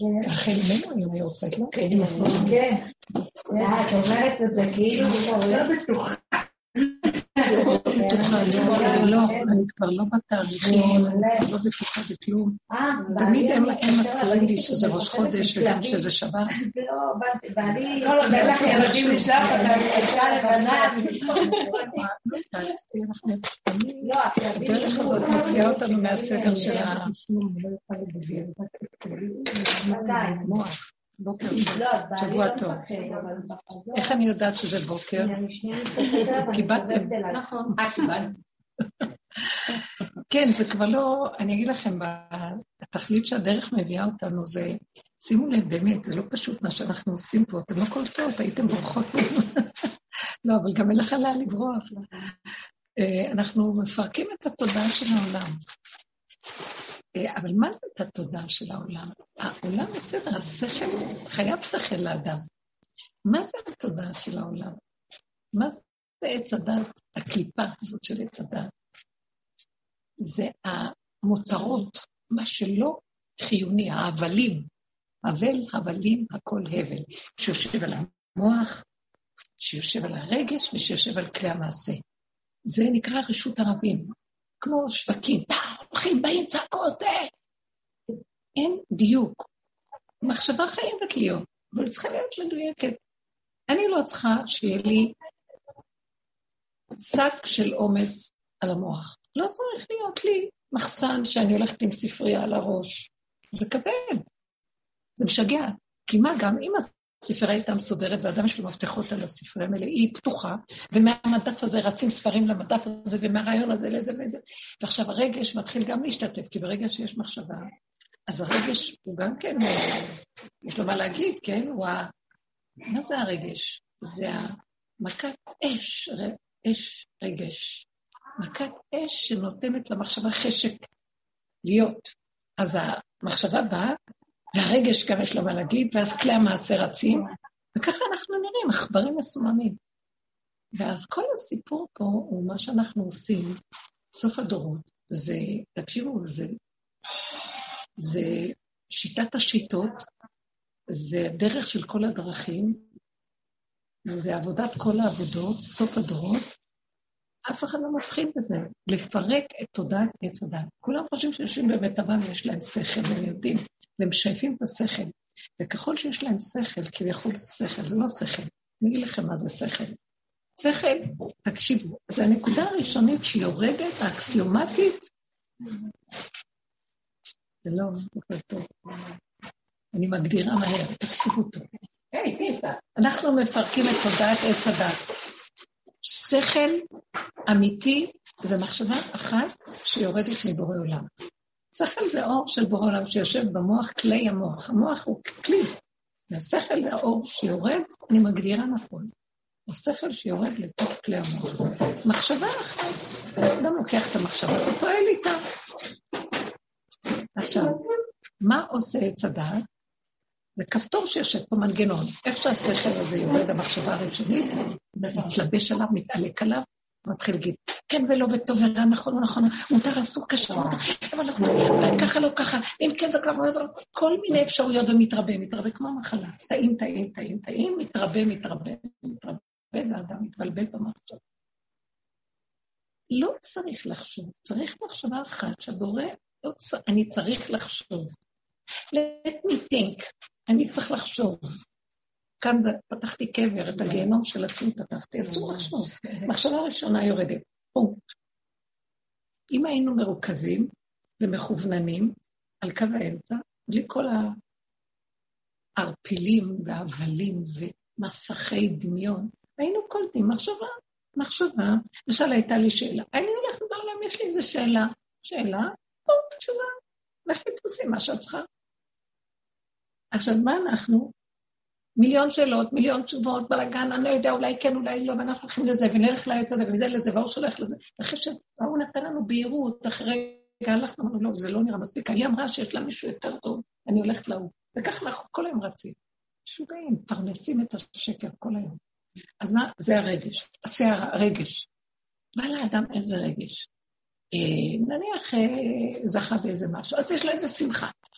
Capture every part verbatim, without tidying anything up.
החל ממנו היום יוצאת, לא? כן. את אומרת את זה כאילו, לא בטוחה. לא, אני כבר לא בתאריכים, לא בטוחה בכלום. תמיד הם מזכירים לי שזה ראש חודש וגם שזה שבת. אז לא, ואני... כל עוד אין לך ילדים לשלוח, אתה מתקשה לבנה. לא יודעת, הדרך הזאת מוציאה אותנו מהסדר של המוח. בוקר, שבוע טוב. איך אני יודעת שזה בוקר? קיבלתם. נכון, אה, קיבלתם. כן, זה כבר לא, אני אגיד לכם, התכלית שהדרך מביאה אותנו זה, שימו לב, באמת, זה לא פשוט מה שאנחנו עושים פה, אתם לא קולטות, הייתם בורחות בזמן. לא, אבל גם אין לך לה לברוח. אנחנו מפרקים את התודעה של העולם. אבל מה זה את התודעה של העולם? העולם בסדר, השכל, חייב שכל לאדם. מה זה התודעה של העולם? מה זה עץ הדת, הקליפה הזאת של עץ הדת? זה המותרות, מה שלא חיוני, ההבלים, הבל, הבלים, הכל הבל, שיושב על המוח, שיושב על הרגש ושיושב על כלי המעשה. זה נקרא רשות הרבים, כמו שווקים, הולכים, באים, צעקות, אין דיוק. מחשבה חייבת להיות, אבל צריכה להיות מדויקת. אני לא צריכה שיהיה לי שק של עומס על המוח. לא צריך להיות לי מחסן שאני הולכת עם ספרייה על הראש. זה כבד. זה משגע. כי מה גם, אם הספרייה הייתה מסודרת, ואדם יש לו מפתחות על הספרייה האלה, היא פתוחה, ומהמדף הזה רצים ספרים למדף הזה, ומהרעיון הזה לזה וזה. ועכשיו הרגש מתחיל גם להשתתף, כי ברגע שיש מחשבה, אז הרגש הוא גם כן, יש לו מה להגיד, כן? הוא ה... מה זה הרגש? זה המכת אש, אש רגש. מכת אש שנותנת למחשבה חשק להיות. אז המחשבה באה, והרגש גם יש לו מה להגיד, ואז כלי המעשה רצים, וככה אנחנו נראים, עכברים מסוממים. ואז כל הסיפור פה הוא מה שאנחנו עושים, סוף הדורות, זה, תקשיבו, זה, זה שיטת השיטות, זה דרך של כל הדרכים, זה עבודת כל העבודות, סוף הדורות, אף אחד לא מבחין בזה, לפרק את תודעת עץ הדת. כולם חושבים שיושבים בבית אבא ויש להם שכל, והם יודעים, והם שייפים את השכל. וככל שיש להם שכל, כביכול שכל, זה לא שכל. אני אגיד לכם מה זה שכל. שכל, תקשיבו, זה הנקודה הראשונית שיורדת, האקסיומטית. זה לא, זה טוב. אני מגדירה מהר, תקשיבו טוב. היי, פיצה. אנחנו מפרקים את תודעת עץ הדת. שכל אמיתי זה מחשבה אחת שיורדת מבורא עולם. שכל זה אור של בורא עולם שיושב במוח, כלי המוח. המוח הוא כלי. והשכל זה האור שיורד, אני מגדירה נכון. השכל שיורד לתוך כלי המוח. מחשבה אחת, אדם לוקח את המחשבה, הוא פועל איתה. עכשיו, מה עושה עץ הדעת? זה כפתור שיושב פה מנגנון. איך שהשכל הזה יורד המחשבה הראשונית, מתלבש עליו, מתעלק עליו, מתחיל להגיד, כן ולא וטוב ורע, נכון ונכון, מותר אסור קשר, אבל ככה לא ככה, אם כן זה כבר, כל מיני אפשרויות ומתרבה, מתרבה כמו מחלה, טעים, טעים, טעים, טעים, מתרבה, מתרבה, מתרבה, ואדם מתבלבל במחשב. לא צריך לחשוב, צריך מחשבה אחת שבורא, אני צריך לחשוב. Let me think, אני צריך לחשוב. כאן פתחתי קבר, את הגיהנום של עצמי פתחתי, אסור לחשוב. מחשבה ראשונה יורדת. אם היינו מרוכזים ומכווננים על קו האמצע, בלי כל הערפילים והבלים ומסכי דמיון, היינו קולטים מחשבה, מחשבה. למשל הייתה לי שאלה, אני הולכת בעולם, יש לי איזו שאלה, שאלה, או תשובה, לכי תעשי מה שאת צריכה. עכשיו, מה אנחנו? מיליון שאלות, מיליון תשובות, בלגן, אני לא יודע, אולי כן, אולי לא, ואנחנו הולכים לזה, ונלך לעץ הזה, ומזה לזה, והוא שולח לזה. אחרי שהוא נתן לנו בהירות, אחרי רגע הלכנו, אמרנו, לא, זה לא נראה מספיק. היא אמרה שיש לה מישהו יותר טוב, אני הולכת להוא. וכך אנחנו כל היום רצים. שוגעים, פרנסים את השקר כל היום. אז מה? זה הרגש. זה הרגש. בא לאדם איזה רגש. נניח זכה באיזה משהו, אז יש לו איזה שמחה.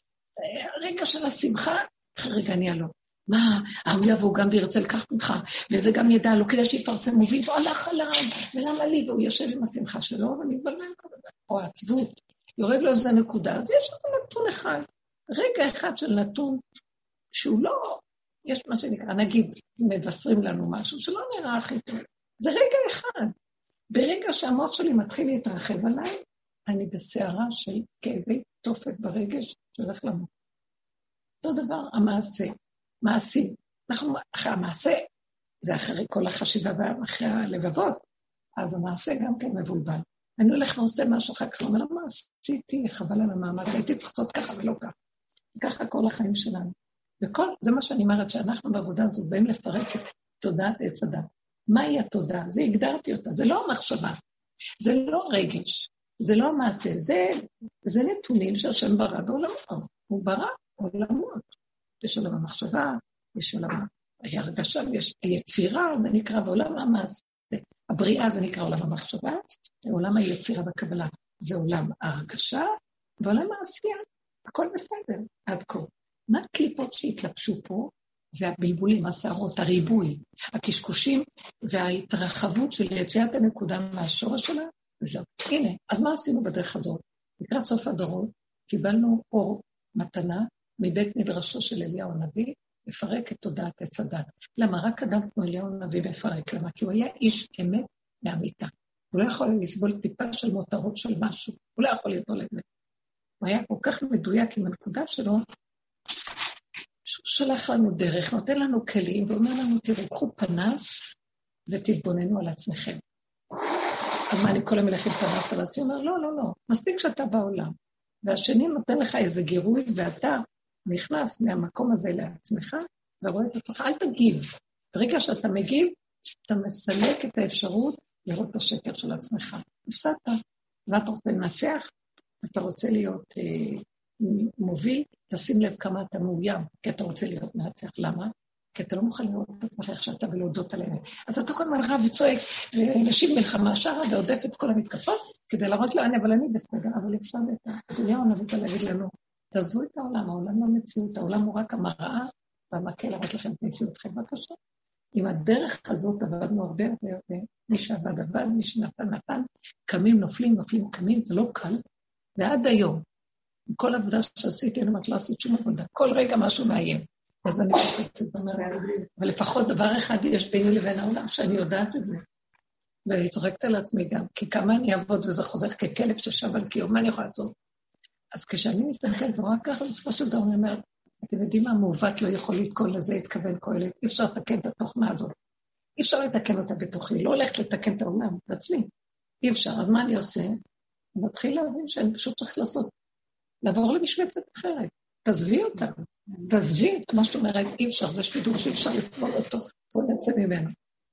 רגע של השמחה, אחרי רגע נהיה לו. מה, הוא יבוא גם וירצה לקחת ממך, וזה גם ידע לו, כדי שיפרסם מוביל, והוא הלך עליו, ולמה לי, והוא יושב עם השמחה שלו, ואני מתבלבל כזה, או העצבות, יורד לו איזה נקודה, אז יש לו נתון אחד, רגע אחד של נתון, שהוא לא, יש מה שנקרא, נגיד, מבשרים לנו משהו, שלא נראה הכי טוב, זה רגע אחד, ברגע שהמוח שלי מתחיל להתרחב עליי, אני בסערה של כאבי תופת ברגש, שהולך למות. אותו דבר, המעשה. מעשים. אנחנו, אחרי המעשה, זה אחרי כל החשיבה ואחרי הלבבות, אז המעשה גם כן מבולבל. אני הולך ועושה משהו אחר כך, אומר, למה עשיתי, חבל על המאמץ, הייתי צריך לעשות ככה ולא ככה. ככה כל החיים שלנו. וכל, זה מה שאני אומרת, שאנחנו בעבודה הזו באים לפרק את תודעת עץ הדת. מהי התודעה? זה הגדרתי אותה, זה לא המחשבה, זה לא רגש, זה לא המעשה, זה, זה נתונים שהשם ברא בעולמו. הוא ברא עולמות. יש עולם המחשבה, יש עולם ההרגשה, יש היצירה, זה נקרא בעולם המעשה. הבריאה זה נקרא עולם המחשבה, עולם היצירה בקבלה זה עולם ההרגשה, ועולם העשייה, הכל בסדר, עד כה. מה הקליפות שהתלבשו פה? זה הבלבולים, הסערות, הריבוי, הקשקושים וההתרחבות של יציאת הנקודה מהשורש שלה, וזהו. הנה, אז מה עשינו בדרך הזאת? לקראת סוף הדורות, קיבלנו אור מתנה, מבית מדרשו של אליהו הנביא, לפרק את תודעת עץ הדת. למה? רק אדם כמו אליהו הנביא מפרק. למה? כי הוא היה איש אמת מהמיטה. הוא לא יכול לסבול טיפה של מותרות של משהו. הוא לא יכול לסבול את זה. הוא היה כל כך מדויק עם הנקודה שלו, שהוא שלח לנו דרך, נותן לנו כלים, ואומר לנו, תראו, קחו פנס ותתבוננו על עצמכם. אז מה, אני כל המלך עם פנס על עצמי? הוא אומר, לא, לא, לא. מספיק שאתה בעולם. והשני נותן לך איזה גירוי, ואתה נכנס מהמקום הזה לעצמך, ורואה את עצמך, אל תגיב. ברגע שאתה מגיב, אתה מסלק את האפשרות לראות את השקר של עצמך. הפסדת, ואתה רוצה לנצח, אתה רוצה להיות אה, מוביל, תשים לב כמה אתה מאוים, כי אתה רוצה להיות מנצח. למה? כי אתה לא מוכן לראות את עצמך איך שאתה ולהודות עליהם. אז אתה כל הזמן רב וצועק, ונשיב מלחמה שרה, ועודף את כל המתקפות, כדי להראות לו, אבל אני בסדר, אבל הפסדת. אז אליהו הנביא להגיד לנו, תעזבו את העולם, העולם לא מציאות, העולם הוא רק המראה, והמקל להראות לכם את מציאותכם, בבקשה. עם הדרך הזאת עבדנו הרבה הרבה, מי שעבד עבד, מי שנתן נתן, קמים, נופלים, נופלים, קמים, זה לא קל, ועד היום, עם כל עבודה שעשיתי, אני אומרת, לא עשית שום עבודה, כל רגע משהו מאיים, אז אני חושבת, אבל לפחות דבר אחד יש ביני לבין העולם, שאני יודעת את זה, ואני צוחקת על עצמי גם, כי כמה אני אעבוד וזה חוזר ככלב ששב על קיום, מה אני יכולה לעשות? אז כשאני מסתכלת ורק ככה, בסופו של דבר אני אומרת, אתם יודעים מה, מעוות לא יכול לתקול לזה, התכוון קהלת, אי אפשר לתקן את התוכנה הזאת, אי אפשר לתקן אותה בתוכי, לא הולכת לתקן את העולם, את עצמי, אי אפשר, אז מה אני עושה? אני מתחיל להבין שאני פשוט צריך לעשות, לעבור למשבצת אחרת, תעזבי אותה, תעזבי את מה שאת אומרת, אי אפשר, זה שידור שאי אפשר לסבול אותו, בוא נצא ממנו.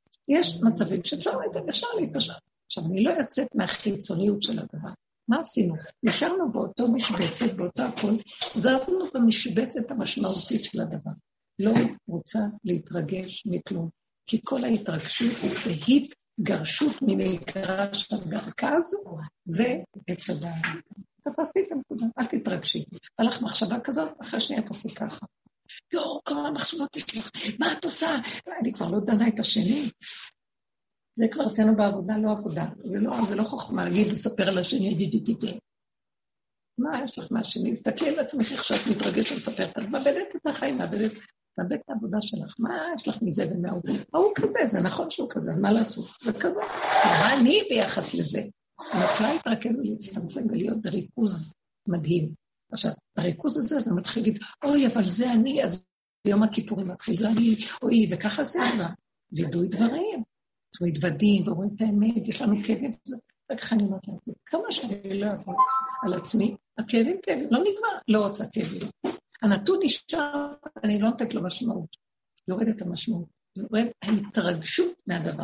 יש מצבים שאפשר להתפשר להתפשר, עכשיו אני לא יוצאת מהחיצוניות של הדבר, מה עשינו? נשארנו באותו משבצת, באותו הכל, זזנו במשבצת המשמעותית של הדבר. לא רוצה להתרגש מכלום, כי כל ההתרגשות זה התגרשות ממגרש המרכז, זה עץ הדעת. תפסתי את הנקודה, אל תתרגשי. הלך מחשבה כזאת, אחרי שנייה תעשי ככה. יו, כמה מחשבות תשלח, מה את עושה? אני כבר לא דנה את השני. זה כבר אצלנו בעבודה, לא עבודה. זה לא, זה לא חוכמה להגיד, לספר על השני, דידידידי. מה יש לך מהשני? תסתכלי על עצמך איך שאת מתרגשת לספר, את מאבדת את החיים, מאבדת, מאבדת את העבודה שלך. מה יש לך מזה ומהוא? הוא כזה, זה נכון שהוא כזה, מה לעשות? זה כזה. מה אני ביחס לזה? אני יכולה להתרכז ולהצטמצם ולהיות בריכוז מדהים. עכשיו, בריכוז הזה זה מתחיל להגיד, אוי, אבל זה אני, אז ביום הכיפורים מתחיל, זה אני, אוי, וככה זה עלה. וידוי דברים. אנחנו מתוודים ורואים את האמת, יש לנו כאבים, וככה אני אומרת להם, כמה שאני לא אעבור על עצמי, הכאבים כאבים, לא נגמר, לא רוצה כאבים. הנתון נשאר, אני לא נותנת לו משמעות, יורד את המשמעות, יורד ההתרגשות מהדבר,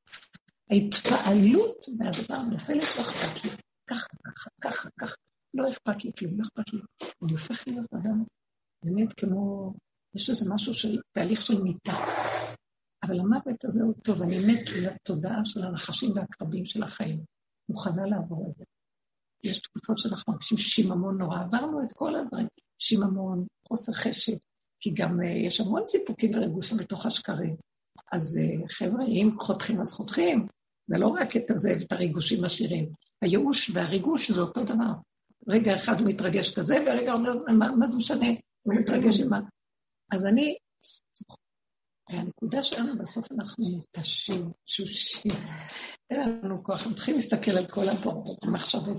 ההתפעלות מהדבר, נופלת לא אכפת לי, ככה, ככה, ככה, ככה, לא אכפת לי כלום, לא אכפת לי, אני הופך להיות אדם, באמת כמו, יש איזה משהו של תהליך של מיטה, אבל המוות הזה הוא טוב, אני מת לתודעה של הנחשים והקרבים של החיים. מוכנה לעבור את זה. יש תקופות שאנחנו מרגישים שיממון נורא, עברנו את כל הדברים, שיממון, חוסר חשב, כי גם uh, יש המון סיפוקים ורגושים בתוך השקרים. אז uh, חבר'ה, אם חותכים אז חותכים, ולא רק את הזה ואת הריגושים השירים. הייאוש והריגוש זה אותו דבר. רגע אחד הוא מתרגש כזה, ורגע אומר, מה, מה זה משנה? הוא מתרגש עם מה? אז אני, והנקודה שלנו בסוף אנחנו מותשים, שושים. אין לנו כוח, מתחיל להסתכל על כל הפורטות, המחשבות.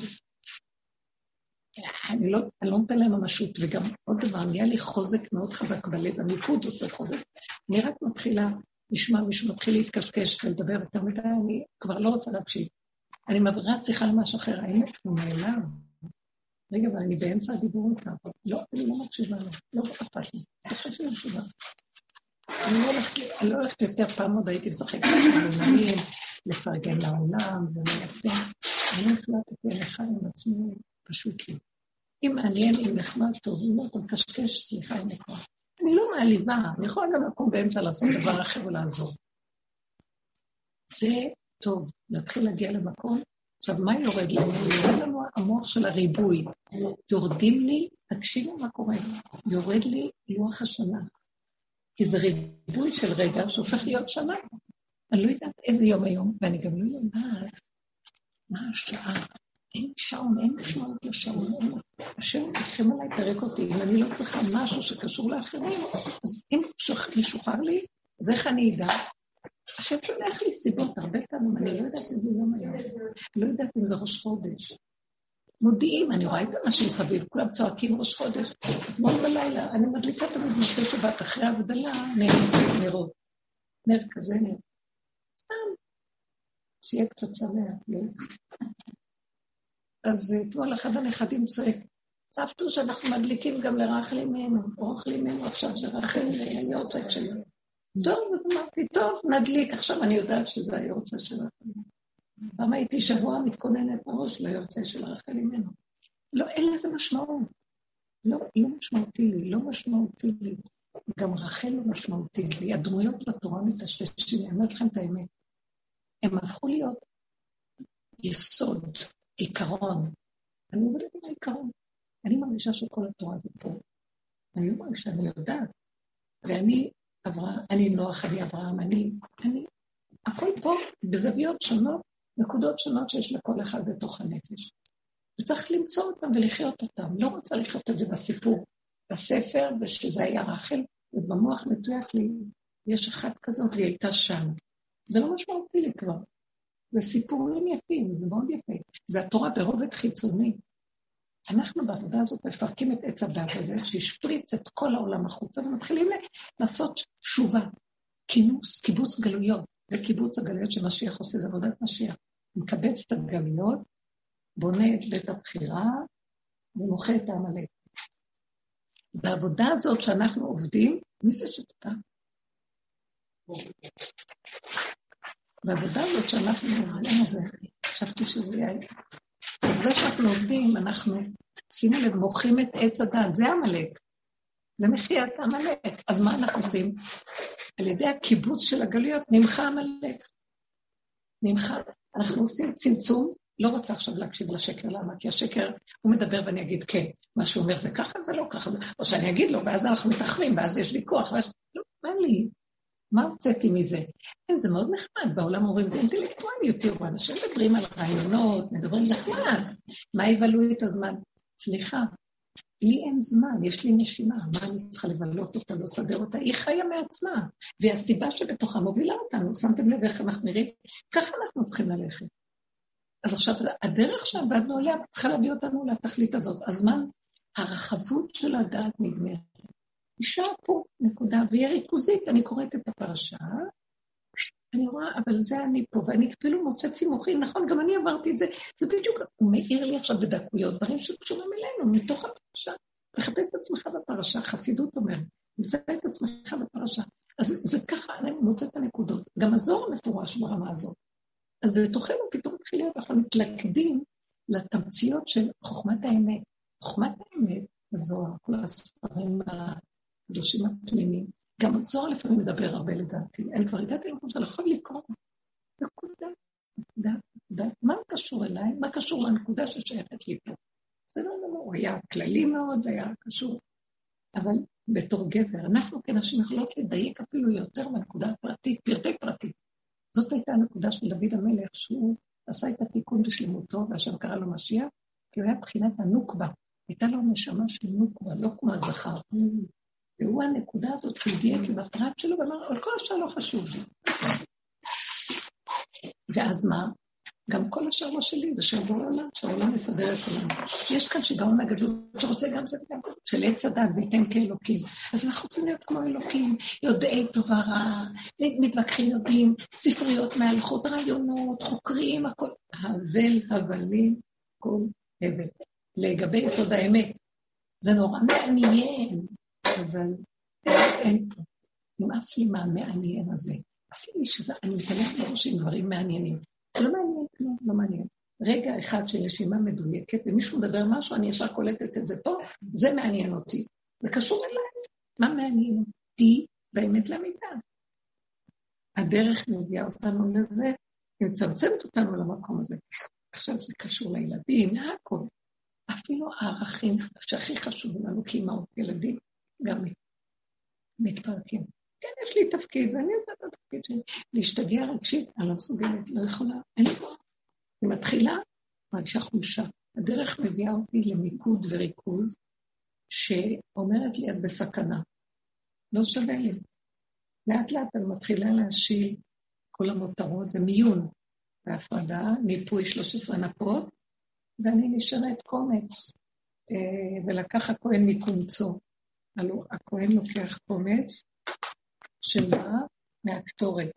אני לא, אני לא נותן להם ממשות, וגם עוד דבר, נהיה לי חוזק מאוד חזק בלב, המיקוד עושה חוזק. אני רק מתחילה לשמוע מישהו, מתחיל להתקשקש ולדבר יותר מדי, אני כבר לא רוצה להקשיב. אני מעבירה שיחה למשהו אחר, האמת הוא נעלם. רגע, אבל אני באמצע הדיבור איתה. לא, אני לא מקשיבה לו, לא אכפת לי. אני חושבת שאני מקשיבה. אני לא הולכת יותר, פעם עוד הייתי משחקת במנהלים, לפרגן לעולם, ולפגן. אני החלטתי, אני חי עם עצמי, פשוט לי. אם מעניין, אם נחמד טוב, אם לא, אתה מקשקש, סליחה, אני כבר. אני לא מעליבה, אני יכולה גם לקום באמצע לעשות דבר אחר ולעזור. זה טוב, להתחיל להגיע למקום. עכשיו, מה יורד לנו? יורד לנו המוח של הריבוי. יורדים לי, תקשיבו מה קורה, יורד לי לוח השנה. כי זה ריבוי של רגע שהופך להיות שנה. אני לא יודעת איזה יום היום, ואני גם לא יודעת מה השעה. אין שעון, אין משמעות לשעון. השם יחם עליי, פרק אותי. אם אני לא צריכה משהו שקשור לאחרים, אז אם משוחרר לי, אז איך אני אדע? השם שולח לי סיבות, הרבה פעמים, אני לא יודעת איזה יום היום. אני לא יודעת אם זה ראש חודש. מודיעים, אני רואה את אנשים סביב, כולם צועקים ראש חודש. אתמול בלילה, אני מדליקה תמיד מוצאי שבת, אחרי הבדלה, נרות. נר כזה נר. סתם, שיהיה קצת שמח. אז אתמול אחד הנכדים צועק, צפתו שאנחנו מדליקים גם לרחל אימנו, רחל אימנו, עכשיו זה רחל היורצייט שלנו. טוב, אמרתי, טוב, נדליק, עכשיו אני יודעת שזה היורצייט של רחל אימנו. פעם הייתי שבוע מתכוננת בראש ליורצייט של רחל אימנו. לא, אין לזה משמעות. לא, לא משמעותי לי, לא משמעותי לי. גם רחל לא משמעותי לי. הדמויות בתורה מטשטשים, אני אומרת לכם את האמת. הם הפכו להיות יסוד, עיקרון. אני עובדת עם העיקרון. אני מרגישה שכל התורה זה פה. אני לא מרגישה, אני יודעת. ואני אברהם, אני נוח, אני אברהם, אני, אני, הכל פה בזוויות שונות, נקודות שונות שיש לכל אחד בתוך הנפש. וצריך למצוא אותם ולחיות אותם. לא רוצה לחיות את זה בסיפור, בספר, ושזה היה רחל, ובמוח מתויק לי, יש אחת כזאת והיא הייתה שם. זה לא משמעותי לי כבר. זה סיפורים יפים, זה מאוד יפה. זה התורה ברובד חיצוני. אנחנו בעבודה הזאת מפרקים את עץ הדת הזה, שישפריץ את כל העולם החוצה, ומתחילים לעשות שובה, כינוס, קיבוץ גלויות. זה קיבוץ הגלויות שמשיח עושה, זה עבודת משיח. מקבץ את הגלויות, בונה את בית הבחירה, ומוחה את העמלק. בעבודה הזאת שאנחנו עובדים, מי זה שתתה? בעבודה הזאת שאנחנו עובדים על זה, חשבתי שזה יהיה... בעבודה שאנחנו עובדים, אנחנו, שימו לב, מוחים את עץ הדת, זה המלאק. זה מחיית המלאק. אז מה אנחנו עושים? על ידי הקיבוץ של הגלויות, נמחה המלאק. נמחה. אנחנו עושים צמצום, לא רוצה עכשיו להקשיב לשקר, למה? כי השקר, הוא מדבר ואני אגיד כן. מה שהוא אומר זה ככה, זה לא ככה. או שאני אגיד לו, ואז אנחנו מתחמים, ואז יש ויכוח, ואז... לא, מה לי? מה הוצאתי מזה? כן, זה מאוד נחמד, בעולם אומרים, זה אינטלקטואליות, תראו, אנשים מדברים על רעיונות, מדברים נחמד, מה יבלו את הזמן? סליחה, לי אין זמן, יש לי נשימה, מה אני צריכה לבלות אותה, לא סדר אותה? היא חיה מעצמה, והסיבה שבתוכה מובילה אותנו, שמתם לב איך אנחנו נראים, ככה אנחנו צריכים ללכת. אז עכשיו, הדרך שעבדנו עליה צריכה להביא אותנו לתכלית הזאת, הזמן, הרחבות של הדעת נגמרת. נשאר פה נקודה, והיא ריכוזית, אני קוראת את הפרשה, אני רואה, אבל זה אני פה, ואני אפילו מוצאת סימוכים, נכון, גם אני עברתי את זה, זה בדיוק, הוא מאיר לי עכשיו בדקויות, דברים שקשורים אלינו, מתוך הפרשה, לחפש את עצמך בפרשה, חסידות אומר, מוצא את עצמך בפרשה, אז זה ככה, אני מוצאת את הנקודות, גם הזור מפורש ברמה הזאת, אז בתוכנו פתאום מתחיל להיות, אנחנו מתלכדים לתמציות של חוכמת האמת, חוכמת האמת, הזוהר, כל הספרים הקדושים הפנימיים, גם הזוהר לפעמים מדבר הרבה לדעתי, אני כבר הגעתי למקום שאני יכול לקרוא, נקודה, נקודה, נקודה, מה אתה קשור אליי? מה קשור לנקודה ששייכת לי פה? זה לא נורא, הוא היה כללי מאוד, היה קשור. אבל בתור גבר, אנחנו כנשים יכולות לדייק אפילו יותר מהנקודה הפרטית, פרטי פרטית. זאת הייתה הנקודה של דוד המלך, שהוא עשה את התיקון בשלמותו, והשם קרא לו משיח, כי הוא היה בחינת הנוקבה. הייתה לו נשמה של נוקבה, לא כמו הזכר. והוא הנקודה הזאת שהגיע כמטרת שלו, ואמר, אבל כל השאר לא חשוב לי. ואז מה? גם כל השאר לא שלי, זה של בורא עולם, שהעולם מסדר את עולם. יש כאן שיגעון הגדול שרוצה גם זה וגם של עץ הדת וייתן כאלוקים. אז אנחנו רוצים להיות כמו אלוקים, יודעי טוב ורע, מתווכחים יודעים, ספריות מהלכות, רעיונות, חוקרים, הכל. הבל הבלים, כל הבל. לגבי יסוד האמת, זה נורא מעניין, אבל אין פה. נמאס לי מהמעניין הזה. עשי לי שזה, אני מתהלך בראש עם דברים מעניינים. זה לא מעניין, לא, לא מעניין. רגע אחד של נשימה מדויקת, ומישהו מדבר משהו, אני ישר קולטת את זה פה, זה מעניין אותי. זה קשור אליי. מה מעניין אותי באמת למידה? הדרך מביאה אותנו לזה, היא מצמצמת אותנו למקום הזה. עכשיו זה קשור לילדים, הכל. אפילו הערכים שהכי חשובים לנו כאימהות ילדים, גם מתפרקים. כן, יש לי תפקיד, ואני עושה את התפקיד שלי. להשתגע רגשית, אני לא מסוגלת, לא יכולה, אין לי פה. היא מתחילה, מרגישה חולשה. הדרך מביאה אותי למיקוד וריכוז, שאומרת לי, את בסכנה. לא שווה לי. לאט לאט אני מתחילה להשיל כל המותרות, זה מיון בהפרדה, ניפוי שלוש עשרה נפות, ואני נשארת קומץ, ולקח הכהן מקומצו. הכהן לוקח קומץ, שלה מהקטורת.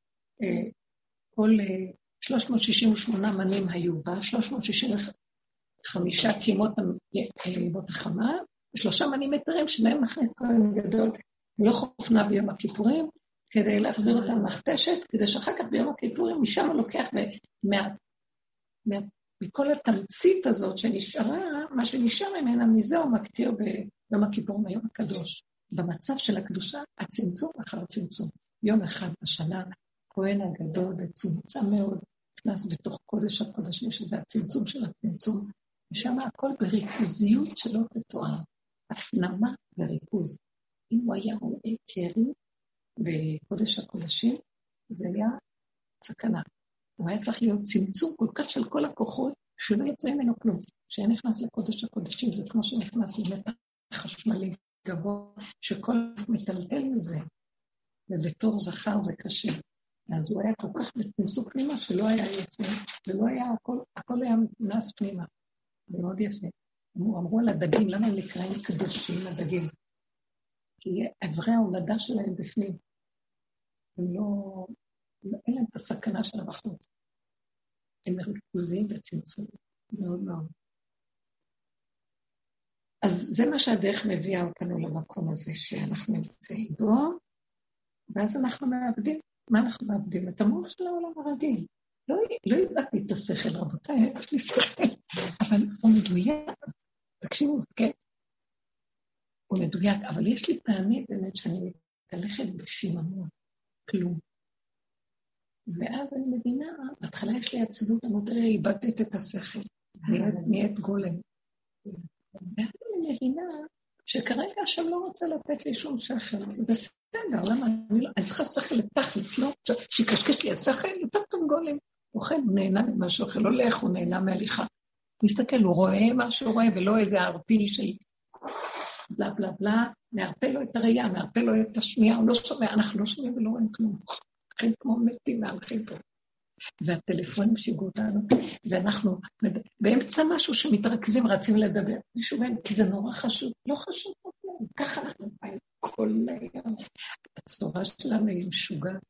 כל שלוש מאות שישים ושמונה מנים היו בה, שלוש מאות שישים וחמש קימות ליבות החמה, ושלושה מנים יתרים שבהם מכניס כהן גדול, לא חופנה ביום הכיפורים, כדי להחזיר אותה למכתשת, כדי שאחר כך ביום הכיפורים משם הוא לוקח ומה, מה, מכל התמצית הזאת שנשארה, מה שנשאר ממנה, מזה הוא מקטיר ביום הכיפורים, היום הקדוש. במצב של הקדושה, הצמצום אחר הצמצום. יום אחד בשנה, כהן הגדול וצומצם מאוד, נכנס בתוך קודש הקודשים, שזה הצמצום של הצמצום, ושם הכל בריכוזיות שלא תתואר, הפנמה וריכוז. אם הוא היה רואה קרי בקודש הקודשים, זה היה סכנה. הוא היה צריך להיות צמצום כל כך של כל הכוחות, שלא יצא ממנו כלום. כשהיה נכנס לקודש הקודשים, זה כמו שנכנס למתח חשמלי גבוה, שכל מטלטל מזה, ובתור זכר זה קשה. אז הוא היה כל כך בצמצום פנימה, שלא היה יצא, ולא היה, הכל, הכל היה נכנס פנימה. זה מאוד יפה. אמרו על הדגים, למה הם נקראים קדושים הדגים? כי עברי ההולדה שלהם בפנים. הם לא, אין להם את הסכנה של הבחנות. הם מריכוזים וצמצום, מאוד מאוד. אז זה מה שהדרך מביאה אותנו למקום הזה שאנחנו נמצאים בו, ואז אנחנו מאבדים. מה אנחנו מאבדים? את המוח של העולם הרגיל. לא, לא איבדתי את השכל, רבותיי, יש לי שכל, אבל הוא מדויק. תקשיבו, כן? הוא מדויק, אבל יש לי פעמים באמת שאני מתהלכת בשיממון, כלום. ואז אני מבינה, בהתחלה יש לי עצבות, אמרת, איבדת את השכל, נהיית גולם. ואז אני מבינה שכרגע השם לא רוצה לתת לי שום שכל, זה בסדר, למה? אני לא, אני צריכה שכל לתכלס, לא? שיקשקש לי השכל, יותר טוב גולם. הוא אוכל, הוא נהנה ממשהו אחר, לא לך, הוא נהנה מהליכה. הוא מסתכל, הוא רואה מה שהוא רואה, ולא איזה ערפיל של בלה בלה בלה, מערפל לו את הראייה, מערפל לו את השמיעה, הוא לא שומע, אנחנו לא שומעים ולא רואים כלום. הולכים כמו מתים, מהלכים פה. והטלפונים שיגעו אותנו, ואנחנו באמצע משהו שמתרכזים, רצים לדבר. מישהו בהם, כי זה נורא חשוב, לא חשוב כלום. ככה אנחנו באים כל היום. הצורה שלנו היא משוגעת.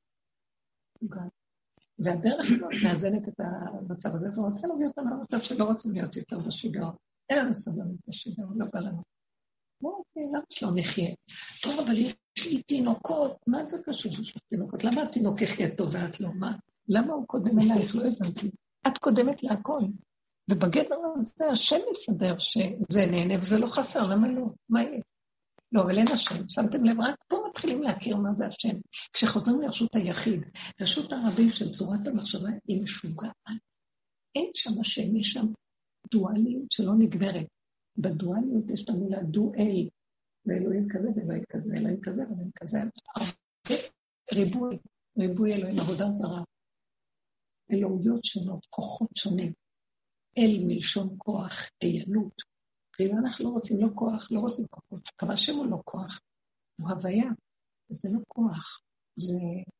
והדרך לא מאזנת את המצב הזה, ורוצה להביא אותנו למצב שלא רוצים להיות יותר בשיגעון. אין לנו סבלנות בשיגעון, לא בא לנו. בואו, למה שלא נחיה? טוב, אבל יש לי תינוקות, מה זה קשור שיש לי תינוקות? למה התינוק יחיה טוב ואת לא? מה? למה הוא קודם אלייך? לא הבנתי. את קודמת להכל. ובגדר הזה השם מסדר שזה נהנה וזה לא חסר, למה לא? מה יהיה? לא, אבל אין השם. שמתם לב, רק פה מתחילים להכיר מה זה השם. כשחוזרים לרשות היחיד, רשות הרבים של צורת המחשבה היא משוגעת. אין שם השם, יש שם דואליות שלא נגמרת. בדואליות יש לנו לדואל, ואלוהים כזה ואלוהים כזה, ואלוהים כזה ואלוהים כזה. ריבוי, ריבוי אלוהים, עבודה זרה. אלוהיות שונות, כוחות שונים. אל מלשון כוח, איילות. כאילו אנחנו לא רוצים לא כוח, לא רוצים כוחות. כמה שם הוא לא כוח. הוא הוויה. זה לא כוח. זה...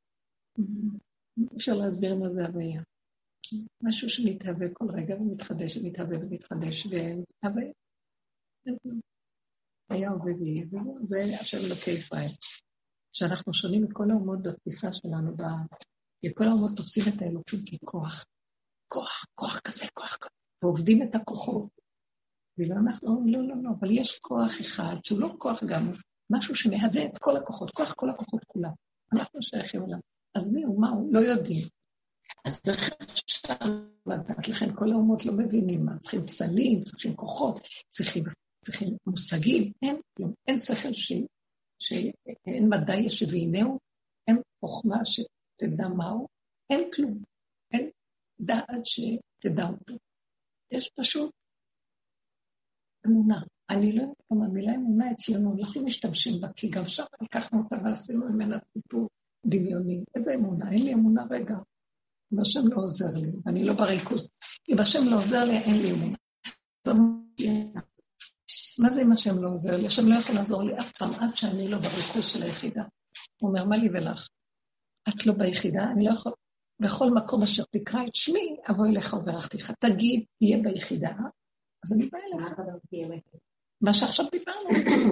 אפשר להסביר מה זה הוויה. משהו שמתהווה כל רגע ומתחדש ומתהווה ומתחדש ומתהווה. היה עובד לי, וזהו, זה השם אלוקי ישראל. שאנחנו שונים מכל האומות בתפיסה שלנו, וכל האומות תופסים את האלוקים ככוח. כוח, כוח כזה, כוח כזה. ועובדים את הכוחות. ואנחנו אומרים, לא, לא, לא, אבל יש כוח אחד, שהוא לא כוח גם, משהו שמהווה את כל הכוחות, כוח כל הכוחות כולם. אנחנו שייכים אליו. אז מי הוא, מה הוא? לא יודעים. אז איך אפשר לדעת לכן, כל האומות לא מבינים מה, צריכים פסלים, צריכים כוחות, צריכים, צריכים מושגים, אין, לא, אין שכל ש... שאין מדע ישבינהו, אין חוכמה שתדע מהו, אין כלום, אין דעת שתדע אותו. יש פשוט אמונה. אני לא יודעת כמה המילה אמונה אצלנו, אנחנו משתמשים בה, כי גם שם לקחנו אותה ועשינו ממנה סיפור דמיוני. איזה אמונה? אין לי אמונה רגע. אם השם לא עוזר לי, ואני לא בריכוז. אם השם לא עוזר לי, אין לי אמונה. מה זה אם השם לא עוזר לי? השם לא יכול לעזור לי אף פעם, עד שאני לא בריכוז של היחידה. הוא אומר, מה לי ולך? את לא ביחידה, אני לא יכול... בכל מקום אשר תקרא את שמי, אבוא אליך וברכתיך. תגיד, תהיה ביחידה, אז אני באה אליך. מה שעכשיו דיברנו.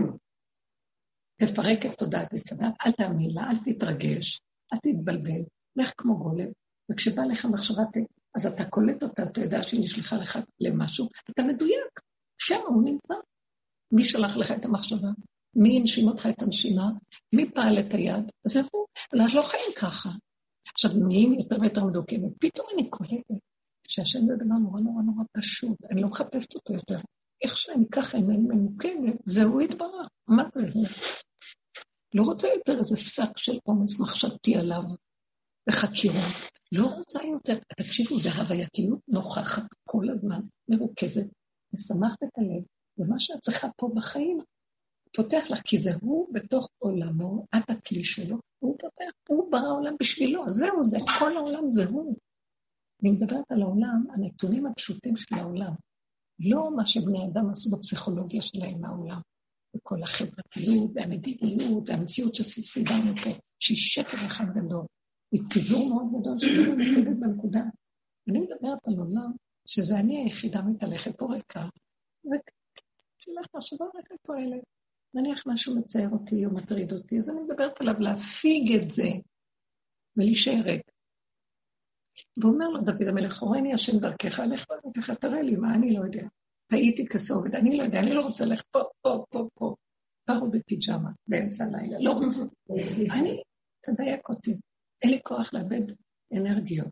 תפרק את תודעת מצדה, אל תאמין לה, אל תתרגש, אל תתבלבל, לך כמו גולם, וכשבא לך מחשבה, אז אתה קולט אותה, אתה יודע שהיא נשלחה לך למשהו, אתה מדויק, שם הוא נמצא. מי שלח לך את המחשבה? מי הנשים אותך את הנשימה? מי פעל את היד? זהו, אבל את לא חיים ככה. עכשיו, נהיים יותר ויותר מדוקים, ופתאום אני קולטת שהשם זה דבר נורא נורא נורא פשוט, אני לא מחפשת אותו יותר. איך שאני ככה, אם אני ממוקדת, זהו יתברך. מה זה? לא רוצה יותר איזה שק של אומץ מחשבתי עליו, וחקירות. לא רוצה יותר. תקשיבו, זה הווייתיות נוכחת כל הזמן, מרוכזת, משמחת את הלב, ומה שאת צריכה פה בחיים, פותח לך, כי זה הוא בתוך עולמו, את הכלי שלו, הוא פותח, הוא ברא עולם בשבילו, זהו זה, כל העולם זה הוא. אני מדברת על העולם, הנתונים הפשוטים של העולם, לא מה שבני אדם עשו בפסיכולוגיה שלהם מהעולם, וכל החברתיות והמדיניות והמציאות שסידרנו פה, שהיא שקר אחד גדול, היא פיזור מאוד גדול שלא נקודת בנקודה. אני מדברת על עולם שזה אני היחידה מתהלכת פה ריקה, ושלך מחשבה ריקה פועלת. נניח משהו מצייר אותי או מטריד אותי, אז אני מדברת עליו להפיג את זה ולהישאר ריק. ואומר לו דוד המלך, הורני השם דרכך, לך דרכך, תראה לי מה, אני לא יודע. הייתי כסובד, אני לא יודע, אני לא רוצה ללכת פה, פה, פה, פה. פרו בפיג'מה, באמצע הלילה, לא רוצה. אני, תדייק אותי, אין לי כוח לאבד אנרגיות.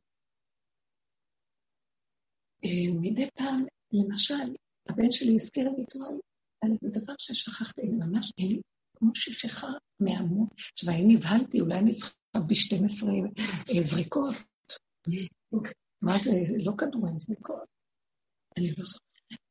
מדי פעם, למשל, הבן שלי הזכיר לי אתמול, על איזה דבר ששכחתי, אני ממש, אין לי כמו שפחה מהמון. עכשיו, אני נבהלתי, אולי אני צריכה ב-שתים עשרה זריקות. מה זה? לא כדורים, זריקות. אני לא זוכרת.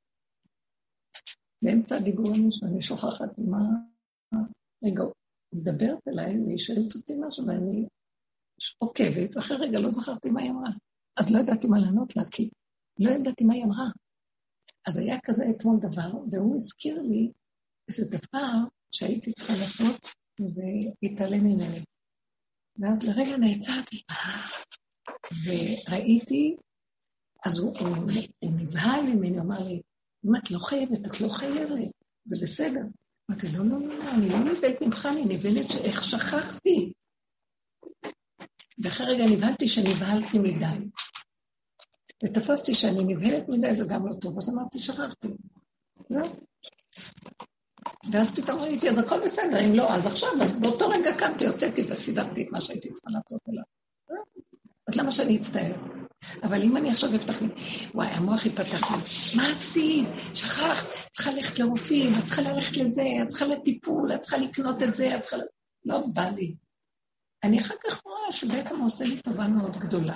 באמצע הדיבור למישהו, אני שוכחת מה... רגע, מדברת אליי, והיא שואלת אותי משהו, ואני עוקבת, ואחרי רגע לא זכרתי מה היא אמרה. אז לא ידעתי מה לענות לה, כי לא ידעתי מה היא אמרה. אז היה כזה אתמול דבר, והוא הזכיר לי איזה דבר שהייתי צריכה לעשות, והתעלם ממני. ואז לרגע נעצרתי, וראיתי, אז הוא, הוא, הוא נבהל ממני, אמר לי, אם את לא חייבת, את לא חייבת, זה בסדר. אמרתי, לא, לא, לא, אני לא נבלת ממך, אני נבלת שאיך שכחתי. ואחרי רגע נבהלתי שנבהלתי מדי. ותפסתי שאני נבהלת מדי, זה גם לא טוב, אז אמרתי, שכחתי. זהו. ואז פתאום ראיתי, אז הכל בסדר, אם לא, אז עכשיו, אז באותו רגע קמתי, הוצאתי וסידרתי את מה שהייתי צריכה לעשות אליו. אז למה שאני אצטער? אבל אם אני עכשיו אפתח לי, וואי, המוח יפתח לי, מה עשית? שכחת, צריכה ללכת לרופאים, את צריכה ללכת לזה, את צריכה לטיפול, את צריכה לקנות את זה, את צריכה... לא בא לי. אני אחר כך רואה שבעצם הוא עושה לי טובה מאוד גדולה.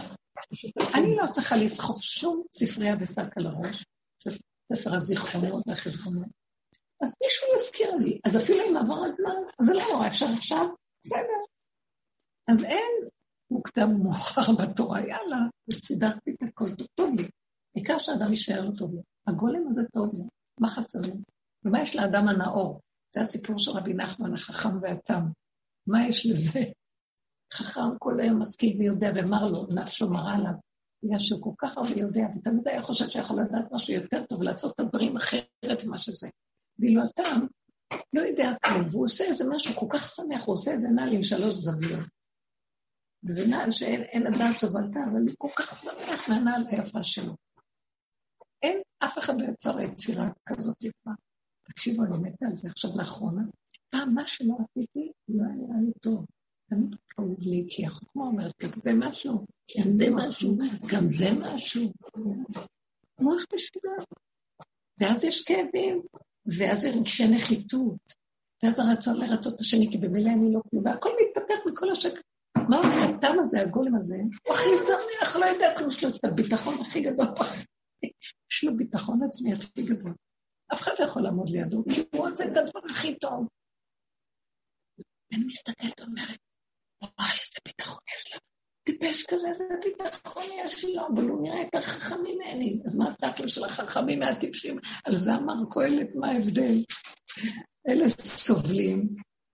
אני לא צריכה לסחוב שום ספרייה בשק על הראש, ספר הזיכרונות והחשבונות. אז מישהו יזכיר לי, אז אפילו אם עבור הזמן, אז זה לא נורא, אפשר עכשיו, בסדר. אז אין מוקדם מאוחר בתורה, יאללה, וסידרתי את הכל, טוב לי. העיקר שאדם יישאר לו טוב לו. הגולם הזה טוב לו, מה חסר לו? ומה יש לאדם הנאור? זה הסיפור של רבי נחמן, החכם והתם. מה יש לזה? חכם כל היום משכיל ויודע, ואמר לו, נפשו מראה עליו, בגלל שהוא כל כך הרבה יודע, ותמיד היה חושב שיכול לדעת משהו יותר טוב, לעשות את הדברים אחרת ממה שזה. ואילו התם לא יודע כלום, והוא עושה איזה משהו כל כך שמח, הוא עושה איזה נעל עם שלוש זוויות. וזה נעל שאין הדעת סובלתה, אבל הוא כל כך שמח מהנעל היפה שלו. אין אף אחד לא יצר היצירה כזאת יפה. תקשיבו, אני מתה על זה עכשיו לאחרונה. פעם מה שלא עשיתי, לא היה נראה לי טוב. תמיד כאוב לי, כי החוכמה אומרת, גם זה משהו, גם זה משהו, גם זה משהו. מוח משוגע. ואז יש כאבים, ואז יש רגשי נחיתות, ואז הרצון לרצות את השני, כי במילא אני לא כלום, והכל מתפתח מכל השקר. מה אומר, התם הזה, הגולם הזה, הוא הכי שמח, לא יודע איך יש לו את הביטחון הכי גדול. יש לו ביטחון עצמי הכי גדול. אף אחד לא יכול לעמוד לידו, כי הוא רוצה את הדבר הכי טוב. ואני מסתכלת ואומרת, וואי, איזה ביטחון יש לה. טיפש כזה, איזה ביטחון יש לו, אבל הוא נראה יותר חכם ממני. אז מה התכל'ה של החכמים מהטיפשים? על זה אמר קהלת, מה ההבדל? אלה סובלים,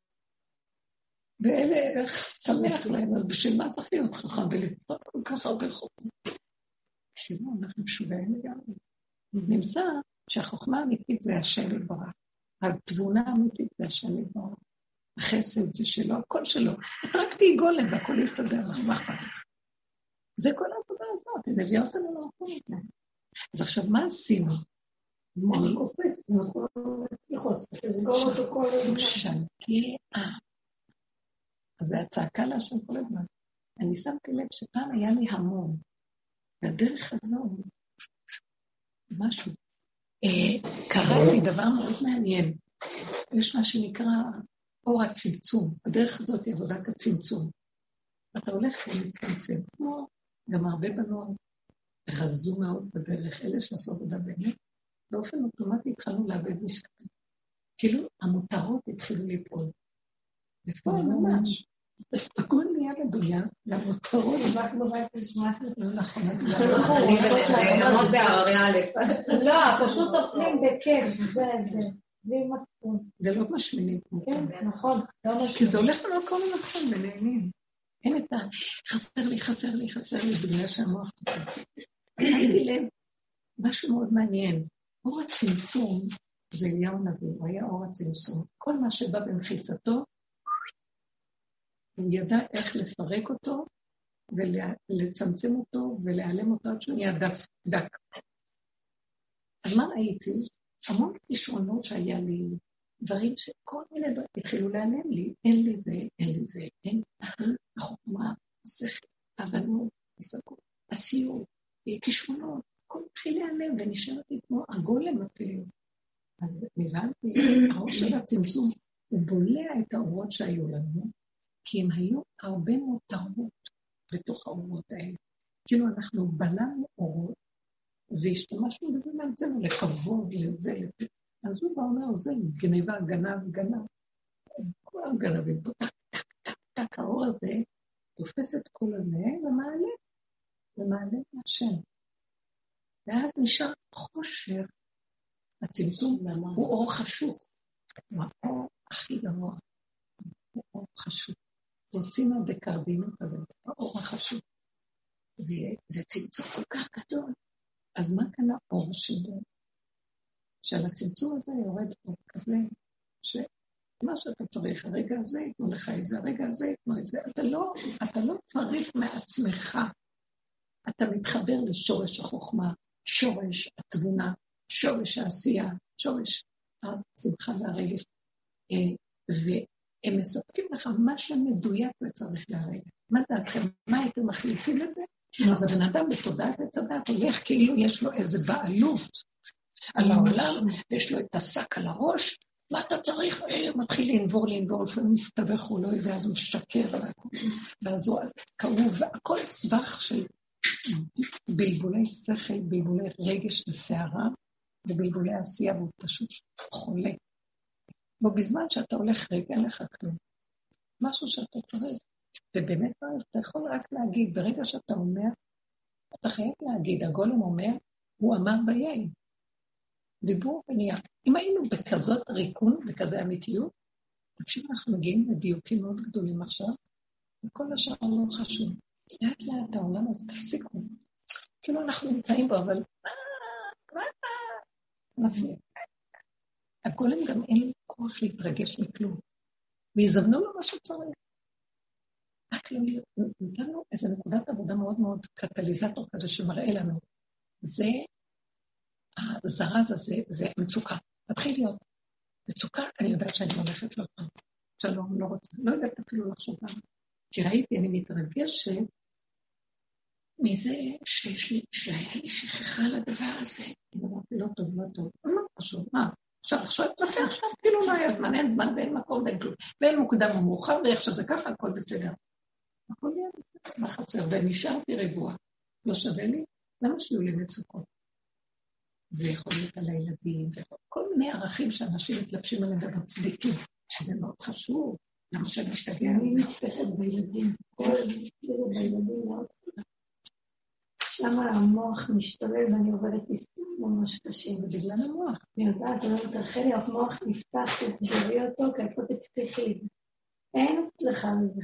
ואלה שמח להם, אז בשביל מה צריך להיות חכם ולפחות כל כך הרבה חוכמה? כשלא, אנחנו משוגעים לגמרי. נמצא שהחוכמה האמיתית זה השם יתברך, התבונה האמיתית זה השם יתברך, החסד זה שלו, הכל שלו. את רק תהי גולם והכל יסתדר לך, מה אכפת? זה כל העבודה הזאת, היא מביאה אותנו למקום הזה. אז עכשיו מה עשינו? אני קופץ, זה נכון, זה גור אותו כל הזמן. משגע. אז זה הצעקה להשם כל הזמן. אני שמתי לב שפעם היה לי המון, והדרך הזו, משהו. קראתי דבר מאוד מעניין. יש מה שנקרא אור הצמצום. הדרך הזאת היא עבודת הצמצום. אתה הולך ומצמצם. כמו גם הרבה בנות רזו מאוד בדרך, אלה שעשו עבודה באמת, באופן אוטומטי התחלנו לאבד משקל. כאילו המותרות התחילו ליפול. לפעול ממש. הכל נהיה מדויק, והמותרות... רק בבית לשמעתי. לא נכון. אני מאוד בעררי א'. לא, פשוט אופנים בכיף, זה, זה. זה לא משמינים. כן, נכון. כי זה הולך למקום הנכון ונהנים. אין את ה... חסר לי, חסר לי, חסר לי, בגלל שהמוח תוקע. שמתי לב, משהו מאוד מעניין. אור הצמצום, זה אליהו הנביא, הוא היה אור הצמצום. כל מה שבא במחיצתו, הוא ידע איך לפרק אותו, ולצמצם אותו, ולהיעלם אותו עד שהוא נהיה דק, דק. אז מה ראיתי? המון כישרונות שהיה לי, דברים שכל מיני דברים התחילו להיעלם לי, אין לי זה, אין לי זה, אין החוכמה, השכל, הבנות, הסקות, הסיור, כישרונות, הכל התחיל להיעלם, ונשארתי כמו הגולם אפילו. אז נבהלתי, הראש של הצמצום, הוא בולע את האורות שהיו לנו, כי הם היו הרבה מותרות בתוך האורות האלה. כאילו אנחנו בלענו אורות, והשתמשנו בזה להמצאנו לכבוד, לזה, לפה. אז הוא בא אומר, זה גניבה, גנב, גנב. כולם גנבים פה, טק, טק, טק, טק, האור הזה תופס את כל הזה ומעלה, ומעלה מהשם. ואז נשאר חושך. הצמצום הוא אור חשוך. הוא האור הכי גבוה. הוא אור חשוך. רוצים הדקרבינות הזה, זה האור החשוך. וזה צמצום כל כך גדול. אז מה כאן האור שבו? שעל הצמצום הזה יורד אור כזה, שמה שאתה צריך, הרגע הזה יתנו לך את זה, הרגע הזה יתנו את זה. אתה לא, אתה לא צריך מעצמך. אתה מתחבר לשורש החוכמה, שורש התבונה, שורש העשייה, שורש השמחה והרגש. והם מספקים לך מה שמדויק וצריך להרגע. מה דעתכם? מה הייתם מחליפים את זה? אז הבן אדם בתודעת ותודעת הולך כאילו יש לו איזה בעלות על העולם, ויש לו את השק על הראש, מה אתה צריך? מתחיל לנבור, לנבור, לפעמים מסתבך, הוא לא יודע, אז הוא משקר, ואז הוא כאוב, והכל סבך של בלבולי שכל, בלבולי רגש ושערה, ובלבולי עשייה, והוא פשוט חולה. ובזמן שאתה הולך רגע, אין לך כלום. משהו שאתה צריך. ובאמת, אתה יכול רק להגיד, ברגע שאתה אומר, אתה חייב להגיד, הגולם אומר, הוא אמר ביין. דיבור ונהיה. אם היינו בכזאת ריקון, בכזה אמיתיות, תקשיב, אנחנו מגיעים לדיוקים מאוד גדולים עכשיו, וכל השאר לא חשוב. לאט לאט העולם הזה תפסיקו. כאילו אנחנו נמצאים בו, אבל מה, מה, נפלא. הגולם גם אין כוח להתרגש מכלום. ויזמנו לו מה שצריך. רק לא להיות, נתנו איזו נקודת עבודה מאוד מאוד קטליזטור כזה שמראה לנו. זה, הזרז הזה, זה מצוקה. מתחיל להיות. מצוקה, אני יודעת שאני הולכת לא פעם. שלום, לא רוצה, לא יודעת אפילו לחשוב פעם. כי ראיתי, אני מתרגשת מזה שיש לי, שהיה לי שכחה על הדבר הזה. אני אמרתי, לא טוב, לא טוב. לא חשוב, מה? עכשיו, עכשיו, תעשה עכשיו, כאילו לא היה זמן, אין זמן ואין מקום ואין כלום. ואין מוקדם ומאוחר, ועכשיו זה ככה, הכל בסדר. הכל יהיה, מה חסר? ונשארתי רגועה. לא שווה לי? למה שיהיו לי מצוקות? זה יכול להיות על הילדים, זה יכול... כל מיני ערכים שאנשים מתלבשים עליהם ומצדיקים, שזה מאוד חשוב. למה שאני משתגע? אני מתפסת בילדים, כל כאילו בילדים מאוד חשוב. שם המוח משתולל ואני עובדת איסטים ממש קשים. ובגלל המוח. אני יודעת, אני אומרת, אחרי המוח נפתח, תסגרי אותו, כי איפה תצליחי. אין לך לזה.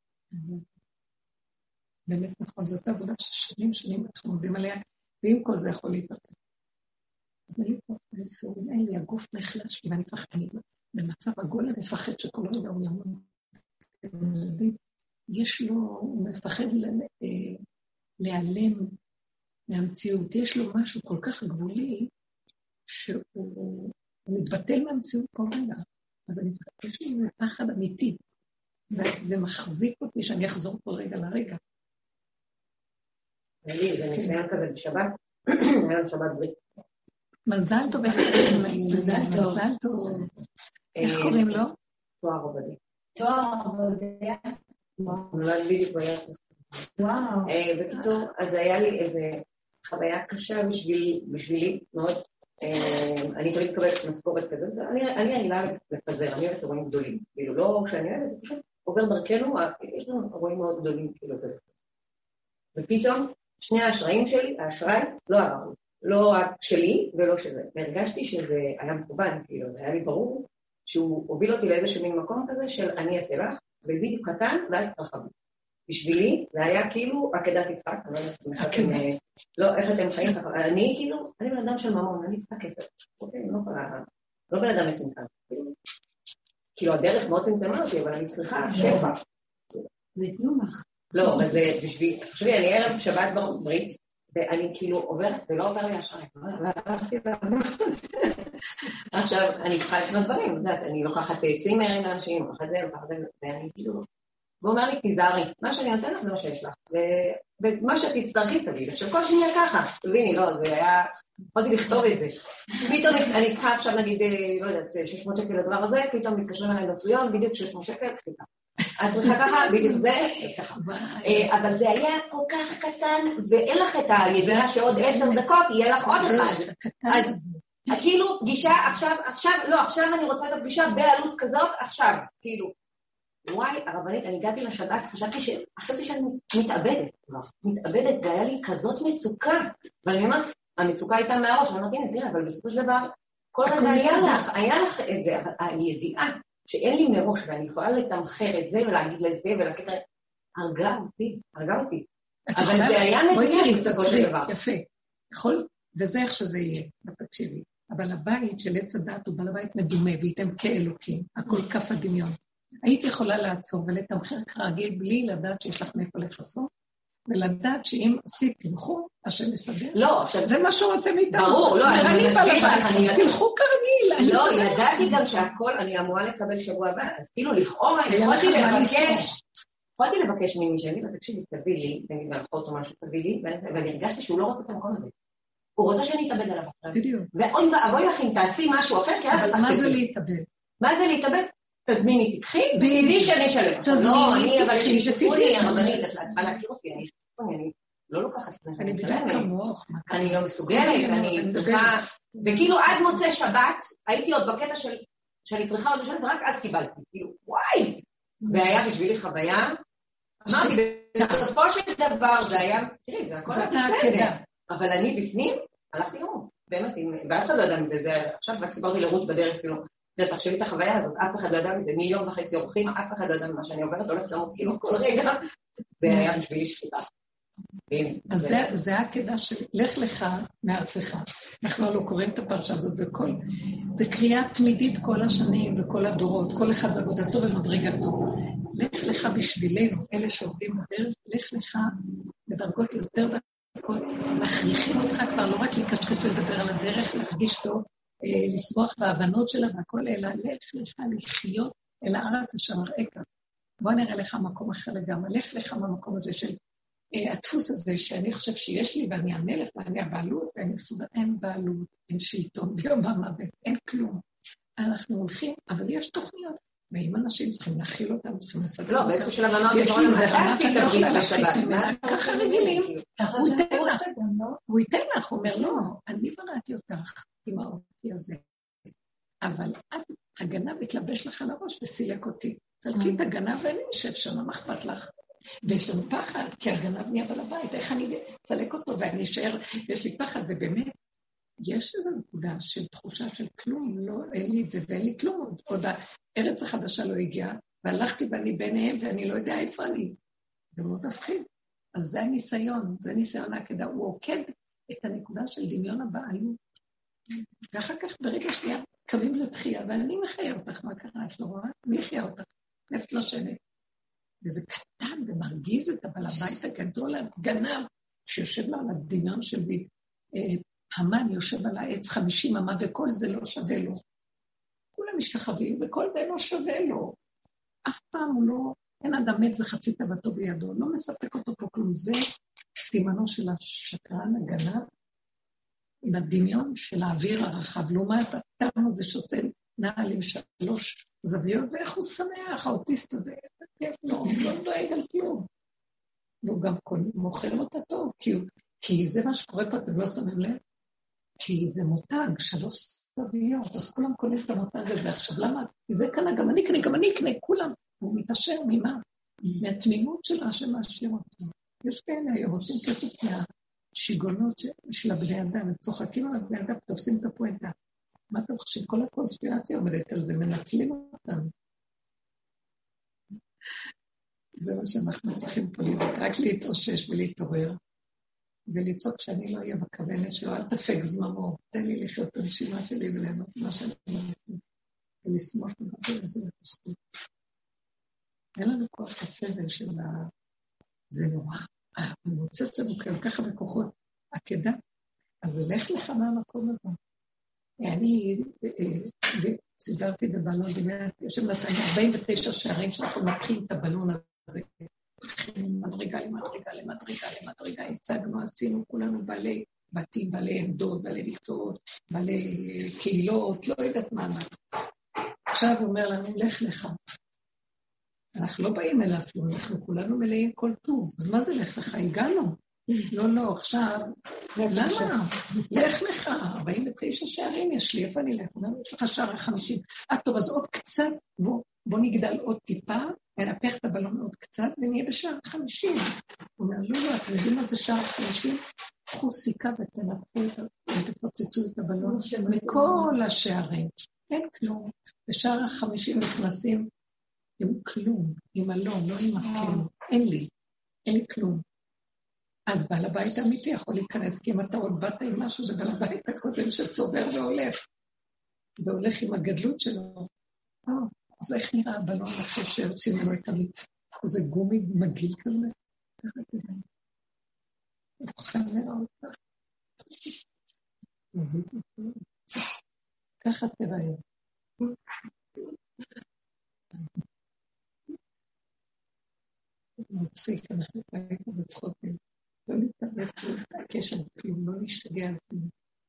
באמת נכון, זאת עבודה ששנים שנים אנחנו עובדים עליה, ועם כל זה יכול להתפתח. אז אני פה, אני סורים, אין לי, הגוף נחלש לי, ואני פחד, אני במצב הגול הזה מפחד שכל רגע הוא ימון. יש לו, הוא מפחד להיעלם מהמציאות, יש לו משהו כל כך גבולי, שהוא מתבטל מהמציאות כל רגע. אז אני פחד, יש לי איזה פחד אמיתי, ואז זה מחזיק אותי שאני אחזור כל רגע לרגע. אלי, זה ניסיון כזה בשבת, היה לנו שבת ברית. מזל טוב, איך קוראים להם? מזל טוב. מזל טוב. איך קוראים לו? תואר עובדי. תואר עובדי. הוא נולד בדיוק ביד. וואו. בקיצור, אז היה לי איזו חוויה קשה בשבילי, מאוד. אני תמיד מקבלת משכורת כזאת, אני רגילה לפזר, אני אוהבת אירועים גדולים. כאילו לא שאני אוהבת, זה פשוט עובר דרכנו, יש לנו אירועים מאוד גדולים, כאילו זה. ופתאום, שני האשראים שלי, האשראי לא עבר. לא רק שלי ולא שזה. והרגשתי שזה היה מכוון, כאילו, זה היה לי ברור שהוא הוביל אותי לאיזשהו מין מקום כזה של אני אעשה לך, ובדיוק קטן ואל תרחבי. בשבילי זה היה כאילו עקדת יצחק, אני לא יודעת לא, איך אתם חיים ככה, אני כאילו, אני בן אדם של ממון, אני צריכה כסף. אוקיי, לא בן אדם מצומצם. כאילו הדרך מאוד צמצמה אותי, אבל אני צריכה שפע. זה כלומך. לא, אבל זה בשביל, חשובי, אני ערב שבת ברית, ואני כאילו עוברת, ולא עובר לי השערים. עכשיו, אני צריכה לקנות דברים, את יודעת, אני לוקחת צימרים לאנשים, לוקחת זה, לוקחת זה, ואני כאילו... והוא אומר לי, תיזהרי, מה שאני נותנת זה מה שיש לך, ומה שתצטרכי תגיד, עכשיו כל שנייה ככה, תביני, לא, זה היה... יכולתי לכתוב את זה. פתאום אני צריכה עכשיו נגיד, לא יודעת, שש מאות שקל לדבר הזה, פתאום מתקשרים עליי לצויון, בדיוק שש מאות שקל, ככה. את צריכה ככה, בדיוק זה, ככה. אבל זה היה כל כך קטן, ואין לך את הידיעה שעוד עשר דקות, יהיה לך עוד אחד. אז כאילו, פגישה עכשיו, עכשיו, לא, עכשיו אני רוצה את הפגישה בעלות כזאת, עכשיו, כאילו. וואי, הרבנית, אני הגעתי לשבת, חשבתי ש... חשבתי שאני מתאבדת. מתאבדת, והיה לי כזאת מצוקה. ואני אומרת, המצוקה הייתה מהראש, אני אומרת, הנה, תראה, אבל בסופו של דבר, כל רגע היה לך, היה לך את זה, הידיעה. שאין לי מראש, ואני יכולה לתמחר את זה, ולהגיד לזה, ולהגיד, הרגע אותי, הרגע אותי. אבל זה היה מדויק בסופו של דבר. יפה, יכול, וזה איך שזה יהיה, תקשיבי. אבל הבית של עץ הדת הוא בעל הבית מדומה, וייתם כאלוקים, הכל כף הדמיון. הייתי יכולה לעצור ולתמחר כרגיל, בלי לדעת שיש לך מאיפה לפסות, ולדעת שאם עשית תמחור, השם מסדר. לא, עכשיו... זה מה שהוא רוצה מאיתנו. ברור, לא, אני מסביר לך, אני... תלכו כרגיל. לא, ידעתי גם שהכל, אני אמורה לקבל שבוע הבא, אז כאילו לכאורה, יכולתי לבקש, יכולתי לבקש ממי שאני, תקשיבי, תביא לי, נגיד בהלכות או משהו, תביא לי, ואני הרגשתי שהוא לא רוצה את המקום הזה. הוא רוצה שאני אתאבד עליו. בדיוק. ואוי לכם, תעשי משהו אחר, כי אז... אבל מה זה להתאבד? מה זה להתאבד? תזמיני, תקחי, בידי שאני אשלם. תזמיני, אבל יש לי שפוני, הרבנית, את צריכה להכיר אותי, אני שפוני, אני לא לוקחת לפני אני בדיוק כמוך. אני לא מסוגלת, אני צריכה... וכאילו עד מוצא שבת, הייתי עוד בקטע של... שאני צריכה עוד לשבת, ורק אז קיבלתי. כאילו, וואי! זה היה בשבילי חוויה. אמרתי, בסופו של דבר זה היה... תראי, זה הכל בסדר. אבל אני בפנים, הלכתי לראות. באמת, ואף אחד לא ידע מזה. עכשיו רק סיפרתי לרות בדרך, כאילו, תחשבי את החוויה הזאת, אף אחד לא ידע מזה. מיליון וחצי אורחים, אף אחד לא ידע ממה שאני עוברת, הולכת למות כאילו כל רגע. זה היה בשבילי שחיטה. אז זה, זה הקדע של לך לך מארצך. אנחנו לא קוראים את הפרשה הזאת בכל. זה קריאה תמידית כל השנים וכל הדורות, כל אחד בעבודתו ומדרגתו. לך לך בשבילנו, אלה שעובדים בדרך, לך לך בדרגות יותר דקות, מכריחים אותך כבר לא רק לקשקש ולדבר על הדרך, להרגיש טוב, לשמוח בהבנות שלה והכל, אלא לך לך לחיות אל הארץ אשר אראך. בוא נראה לך מקום אחר לגמרי, לך לך מהמקום הזה של הדפוס הזה שאני חושב שיש לי, ואני המלך, ואני הבעלות, ואני מסודר, אין בעלות, אין שלטון, ביום המוות, אין כלום. אנחנו הולכים, אבל יש תוכניות, ואם אנשים צריכים להכיל אותם, צריכים לסדר. לא, באיזשהו שלב אמרתי, יש לי איזה רמת, אני לא יכולה להכיל ממנה, ככה רגילים, הוא ייתן לך, הוא אומר, לא, אני בראתי אותך עם האופי הזה, אבל הגנב התלבש לך על הראש וסילק אותי. תלכי את הגנב ואני נשב שם, מה אכפת לך? ויש לנו פחד, כי הגנב נהיה בעל הבית, איך אני אצלק אותו ואני אשאר, יש לי פחד, ובאמת, יש איזו נקודה של תחושה של כלום, לא, אין לי את זה ואין לי כלום, עוד הארץ החדשה לא הגיעה, והלכתי ואני ביניהם ואני לא יודע איפה אני, זה מאוד מפחיד. אז זה הניסיון, זה ניסיון העקדה, הוא עוקד את הנקודה של דמיון הבעלות, ואחר כך ברגע שנייה קמים לתחייה, ואני מחיה אותך, מה קרה, את לא רואה? אני אחיה אותך, נפט לשבת. וזה קטן ומרגיז את הבעל הבית הגדול, הגנב, שיושב לו על הדמיון של המן, יושב על העץ חמישים אמה, וכל זה לא שווה לו. כולם משתחווים, וכל זה לא שווה לו. אף פעם הוא לא, אין אדם מת וחצי תאוותו בידו, לא מספק אותו פה כלום. זה סימנו של השקרן הגנב, עם הדמיון של האוויר הרחב, לעומת הטעם הזה שעושה נעל עם שלוש זוויות, ואיך הוא שמח, האוטיסט הזה, כיף לו, הוא לא דואג על כלום. והוא גם מוכר לו את הטוב, כי, כי זה מה שקורה פה, אתם לא שמים לב, כי זה מותג, שלוש זוויות, אז כולם קונים את המותג הזה. עכשיו, למה? כי זה קנה, גם אני קנה, גם אני קנה, כולם. הוא מתעשר ממה? מהתמימות שלה שמאשר אותו. יש כאלה היום, עושים כסף מהשיגונות של הבני אדם, הם צוחקים על הבני אדם, תופסים את הפואנטה. מה אתם חושבים? כל הקונספירציה עומדת על זה, מנצלים אותם. זה מה שאנחנו צריכים פה לראות, רק להתאושש ולהתעורר, ולצעוק שאני לא אהיה בכוונת שלו, אל תפק זממו, תן לי לחיות את הנשימה שלי ולהנות מה שאני אומרת, ולשמוח ובחור לזה לפשטות. אין לנו כוח הסבל של ה... זה נורא, המוצאת לנו כאלה ככה בכוחות, עקדה, אז לך לך מהמקום הזה. אני סידרתי את הבלון, יושב נתן ארבעים ותשע שערים שאנחנו מתחילים את הבלון הזה, מדרגה למדרגה למדרגה למדרגה, הצגנו, עשינו כולנו בעלי בתים, בעלי עמדות, בעלי מקצועות, בעלי קהילות, לא יודעת מה מה. עכשיו הוא אומר לנו, לך לך. אנחנו לא באים אליו, אנחנו כולנו מלאים כל טוב, אז מה זה לך לך? הגענו. לא, לא, עכשיו, למה? לך לך, ארבעים ותשע שערים יש לי, איפה אני לך? יש לך שער חמישים. אה, טוב, אז עוד קצת, בוא, בוא נגדל עוד טיפה, ננפח את הבלון עוד קצת, ונהיה בשער חמישים. הוא אומר, לא, לא, אתם יודעים מה זה שער חמישים? קחו סיכה ותנפחו ותפוצצו את הבלון מכל השערים. אין כלום. בשער החמישים נכנסים עם כלום, עם אלון, לא עם הכלום. אין לי, אין לי כלום. אז בעל הבית האמיתי יכול להיכנס, כי אם אתה עוד באת עם משהו, זה בעל הבית הקודם שצובר והולך, והולך עם הגדלות שלו. אה, אז איך נראה הבלון אחרי שיוצאים לנו את המיץ? זה גומי מגיל כזה? ככה תראה. אוכל נראה אותך. ככה תראה. מצחיק, אנחנו היינו בצחוקים. לא להתאבד, לא להתעקש על כלום, לא להשתגע על כלום.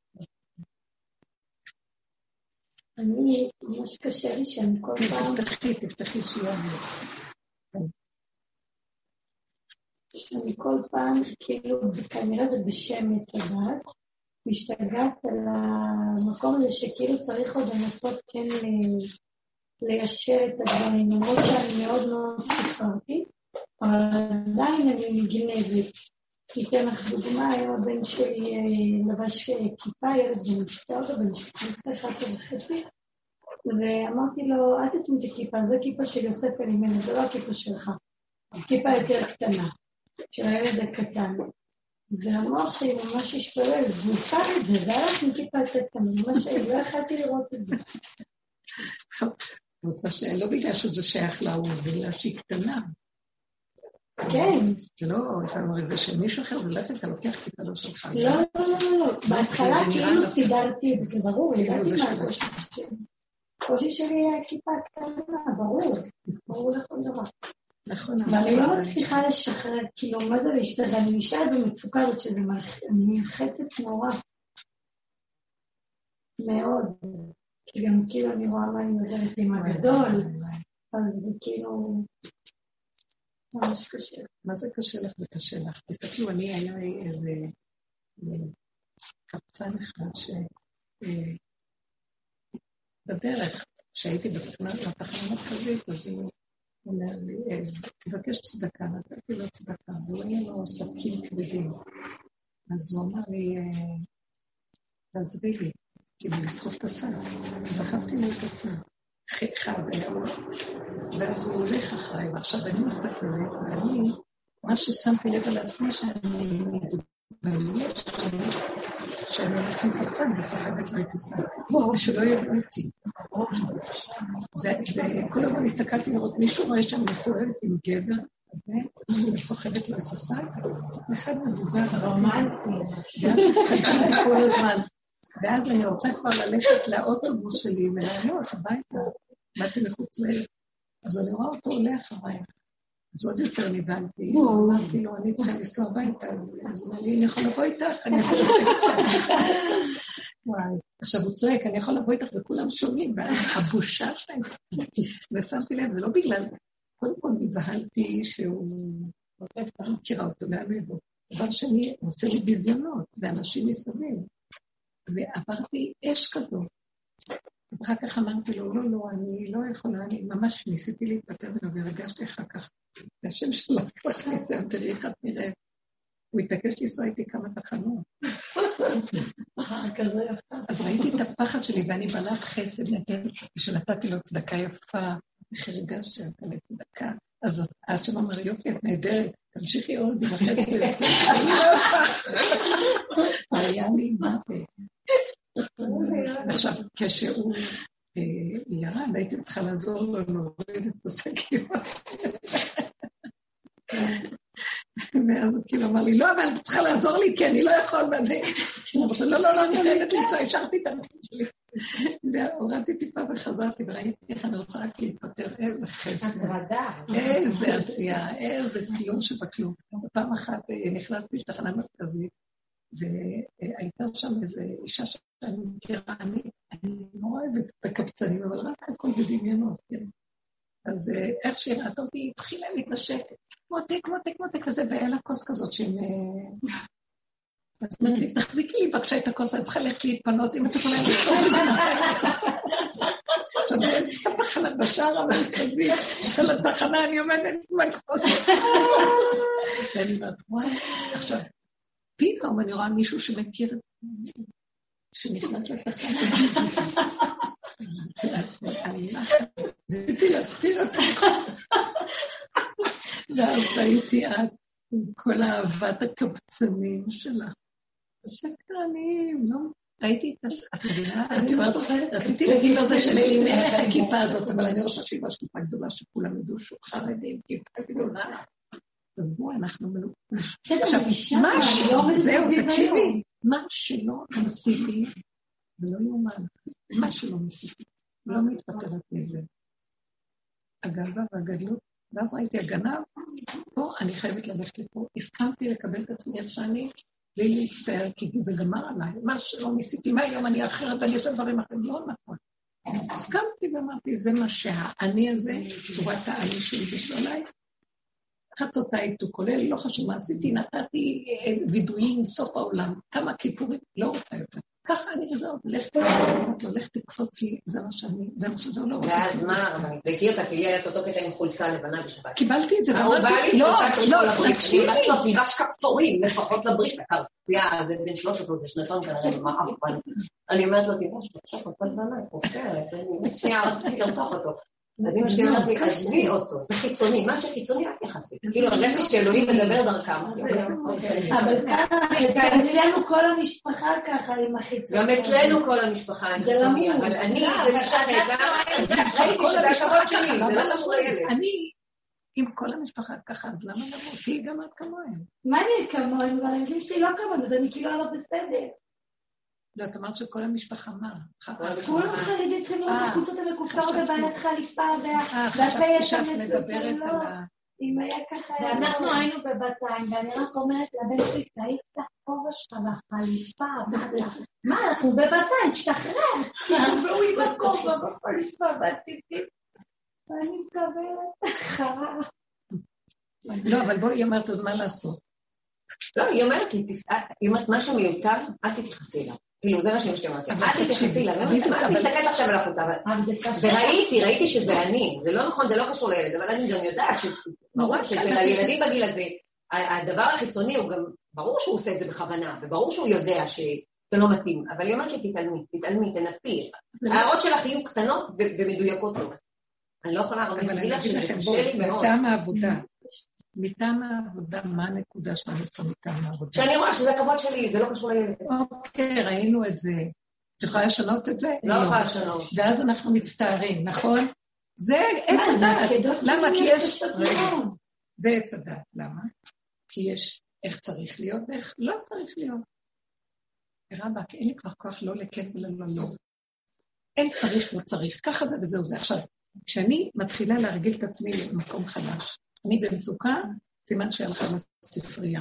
אני, ממש קשה לי שאני כל פעם... תפתחי, תפתחי שיהיה לי. שאני כל פעם, כאילו, כנראה זה בשם מצדת, משתגעת על המקום הזה שכאילו צריך עוד לנסות כן ליישר את הדברים, למרות שאני מאוד מאוד סיפרתי, אבל עדיין אני מגנבת. ניתן לך דוגמה, היום הבן שלי לבש כיפה, ילד בנפטר אותו, בנפטר אחד וחצי, ואמרתי לו, אל תשימי את הכיפה, זו כיפה של יוסף אלימלך, זה לא הכיפה שלך, הכיפה יותר קטנה, של הילד הקטן. והמוח שלי ממש השתולל, והוא שם את זה, זה היה לך מכיפה יותר קטנה, ממש לא יכלתי לראות את זה. רוצה שלא בגלל שזה שייך להוא, בגלל שהיא קטנה. כן. זה לא, אתה אומר, זה שמישהו אחר זה לכת, אתה לוקח כיפה לא שלך. לא, לא, לא, לא, בהתחלה כאילו סידרתי את זה, ברור, ידעתי מה הקושי שלי. הקושי שלי היה כיפה קטנה, ברור, ברור לכל דבר. נכון. ואני לא מצליחה לשחרר, כאילו, מה זה להשתדל? אני נשארת במצוקה הזאת שזה מלחצת נורא. מאוד. כי גם כאילו אני רואה מה אני מדברת עם הגדול, אז זה כאילו ממש קשה. מה זה קשה לך? זה קשה לך. תסתכלו, אני היה איזה קבצן אחד ש... בדרך, כשהייתי בתחנה המרכזית, אז הוא אומר לי, תבקש צדקה, נתתי לו צדקה, והוא היה לו שקים כבדים. אז הוא אמר לי, תעזבי לי. כאילו לסחוב את הסל, סחבתי לי את הסל, חד היה לו, ואז הוא הולך אחריי, ועכשיו אני מסתכלת, ואני, מה ששמתי לב על עצמי, שאני מתבייש, שאני הולכת לקצת וסוחבת לי את הסל, ושלא יראו אותי. זה, כל הזמן הסתכלתי לראות, מישהו רואה שאני מסתובבת עם גבר, וסוחבת לו את הסל, ואחד מבוגר הרומנטי, ואז הסתכלתי כל הזמן, ואז אני רוצה כבר ללכת לאוטובוס שלי ולעלות הביתה. באתי מחוץ לעיר. אז אני רואה אותו עולה אחריי. אז עוד יותר נבנתי. אז אמרתי לו, אני צריכה לנסוע הביתה. אז הוא אומר לי, אני יכול לבוא איתך? אני יכול לבוא איתך. וואי. עכשיו הוא צועק, אני יכול לבוא איתך וכולם שומעים. ואז הבושה שלהם. ושמתי לב, זה לא בגלל... קודם כל נבהלתי שהוא... אני מכירה אותו מהלבו. דבר שני, הוא עושה לי ביזיונות, ואנשים מסביב. ועברתי אש כזו. אז אחר כך אמרתי לו, לא, לא, אני לא יכולה, אני ממש ניסיתי להתפטר ממנו, והרגשתי אחר כך, והשם שלך לך ניסיון, תראי איך את נראית. הוא התעקש לנסוע איתי כמה תחנות. אז ראיתי את הפחד שלי, ואני בעלת חסד נתן, ושנתתי לו צדקה יפה, איך הרגשתי אותה לצדקה. אז השם אמר, יופי, את נהדרת, תמשיכי עוד עם החסד. אני לא אותך. היה לי מוות. עכשיו, כשהוא ירד, הייתי צריכה לעזור לו להוריד את השקים. ואז הוא כאילו אמר לי, לא, אבל את צריכה לעזור לי, כי אני לא יכול בדרך. לא, לא, לא, אני חייבת לנסוע, השארתי את הנתון שלי. והורדתי טיפה וחזרתי, וראיתי איך אני רוצה רק להתפטר, איזה חסד, איזה עשייה, איזה כלום שבכלום. פעם אחת נכנסתי לתחנה מרכזית, והייתה שם איזו אישה שאני מכירה, אני לא אוהבת את הקבצנים, אבל רק הכל בדמיונות, כן? אז איך שראתה אותי, היא התחילה להתנשק, מותק, מותק, מותק, וזה, והיה לה כוס כזאת שהם... אז אמרתי לי, תחזיקי לי בבקשה את הכוס, אני צריכה ללכת להתפנות, אם את יכולה לצור. עכשיו, אני צריכה תחנה בשער המרכזי של התחנה, אני עומדת עם הכוס. ואני אומרת, וואי, עכשיו, פתאום אני רואה מישהו שמכיר, שנכנס לתחנה. זיתי להסתיר את הכוס. ואז ראיתי את, עם כל אהבת הקבצנים שלך. שקרנים, לא? ראיתי את המדינה, רציתי להגיד לו זה שלי לי מערך הכיפה הזאת, אבל אני ראש השיבה שכיפה גדולה שכולם ידעו שהוא חרדים, כיפה גדולה. אז בואו, אנחנו מלוכים. עכשיו, מה שלא, זהו, תקשיבי, מה שלא עשיתי, ולא יאומן, מה שלא עשיתי, לא מתפטרת מזה. הגאווה והגדלות, ואז ראיתי הגנב, פה אני חייבת ללכת לפה, הסכמתי לקבל את עצמי איך שאני, בלי להצטער, כי זה גמר עליי, מה שלא ניסיתי, מה היום אני אחרת, אני אעשה דברים אחרים, לא נכון. הסכמתי ואמרתי, זה מה שהאני הזה, צורת האני שלי בשבילי, חטאותי איתו, כולל, לא חשוב מה עשיתי, נתתי וידויים מסוף העולם, כמה כיפורים, לא רוצה יותר. ככה אני רזה עוד, לך תקפוץ, לך תקפוץ לי, זה מה שאני, זה מה שזה לא רוצה. ואז מה, אבל תגיעי אותה, כי לי היה אותו קטע עם חולצה לבנה בשבת. קיבלתי את זה, ואמרתי, לא, לא, תקשיבי. לא, תיבש כפתורים, לפחות לברית, הקרצייה, זה בין שלוש עשרה, זה שנתון כנראה, מה אבל אני אומרת לו, תיבש, בבקשה, כפת לבנה, אוקיי, שנייה, רציתי לרצוח אותו. אז אמא שלי אומרת לי, עזבי אותו, זה חיצוני, מה שחיצוני רק יחסי. כאילו, הרגשתי שאלוהים מדבר דרכם. אבל ככה, אצלנו כל המשפחה ככה עם החיצוני. גם אצלנו כל המשפחה עם חיצוני, אבל אני, זה משחק, ראיתי שזה הכבוד שלי, זה לא קשור לילד. אני, עם כל המשפחה ככה, אז למה למות? היא גם את כמוהם. מה אני כמוהם? אבל הילדים שלי לא כמוהם, אז אני כאילו לא בסדר. לא, את אמרת שכל המשפחה מה? כולם חרדים צריכים לראות את החוצות המקופטרות בבעלת חליפה והפה יש מדברת על ה... אם היה ככה... ואנחנו היינו בבתיים, ואני רק אומרת לבן שלי, תעיף את הכובע שלך והחליפה, מה, אנחנו בבתיים, תשתחרר, והוא עם הכובע והחליפה והציצים, ואני מקבלת חרה. לא, אבל בואי, היא אומרת, אז מה לעשות? לא, היא אומרת לי, היא אומרת, מה שמיותר, אל תתייחסי אליו. כאילו, זה מה שאמא שלי אמרתי, אל תתייחסי לה, אני מסתכלת עכשיו על החוצה, וראיתי, ראיתי שזה אני, זה לא נכון, זה לא קשור לילד, אבל אני גם יודעת שברור שלילדים בגיל הזה, הדבר החיצוני הוא גם, ברור שהוא עושה את זה בכוונה, וברור שהוא יודע שזה לא מתאים, אבל היא אומרת לי, תתעלמי, תתעלמי, תנפי, ההערות שלך יהיו קטנות ומדויקות לו. אני לא יכולה הרבה להגיד לך שזה קשה לי מאוד. מטעם העבודה. מטעם העבודה, מה הנקודה שלנו פה מטעם העבודה? שאני רואה שזה הכבוד שלי, זה לא קשור לילד. אוקיי, ראינו את זה. את יכולה לשנות את זה? לא יכולה לשנות. ואז אנחנו מצטערים, נכון? זה עץ הדעת. למה? כי יש... זה עץ הדעת. למה? כי יש איך צריך להיות ואיך לא צריך להיות. רבק, אין לי כבר כוח לא לכן ולא לא. אין צריך, לא צריך. ככה זה וזהו זה. עכשיו, כשאני מתחילה להרגיל את עצמי למקום חדש, אני במצוקה, סימן שהלכה לספרייה.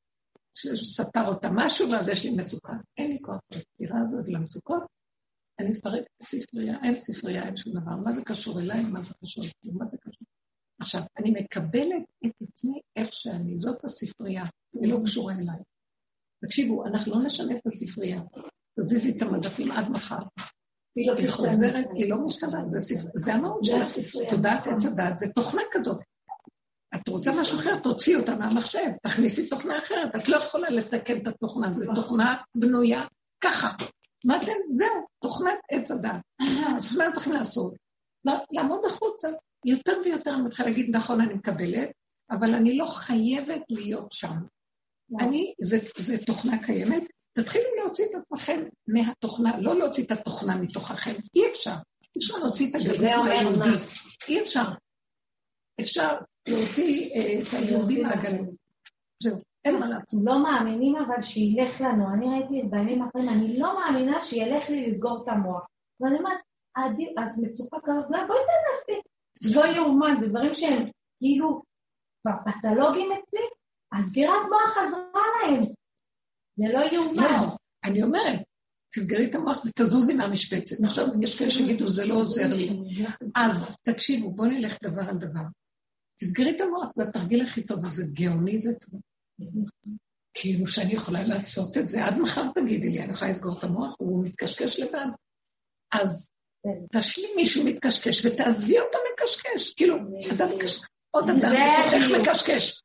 שסתר אותה משהו, ואז יש לי מצוקה. אין לי כוח לסתירה הזאת למצוקות, אני מפרק את הספרייה, אין ספרייה, אין שום דבר. מה זה קשור אליי? מה זה קשור אליי? מה זה קשור? עכשיו, אני מקבלת את עצמי איך שאני, זאת הספרייה, היא לא קשורה אליי. תקשיבו, אנחנו לא נשנה את הספרייה, תזיזי את המדפים עד מחר. היא חוזרת, היא לא משתנה, זה המהות של הספרייה. תודעת עץ הדעת, זה תוכנה כזאת. את רוצה משהו אחר, תוציא אותה מהמחשב, תכניסי תוכנה אחרת, את לא יכולה לתקן את התוכנה, זו תוכנה בנויה ככה. מה אתם? זהו, תוכנת עץ הדעת. אז מה צריכים לעשות? לעמוד החוצה. יותר ויותר אני מתחילה להגיד, נכון, אני מקבלת, אבל אני לא חייבת להיות שם. אני, זה תוכנה קיימת, תתחילו להוציא את עצמכם מהתוכנה, לא להוציא את התוכנה מתוככם, אי אפשר. אי אפשר להוציא את הגלות היהודית. אי אפשר. אפשר להוציא את היהודים מהגלות. זהו, אין מה לעצום. לא מאמינים אבל שילך לנו. אני ראיתי את בימים אחרים, אני לא מאמינה שילך לי לסגור את המוח. ואני אומרת, אז מצוקה כזאת, בואי תנסי. לא יאומן, בדברים שהם כאילו פתולוגיים אצלי, אז סגירת מוח חזרה להם. זה לא יאומן. אני אומרת, תסגרי את המוח, זה תזוזי מהמשבצת. עכשיו, יש כאלה שיגידו, זה לא עוזר לי. אז תקשיבו, בואו נלך דבר על דבר. תסגרי את המוח, זה התרגיל הכי טוב, וזה גאוני, זה טוב. כאילו שאני יכולה לעשות את זה, עד מחר תגידי לי, אני יכולה לסגור את המוח, הוא מתקשקש לבד. אז תשלי מישהו מתקשקש, ותעזבי אותו מקשקש. כאילו, אדם מקשקש, עוד אדם בתוכך מקשקש.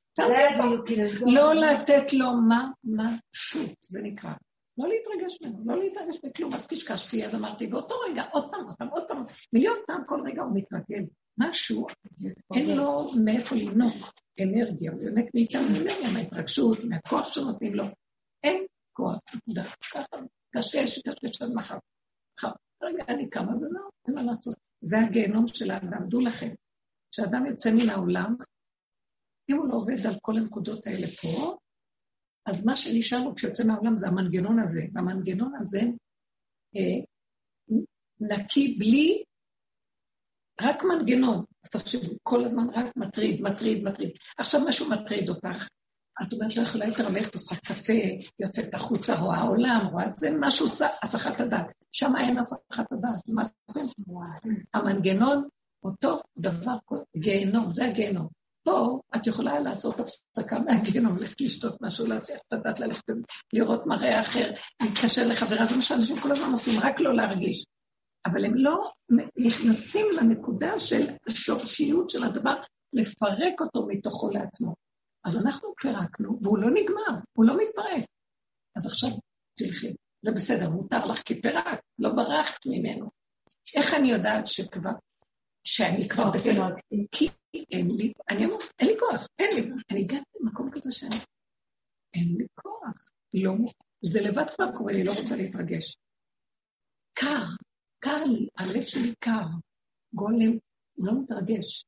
לא לתת לו מה, מה שוט, זה נקרא. לא להתרגש ממנו, לא להתרגש בכלום, אז קשקשתי, אז אמרתי, באותו רגע, עוד פעם, עוד פעם, עוד פעם, מיליון פעם כל רגע הוא מתרגל. משהו, אין לו מאיפה לנוק אנרגיה, הוא יונק מאיתנו אנרגיה, מההתרגשות, מהכוח שנותנים לו. אין כוח, נקודה. ככה, קשקש, קשקש עד מחר. רגע, אני קמה וזהו, אין מה לעשות. זה הגיהנום של האדם, דעו לכם. כשאדם יוצא מן העולם, אם הוא לא עובד על כל הנקודות האלה פה, אז מה שנשאר לו כשיוצא מהעולם זה המנגנון הזה. והמנגנון הזה אה, נקי בלי, רק מנגנון. אז תחשבו, כל הזמן רק מטריד, מטריד, מטריד. עכשיו משהו מטריד אותך. את אומרת, לא יכולה יותר ללכת, עושה קפה, יוצאת החוצה, רואה העולם, רואה זה משהו, הסחת הדעת. שם אין הסחת הדעת. המנגנון אותו דבר, גיהנום, זה הגיהנום. פה את יכולה לעשות הפסקה מהגן, הולכת לשתות משהו, להצליח את הדת, ללכת לראות מראה אחר, להתקשר לחברה, זה מה שאנשים כל הזמן עושים, רק לא להרגיש. אבל הם לא נכנסים לנקודה של השורשיות של הדבר, לפרק אותו מתוכו לעצמו. אז אנחנו פרקנו, והוא לא נגמר, הוא לא מתפרק. אז עכשיו תלכי, זה בסדר, מותר לך כי פרק, לא ברחת ממנו. איך אני יודעת שכבר, שאני כבר בסדר? כי אין לי, אני אמור, אין לי כוח, אין לי, אני הגעתי למקום כזה שאני, אין לי כוח, לא, זה לבד כבר קורה לי, לא רוצה להתרגש. קר, קר לי, הלב שלי קר, גולם, לא מתרגש.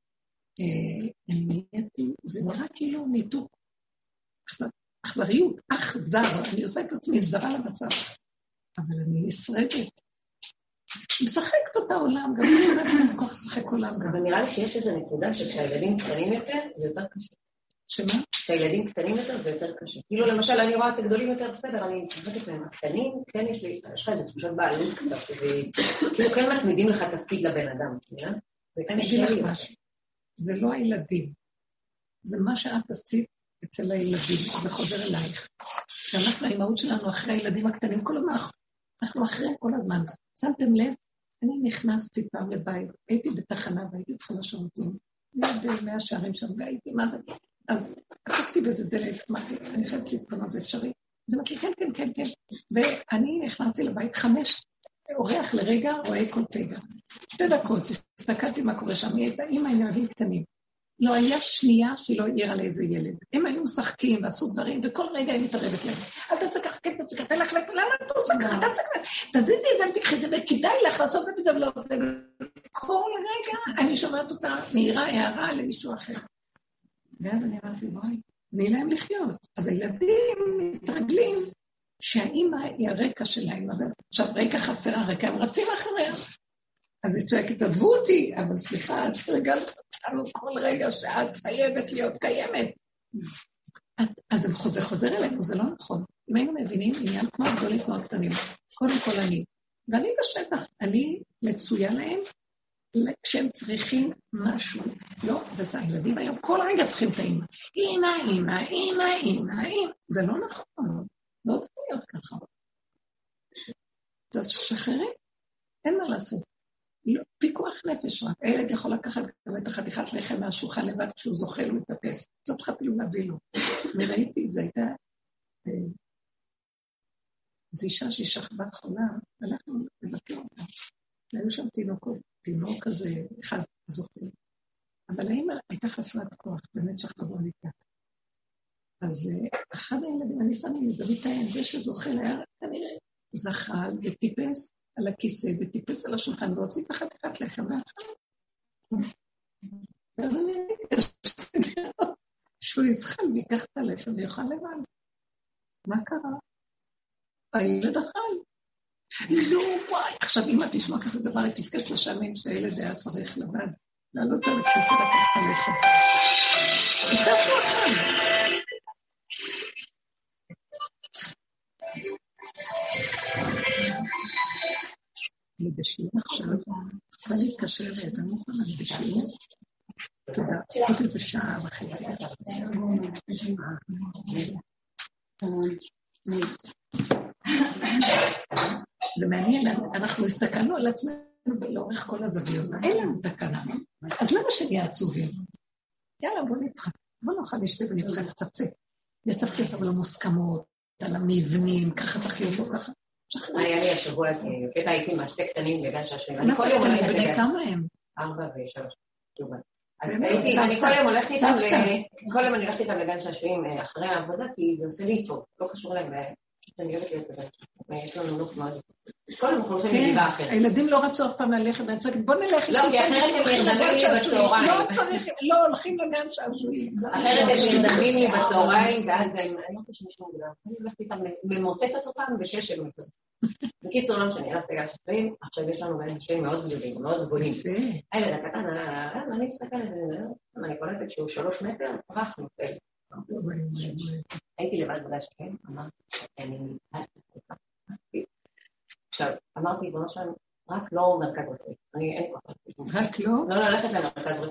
זה נראה כאילו ניתוק, אכזריות, אכזר, אני עושה את עצמי זרה למצב, אבל אני נשרדת. משחקת אותה עולם, גם אני יודעת מה כוח לשחק עולם גם. אבל נראה לי שיש איזו נקודה שכשהילדים קטנים יותר, זה יותר קשה. שמה? כשהילדים קטנים יותר, זה יותר קשה. כאילו למשל, אני רואה את הגדולים יותר בסדר, אני מתחבטת מהם. הקטנים, כן יש לי, יש לך איזה תחושת בעלות קצת, וכאילו כן מצמידים לך תפקיד לבן אדם, מבינה? אני אגיד לך משהו. זה לא הילדים. זה מה שאת עשית אצל הילדים, זה חוזר אלייך. שאנחנו, האימהות שלנו אחרי הילדים הקטנים, כל הזמן, אנחנו אחרי כל הזמן. שמתם לב? אני נכנסתי פעם לבית, הייתי בתחנה והייתי צריכה לשירותים, במאה שערים שם, והייתי, מה זה? אז עקבתי באיזה דלת, אמרתי, אני חייבת להתפנות, זה אפשרי. אז אמרתי, כן, כן, כן, כן. ואני נכנסתי לבית חמש, אורח לרגע, רואה כל פגע. שתי דקות, הסתכלתי מה קורה שם, היא הייתה אימא עם ילדים קטנים. לא היה שנייה שהיא לא העירה לאיזה ילד. הם היו משחקים ועשו דברים, וכל רגע היא מתערבת להם. אל תעשה ככה, כן, תעשה ככה, תלך לפה, למה אתה עושה ככה, תעשה ככה, תזיזי את זה, תקחי את זה, וכדאי לך לעשות את זה ולא עושה. כל רגע אני שומעת אותה מהירה הערה למישהו אחר. ואז אני אמרתי, בואי, תני להם לחיות. אז הילדים מתרגלים שהאימא היא הרקע שלהם. עכשיו, רקע חסר הרקע, הם רצים אחריה. אז היא צועקת, עזבו אותי, אבל סליחה, את הרגלת אותנו כל רגע שאת חייבת להיות קיימת. אז זה חוזר, חוזר אלינו, זה לא נכון. אם היינו מבינים עניין כמו הגדולים, כמו הקטנים, קודם כל אני. ואני בשטח, אני מצויה להם, כשהם צריכים משהו. לא, וזה הילדים היום, כל רגע צריכים את האמא. אמא, אמא, אמא, אמא, אמא. זה לא נכון, לא צריך להיות ככה. אז שחררים, אין מה לעשות. לא, פיקוח נפש רק. הילד יכול לקחת גם את החתיכת לחם מהשולחן לבד, כשהוא זוכל הוא מתאפס. לא צריך אפילו להביא לו. וראיתי את זה, הייתה... זו אישה שהיא שכבה חולה, הלכנו לבקר אותה. והיו שם תינוקות, תינוק כזה, אחד זוכל. אבל האמא הייתה חסרת כוח, באמת שכבו לקראת. אז אחד הילדים, אני שמה מזווית העין, זה שזוכל היה כנראה זחל וטיפס, על הכיסא, וטיפס על השולחן, והוציא את החתיכת לחם, ואחר. ואז אני ראיתי שהוא יזחל ויקח את הלחם ויוכל לבד. מה קרה? הילד אכל. לא, וואי. עכשיו, אם את תשמע כזה דבר, היא תפקש שלושה ימים שהילד היה צריך לבד. לעלות על הכיסא לקח את הלחם. תיקח לו אכל. אני בשיעור עכשיו, ואני להתקשר לידה מוכן, אני בשיעור. תודה, עוד איזה שעה וחצי. זה מעניין, אנחנו הסתכלנו על עצמנו לאורך כל הזוויות, אין לנו תקנה, אז למה שנהיה עצובים? יאללה, בוא נצחק, בוא נאכל לשתי ונצחק לצפצק. לצפצק אבל המוסכמות, על המבנים, ככה צריך להיות לו ככה. היה לי השבוע, קטע הייתי מהשתי קטנים בגן שעשועים. מה זה קטנים? בני כמה הם? ארבע ושלוש. אז אני כל יום הולכת איתם, כל יום אני הולכת איתם לגן שעשועים אחרי העבודה, כי זה עושה לי טוב, לא קשור להם, פשוט אני אוהבת להיות בגן, ויש לנו נוף מאוד. כל יום אנחנו הולכים לליבה אחרת. הילדים לא רצו אף פעם ללכת, ואני צועקת, בוא נלך. לא, כי אחרת הם נרדמים לי בצהריים. לא צריך, לא, הולכים לגן שעשועים. אחרת הם נרדמים לי בצהריים, ואז אני לא חושבת שמישהו מוקדם. אני הולכת איתם, ממוטטת אותם בשש שבע כזה. בקיצור, לא משנה, הלכת לגן שעשועים, עכשיו יש לנו גן שעשועים מאוד גדולים, מאוד גדולים. הילד הקטן, אני מסתכלת, אני קולטת שהוא שלוש מטר, פרח נופל. הייתי לבד בגן שעשועים, אמרתי, אני נתתי. עכשיו, אמרתי, בוא נשאר, רק לא מרכז רפואי. אני אין לי כוח. רק לא? לא ללכת למרכז רפואי.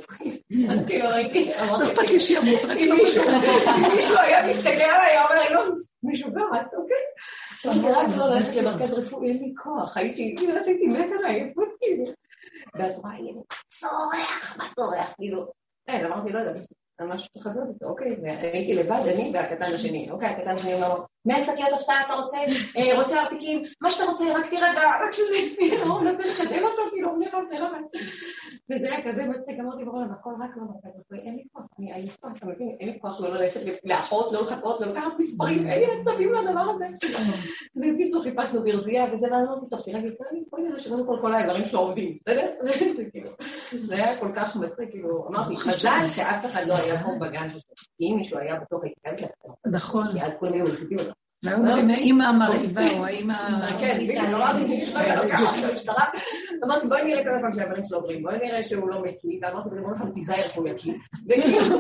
כאילו ראיתי, לא אכפת לי שימות, רק לא משהו. אם מישהו היה מסתכל עליי, אומר, לא, מישהו גם, את אוקיי? שאני רק לא הולכת למרכז רפואי, אין לי כוח, הייתי, הייתי מת עליי, איפה כאילו? ואת רואה, אני צורח, מה צורח? כאילו, אין, אמרתי, לא יודעת, אני משהו צריך לעשות איתו, אוקיי, והייתי לבד, אני והקטן השני, אוקיי, הקטן השני אומר, מאה שקיות הפתעה אתה רוצה, רוצה ארתיקים, מה שאתה רוצה, רק תירגע, רק שזה, הוא נוצא לשתל אותו, כאילו, הוא נכנס ללמד. וזה היה כזה מצחיק, אמרתי ברולם, הכל רק במרכז רפואי, אין לי כוח, אני עייפה, אתה מבין, אין לי כוח לא ללכת לאחות, לא לחכות, לא לקחת מספרים, אין לי עצבים לדבר הזה. ובקיצור חיפשנו ברזייה, וזה ואמרתי, טוב, תראה, בואי נראה שבנו כל כל האיברים שלו עובדים, בסדר? זה היה כל כך מצחיק, כאילו, אמרתי, חזל שאף אחד לא היה פה בגן שלו, כי אם מישהו היה בתוך ההתקלת לכתוב. נכון. כי אז כולם היו מלחיבים אותו. לא אומרים, האמא המרעיבה או האמא... כן, בדיוק, לא אמרתי, יש לו ילקח במשטרה. אמרתי, בואי נראה כזה פעם שהבנים שלו עוברים, בואי נראה שהוא לא מקיא, ואמרתי, בואי נראה תיזהר שהוא יקיא. וכאילו...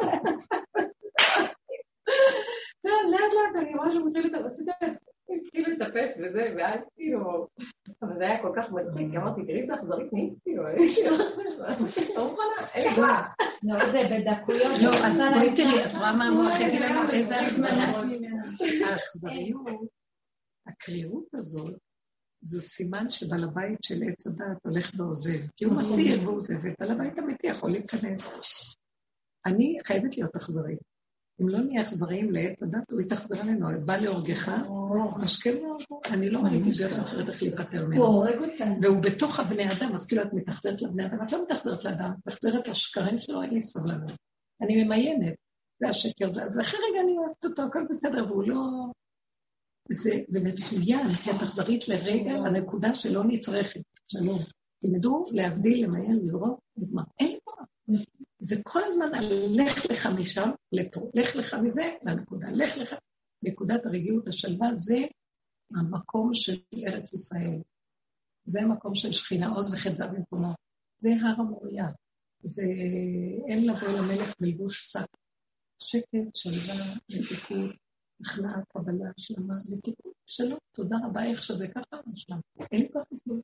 לאט לאט, אני רואה שהוא מתחיל את המסודת, התחיל לטפס וזה, ואז כאילו... אבל זה היה כל כך מצחיק, כי אמרתי, תראי, זה אכזרית מי? כאילו, לא מוכנה, אין לי כוח. לא, זה בדקויות. לא, אז בואי תראי, את רואה מה המוח יגיד לנו, איזה אכזריות. האכזריות, הקריאות הזאת, זה סימן שבעל הבית של עץ הדעת הולך ועוזב, כי הוא מסיר ועוזב, ובעל הבית אמיתי יכול להיכנס. אני חייבת להיות אכזרית. אם לא נהיה אכזריים לעץ הדת, הוא יתאכזר עלינו, בא להורגך, משכם להורגו, אני לא ראיתי דרך אחרת איך להיפטר ממנו. והוא בתוך הבני אדם, אז כאילו את מתאכזרת לבני אדם, את לא מתאכזרת לאדם, מתאכזרת לשקרים שלו, אין לי סבלנות. אני ממיינת, זה השקר, אז אחרי רגע אני אוהבת אותו, הכל בסדר, והוא לא... זה, זה מצוין, כי את אכזרית לרגע לנקודה שלא נצרכת, שלום. תלמדו להבדיל, למיין, לזרוק, נגמר. אין לי כוח. זה כל הזמן על לך לך משם לפה, לך לך מזה לנקודה, לך לך. נקודת הרגיעות, השלווה, זה המקום של ארץ ישראל. זה המקום של שכינה, עוז וחדווה במקומו. זה הר המוריה. זה אין לבוא אל המלך מלבוש שק. שקט, שלווה, מתיקות, הכנעה, קבלה, שלמה, מתיקות, שלום, תודה רבה, איך שזה ככה, נשלם. אין לי כוח לסבול.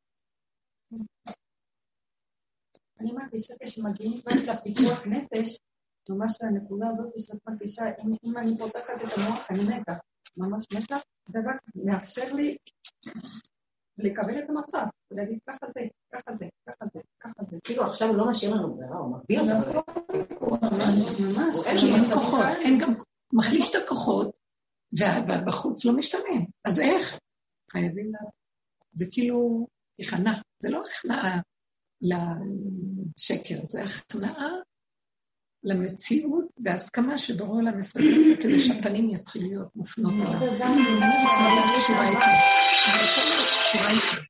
אני מרגישה כשמגיעים רק לפיתוח נפש, ממש הנקודה הזאת שאת מרגישה, אם אני פותחת את המוח, אני מתה, ממש מתה, ורק מאפשר לי לקבל את המצב, ולהגיד ככה זה, ככה זה, ככה זה, ככה זה. כאילו עכשיו הוא לא משאיר לנו ברירה, הוא מביא אותנו. ממש, כי אין כוחות, אין גם, מחליש את הכוחות, ובחוץ לא משתנה. אז איך? חייבים לה... זה כאילו הכנעה, זה לא הכנעה לשקר, זה הכנעה למציאות והסכמה שברור לה מסתכל כדי שהפנים יתחילו להיות מופנות עליו. אני רוצה להיות קשורה איתו. אני רוצה להיות קשורה איתו.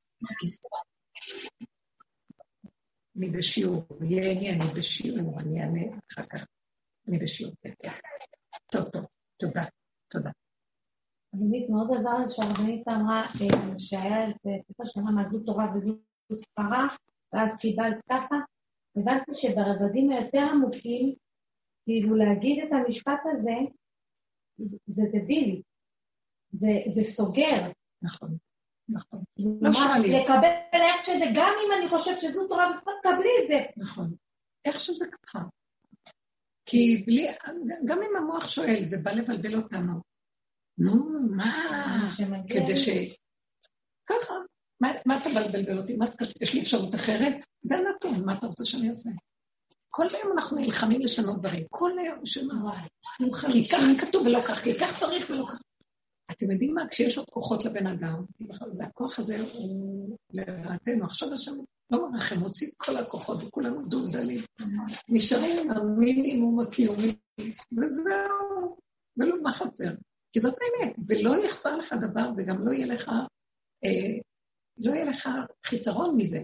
אני בשיעור, יהיה אני בשיעור, אני אענה אחר כך. אני בשיעור. טוב, טוב, תודה, תודה. אני מאוד דבר שהרבנית אמרה שהיה איזה תקופה שאמרה מה זו תורה וזו ספרה, ואז קיבלת ככה, הבנתי שברבדים היותר עמוקים, כאילו להגיד את המשפט הזה, זה, זה דבילי, זה, זה סוגר. נכון, נכון. לא שואלים. לקבל איך שזה, גם אם אני חושבת שזו תורה וספרה, קבלי את זה. נכון, איך שזה ככה. כי בלי, גם אם המוח שואל, זה בא לבלבל אותנו. נו, מה? כדי ש... ככה. מה, מה אתה בלבל אותי? מה, יש לי אפשרות אחרת? זה נתון, מה אתה רוצה שאני אעשה? כל היום אנחנו נלחמים לשנות דברים. כל היום שמה. כי כך כתוב ולא כך, כי כך צריך ולא כך. אתם יודעים מה? כשיש עוד כוחות לבן אדם, זה הכוח הזה הוא לרעתנו. עכשיו השם לא מרחם, הוציא כל הכוחות וכולנו דולדלים. נשארים עם המינימום הקיומי, וזהו, ולא מה חצר. כי זאת האמת, ולא יחסר לך דבר וגם לא יהיה לך... אה, לא יהיה לך חיסרון מזה.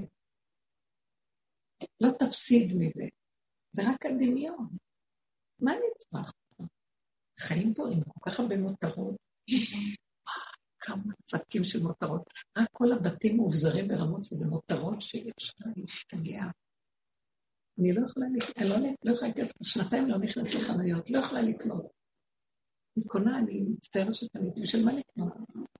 לא תפסיד מזה. זה רק הדמיון. מה נצטרך? חיים פה עם כל כך הרבה מותרות. כמה צקים של מותרות. רק כל הבתים מובזרים ברמות שזה מותרות שיש לה להשתגע. אני לא יכולה לקנות, לא, לא יכולה לקנות, שנתיים לא נכנס לחנויות, לא יכולה לקנות. אני קונה, אני מצטערת שתניתי, בשביל מה לקנות?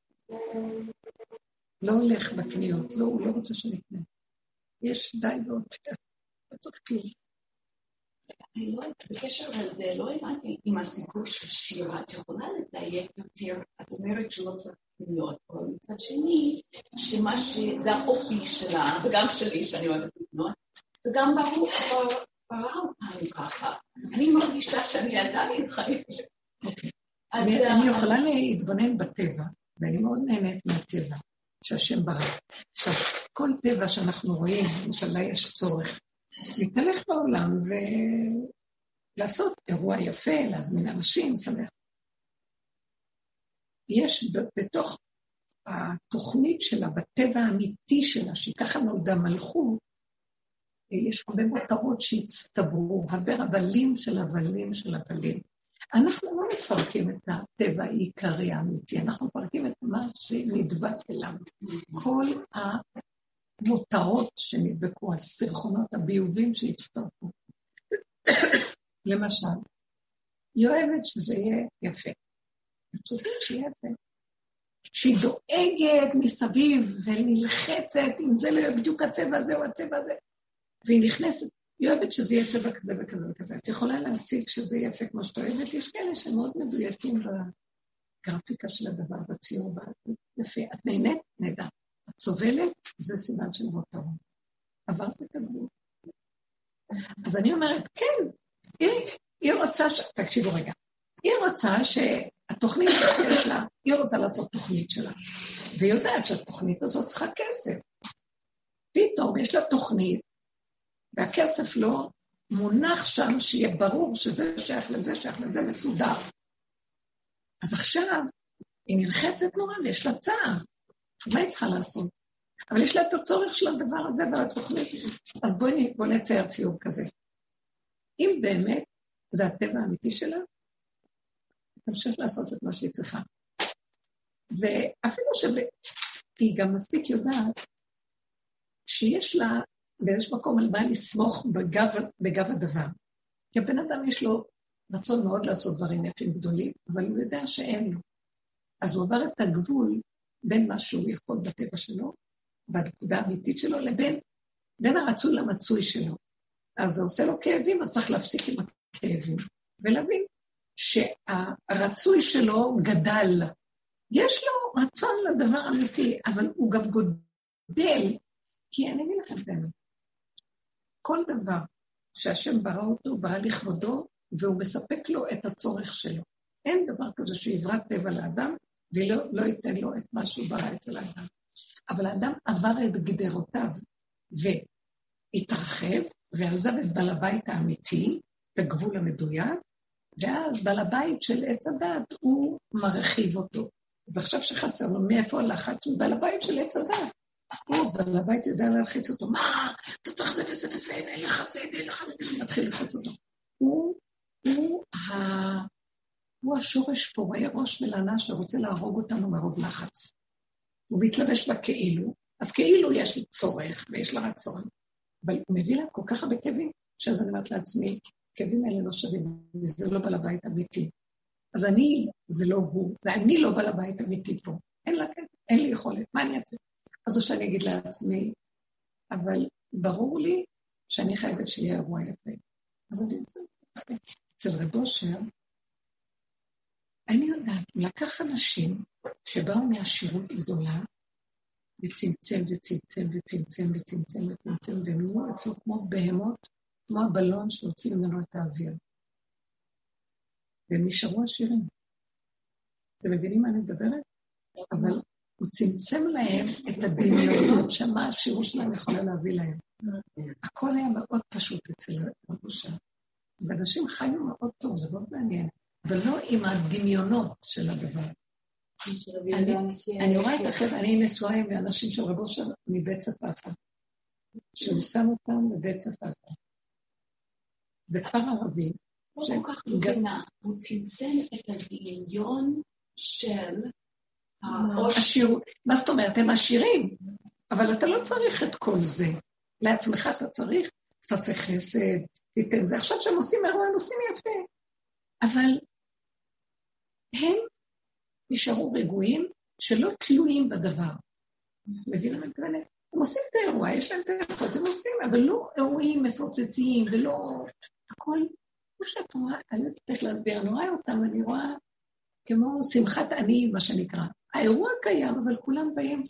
לא הולך בקניות, לא, הוא לא רוצה שנקנה. יש די ועוד, לא צריך כלום. אני לא, בקשר לזה, לא הבנתי עם הסיפור של שירה, את יכולה לדייק יותר, את אומרת שלא צריך להיות, אבל מצד שני, שמה שזה האופי שלה, וגם שלי שאני אוהבת לבנות, וגם ברור, ברור אותנו ככה. אני מרגישה שאני עדיין חייבת. אני יכולה להתבונן בטבע, ואני מאוד נהנית מהטבע, שהשם ברא. עכשיו, כל טבע שאנחנו רואים, למשל יש צורך, להתהלך בעולם ולעשות אירוע יפה, להזמין אנשים, שמח. יש בתוך התוכנית שלה, בטבע האמיתי שלה, שהיא ככה נולדה מלכות, יש הרבה מותרות שהצטברו, הרבה רבלים של הבלים של הבלים. אנחנו לא מפרקים את הטבע העיקרי האמיתי, אנחנו מפרקים את מה שנדבק אליו. כל המותרות שנדבקו, הסרחונות, הביובים שהצטרפו. למשל, היא אוהבת שזה יהיה יפה. היא צודקת שיהיה יפה. שהיא דואגת מסביב ונלחצת, אם זה לא יהיה בדיוק הצבע הזה או הצבע הזה. והיא נכנסת, היא אוהבת שזה יהיה צבע כזה וכזה וכזה. את יכולה להשיג שזה יהיה יפה כמו שאת אוהבת, יש כאלה שמאוד מדויקים בגרפיקה של הדבר, בציור, יפה. את נהנית, נדע. את סובלת, זה סימן של מותרות. עברת את הגבול. אז אני אומרת, כן, היא, היא רוצה, ש... תקשיבו רגע, היא רוצה שהתוכנית שיש לה, היא רוצה לעשות תוכנית שלה, והיא יודעת שהתוכנית הזאת צריכה כסף. פתאום יש לה תוכנית, והכסף לא מונח שם שיהיה ברור שזה שייך לזה, שייך לזה מסודר. אז עכשיו היא נלחצת נורא ויש לה צער. מה היא צריכה לעשות? אבל יש לה את הצורך של הדבר הזה והתוכנית. אז בואי בוא נצייר ציור כזה. אם באמת זה הטבע האמיתי שלה, תמשיך לעשות את מה שהיא צריכה. ואפילו שהיא גם מספיק יודעת שיש לה באיזשהו מקום על מה לסמוך בגב, בגב הדבר. כי הבן אדם יש לו רצון מאוד לעשות דברים יפים גדולים, אבל הוא יודע שאין לו. אז הוא עבר את הגבול בין מה שהוא יכול בטבע שלו, בנקודה האמיתית שלו, לבין בין הרצוי למצוי שלו. אז זה עושה לו כאבים, אז צריך להפסיק עם הכאבים, ולהבין שהרצוי שלו גדל. יש לו רצון לדבר אמיתי, אבל הוא גם גודל, כי אני אגיד לכם באמת, כל דבר שהשם ברא אותו, הוא ברא לכבודו, והוא מספק לו את הצורך שלו. אין דבר כזה שיברא טבע לאדם, ולא לא ייתן לו את מה שהוא ברא אצל האדם. אבל האדם עבר את גדרותיו, והתרחב, ועזב את בעל הבית האמיתי, את הגבול המדויק, ואז בעל הבית של עץ הדת, הוא מרחיב אותו. אז עכשיו שחסר לו מאיפה הלחץ, הוא בעל הבית של עץ הדת. הוא, בעל הבית יודע להלחיץ אותו, מה? אתה צריך זה וזה וזה, ואין לך זה, ואין לך זה, מתחיל לחץ אותו. הוא, הוא, ה... הוא השורש פורעי ראש מלנה שרוצה להרוג אותנו מרוב לחץ. הוא מתלבש בה כאילו, אז כאילו יש לי צורך, ויש לה רצון, אבל הוא מביא לה כל כך הרבה כאבים, שאז אני אומרת לעצמי, כאבים האלה לא שווים, וזה לא בעל הבית אמיתי. אז אני, זה לא הוא, ואני לא בעל הבית אמיתי פה. אין לה כאב, אין לי יכולת, מה אני אעשה? אז או שאני אגיד לעצמי, אבל ברור לי שאני חייבת שיהיה אירוע יפה. אז אני רוצה, אצל רב אושר, אני יודעת, הוא לקח אנשים שבאו מהשירות גדולה, וצמצם וצמצם וצמצם וצמצם וצמצם, והם לא יצאו כמו בהמות, כמו הבלון שהוציא ממנו את האוויר. והם נשארו עשירים. אתם מבינים מה אני מדברת? אבל הוא צמצם להם את הדמיונות שמה השירות שלהם יכולה להביא להם. הכל היה מאוד פשוט אצל רב אושר. ואנשים חיו מאוד טוב, זה מאוד מעניין. אבל לא עם הדמיונות של הדבר. אני רואה את אחר, אני נשואה עם אנשים של רב אושר מבית צפפה. שהוא שם אותם בבית צפפה. זה כבר ערבי. לא כל כך מבינה, הוא צמצם את הדמיון של השירות. מה זאת אומרת? הם עשירים, אבל אתה לא צריך את כל זה. לעצמך אתה צריך, אתה צריך חסד, תיתן זה. עכשיו שהם עושים אירוע, הם עושים יפה. אבל הם נשארו רגועים שלא תלויים בדבר. מבינים את זה? הם עושים את האירוע, יש להם את האירוע, הם עושים, אבל לא אירועים מפוצצים, ולא... הכל, כמו שאת רואה, אני לא יודעת להסביר, אני רואה אותם, אני רואה כמו שמחת עני, מה שנקרא. האירוע קיים, אבל כולם באים.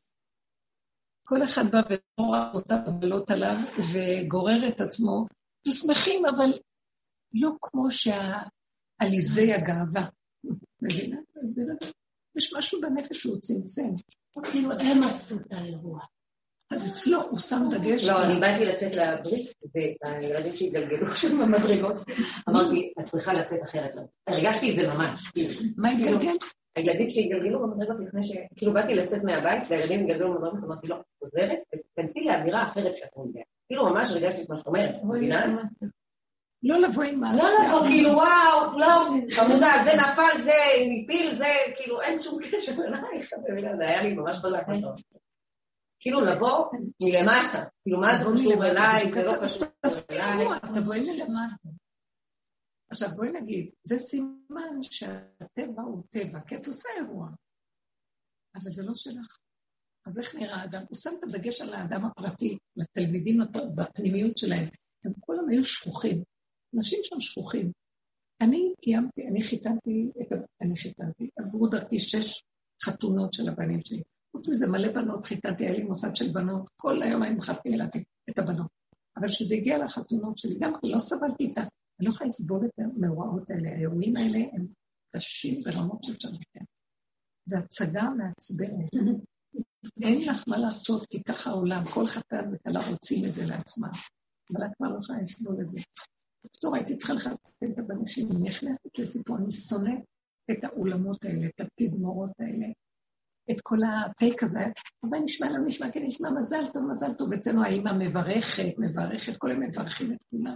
כל אחד בא ורוע אותה בבלות עליו, וגורר את עצמו, ושמחים, אבל לא כמו שהעליזי הגאווה. מבינה? יש משהו בנפש שהוא צמצם. כאילו, הם עשו את האירוע. אז אצלו הוא שם דגש. לא, אני באתי לצאת לברית, והילדים שהתגלגלו שם במדרגות, אמרתי, את צריכה לצאת אחרת. הרגשתי את זה ממש. מה התגלגל? הילדים שהתגלגלו במדרגות לפני ש... כאילו באתי לצאת מהבית, והילדים התגלגלו במדרגות, אמרתי, לא, חוזרת, ותכנסי לאווירה אחרת שאת מודעת. כאילו ממש הרגשתי את מה שאת אומרת, מבינה? לא לבוא עם מעשה. לא לבוא, כאילו, וואו, לא, חמודה, זה נפל, זה מפיל, זה, כאילו, אין שום קשר אלייך, זה היה לי ממש חזק משהו. כאילו לבוא מלמטה, כאילו מה זה קשור אליי, זה לא קשור אליי. תבואי מלמטה. עכשיו בואי נגיד, זה סימן שהטבע הוא טבע, כי את עושה אירוע, אבל זה לא שלך. אז איך נראה האדם? הוא שם את הדגש על האדם הפרטי, לתלמידים בפנימיות שלהם, הם כולם היו שכוחים, אנשים שם שכוחים. אני קיימתי, אני חיתנתי, אני חיתנתי, עברו דרכי שש חתונות של הבנים שלי. חוץ מזה מלא בנות, חיתנתי, היה לי מוסד של בנות, כל היום אני מחתים ילדתי את הבנות. אבל כשזה הגיע לחתונות שלי, גם לא סבלתי איתה, אני לא יכולה לסבול את המאורעות האלה, האירועים האלה הם קשים ברמות של שם. זה הצגה מעצבנת. אין לך מה לעשות, כי ככה העולם, כל חתן וכלה רוצים את זה לעצמם. אבל את כבר לא יכולה לסבול את זה. בקצור, הייתי צריכה לחתן את הבנים שלי, אני נכנסת לסיפור, אני שונאת את האולמות האלה, את התזמורות האלה, את כל הפייק הזה, אבל נשמע, לא נשמע, כי נשמע מזל טוב, מזל טוב, אצלנו האמא מברכת, מברכת, כל הם מברכים את כולם.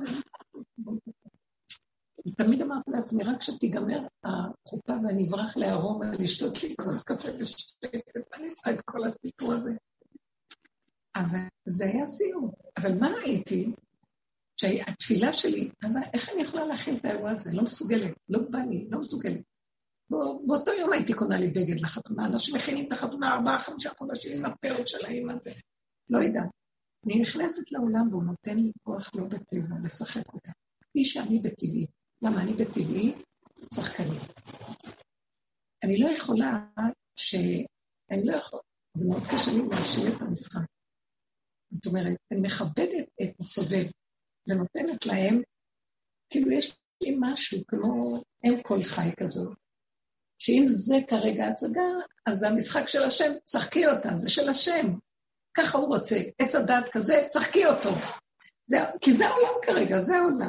תמיד אמרתי לעצמי, רק שתיגמר החופה ואני אברח לארום ולשתות לי כוס קפה ושקט, ואני צריכה את כל הסיפור הזה. אבל זה היה סיום. אבל מה ראיתי? שהתפילה שלי, אבל איך אני יכולה להכיל את האירוע הזה? לא מסוגלת, לא בא לי, לא מסוגלת. באותו יום הייתי קונה לי בגד לחתונה, אנשים מכינים את החתונה ארבעה, חמישה חודשים עם הפאות של האמא הזה. לא יודעת. אני נכנסת לעולם והוא נותן לי כוח לא בטבע, לשחק אותה. כפי שאני בטבעי. למה אני בטבעי? שחקנית. אני לא יכולה ש... אני לא יכולה... זה מאוד קשה לי להשאיר את המשחק. זאת אומרת, אני מכבדת את הסובב, ונותנת להם, כאילו יש לי משהו כמו אם כל חי כזאת, שאם זה כרגע הצגה, אז המשחק של השם, צחקי אותה, זה של השם. ככה הוא רוצה, עץ הדעת כזה, צחקי אותו. זה, כי זה העולם כרגע, זה העולם.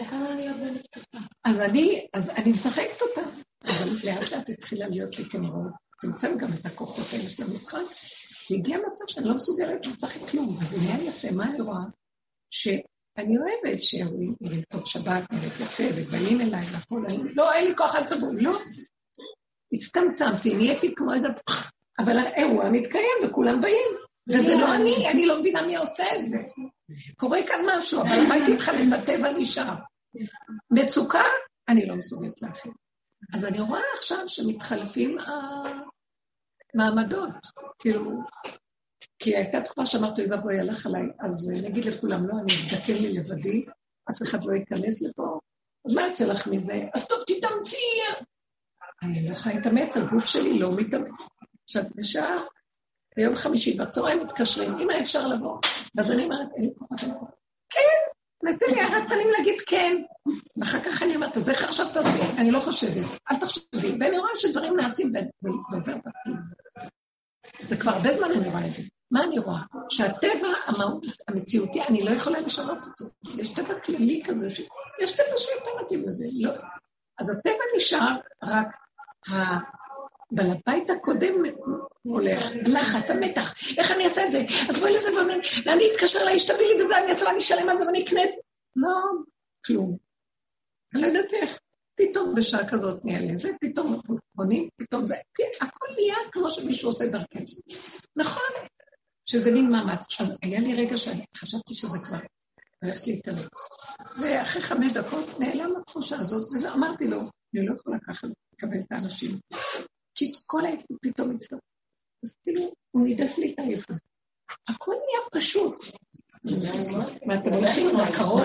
אז אני, אז אני משחקת אותה, אבל לאט לאט התחילה להיות לי כמראות, צמצם גם את הכוחות האלה של המשחק, והגיע מצב שאני לא מסוגלת לשחק כלום, אז זה נהיה יפה, מה אני רואה? שאני אוהבת שאירועים נראים טוב שבת, נראית יפה, ובאים אליי והכל, אני, לא, אין לי כוח על תבוא, לא. הצטמצמתי, נהייתי כמו איזה פח, אבל האירוע מתקיים וכולם באים, וזה לא אני, אני לא מבינה מי עושה את זה. קורה כאן משהו, אבל מה הייתי מתחלם בטבע נשאר? מצוקה, אני לא מסוגלת להכין. אז אני רואה עכשיו שמתחלפים המעמדות, כאילו, כי הייתה תקופה שאמרתי, אוי ואבוי הלך עליי, אז נגיד לכולם, לא, אני אזדקן לי לבדי, אף אחד לא ייכנס לפה, אז מה יצא לך מזה? אז טוב, תתאמצי! אני לא יכולה להתאמץ, הגוף שלי לא מתאמץ. עכשיו, בשעה, ביום חמישי, בצהריים מתקשרים, אם אפשר לבוא. אז אני אומרת, אין לי כוחות לבוא. כן, נתן לי הרעת פנים להגיד כן. ואחר כך אני אומרת, אז איך עכשיו תעשי? אני לא חושבת, אל תחשבי. ואני רואה שדברים נעשים ודובר בפנים. זה כבר הרבה זמן אני רואה את זה. מה אני רואה? שהטבע המציאותי, אני לא יכולה לשנות אותו. יש טבע כללי כזה, יש טבע שיותר מתאים לזה. לא. אז הטבע נשאר רק בעל הבית הקודם הולך, לחץ, המתח, איך אני אעשה את זה? אז בואי לזה ואומרים, ואני אתקשר לה, ישתביא לי בזה, אני אעשה ואני אשלם על זה ואני אקנה את זה. לא, כלום. אני לא יודעת איך, פתאום בשעה כזאת נהיה לי זה, פתאום פונים, פתאום זה, הכל נהיה כמו שמישהו עושה דרכם. נכון, שזה מין מאמץ. אז היה לי רגע שאני חשבתי שזה כבר הולכת להתעלם. ואחרי חמש דקות נעלם התחושה הזאת, וזה אמרתי לו, אני לא יכולה ככה לקבל את האנשים. כי כל העיף פתאום יצטרך. אז כאילו, הוא נידף לי את העיף הזה. הכל נהיה פשוט. מה אתם הולכים עם הקרוב?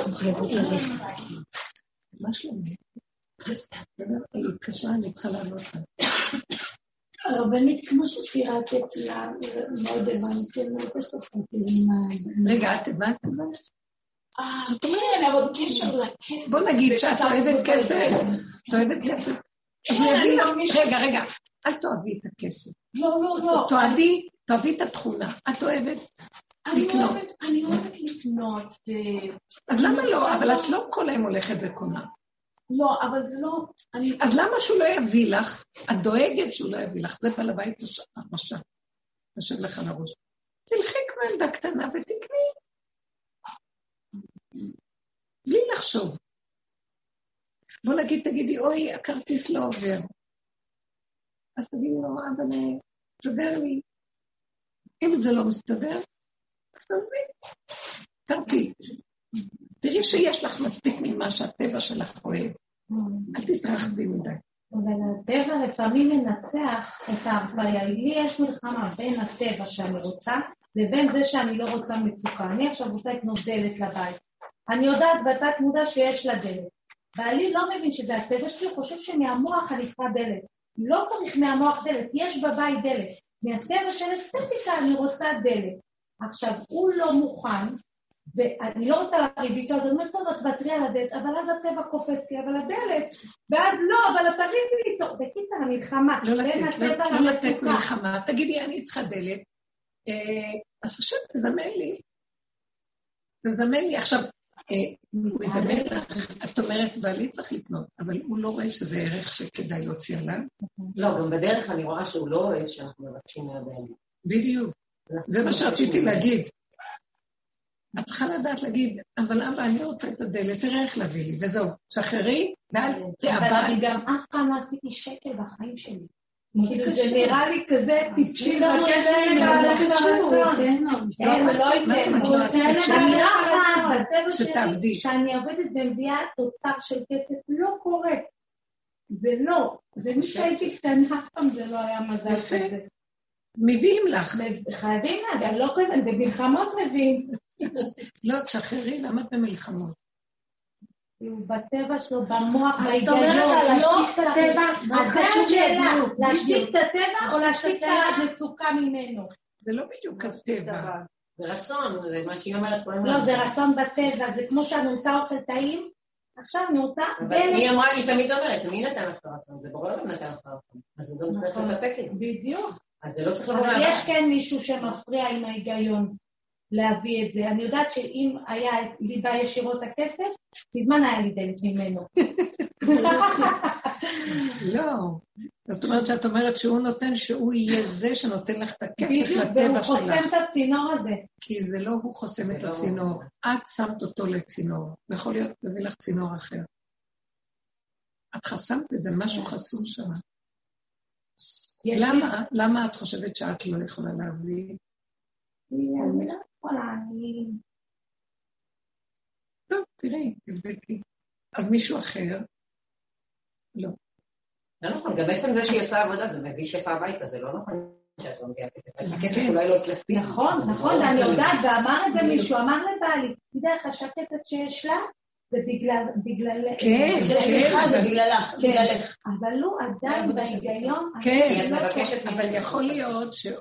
מה שלומי? היא קשה, אני צריכה לענות לה. הרבנית, כמו שפירטת לה, מאוד הבנתי, אני רוצה שתפרטי לי. רגע, את הבנת? אה, כן, אבל בקשר לכסף. בוא נגיד שאת אוהבת כסף. את אוהבת כסף. אז הוא יגיד לך, רגע, רגע, אל תאהבי את הכסף. לא, לא, לא. תאהבי, תאהבי את התכונה. את אוהבת לקנות. אני אוהבת לקנות. אז למה לא? אבל את לא כל היום הולכת וקונה. לא, אבל זה לא... אז למה שהוא לא יביא לך? את דואגת שהוא לא יביא לך. זה בעל הבית הרשע. יושב לך לראש. תלכי כמו ילדה קטנה ותקני. בלי לחשוב. בוא נגיד, תגידי, אוי, הכרטיס לא עובר. אז תגידי לו, אבל תסדר לי. אם זה לא מסתדר, אז תעזבי. תרפי. תראי שיש לך מספיק ממה שהטבע שלך אוהב. אל תסתרחבי מדי. אבל הטבע לפעמים מנצח את ההרפאיה. לי יש מלחמה בין הטבע שאני רוצה, לבין זה שאני לא רוצה מצוקה. אני עכשיו רוצה לקנות דלת לבית. אני יודעת בתת מודע שיש לה דלת. בעלי לא מבין שזה הטבע שלי, הוא חושב שמהמוח אני צריכה דלת. לא צריך מהמוח דלת, יש בבית דלת. מהטבע של אסתטיקה אני רוצה דלת. עכשיו, הוא לא מוכן, ואני לא רוצה להריב איתו, אז אני אומרת, טוב, את בטרי על הדלת, אבל אז הטבע קופץ לי, אבל הדלת, ואז לא, אבל את תריבי איתו. בקיצר, המלחמה. לא לתת, לא לתת מלחמה. תגידי, אני צריכה דלת. אז עכשיו תזמן לי. תזמן לי. עכשיו, הוא יזמן לך, את אומרת, בעלי צריך לקנות, אבל הוא לא רואה שזה ערך שכדאי להוציא עליו. לא, גם בדרך אני רואה שהוא לא רואה שאנחנו מבקשים מהבעלים. בדיוק. זה מה שרציתי להגיד. את צריכה לדעת להגיד, אבל אבא, אני רוצה את הדלת, תראה איך להביא לי, וזהו, שחררי, ואל תאבד. אבל אני גם אף פעם לא עשיתי שקל בחיים שלי. כאילו זה נראה לי כזה טיפשי, מבקש לי בעלך הרצון. אין, לא ייתן. אני לא אחת בטבע שלי, שאני עובדת במביאה תוצר של כסף, לא קורה. ולא, ומי שהייתי קטנה, אף פעם זה לא היה מזל כזה. מביאים לך. חייבים להגיד, לא כזה, במלחמות מביאים. לא, תשחררי, למה את במלחמות? בטבע שלו, במוח, בהיגיון, להשתיק את הטבע, אז זה השאלה, להשתיק את הטבע או להשתיק את המצוקה ממנו. זה לא בדיוק הטבע. זה רצון, זה מה שהיא אומרת. לא, זה רצון בטבע, זה כמו שאני רוצה אוכל טעים, עכשיו אני רוצה... היא אמרה, היא תמיד אומרת, מי נתן לך רצון? זה ברור לא נתן לך רצון. אז הוא גם צריך לספק לי. בדיוק. אז זה לא צריך לבוא אבל יש כן מישהו שמפריע עם ההיגיון להביא את זה. אני יודעת שאם היה לי בא ישירות הכסף, בזמן היה לי דלת ממנו. לא. זאת אומרת שאת אומרת שהוא נותן, שהוא יהיה זה שנותן לך את הכסף בדיוק, לטבע והוא שלך. חוסם את הצינור הזה. כי זה לא הוא חוסם את הצינור. את שמת אותו לצינור. יכול להיות להביא לך צינור אחר. את חסמת את זה, משהו חסום שם. למה? למה את חושבת שאת לא יכולה להביא? אני לא יכולה, אני... טוב, תראי, תבדקי. אז מישהו אחר? לא. לא נכון, גם בעצם זה שהיא עושה עבודה, זה מביא שפע הביתה, זה לא נכון שאת לא מביאה כסף. הכסף אולי לא אצלך. נכון, נכון, אני יודעת, ואמר את זה מישהו, אמר לבעלי, תדע לך שהקטע שיש לה, זה בגלל... כן, כן, זה בגללך, בגללך. אבל הוא עדיין בהיגיון... כן, אבל יכול להיות שהוא...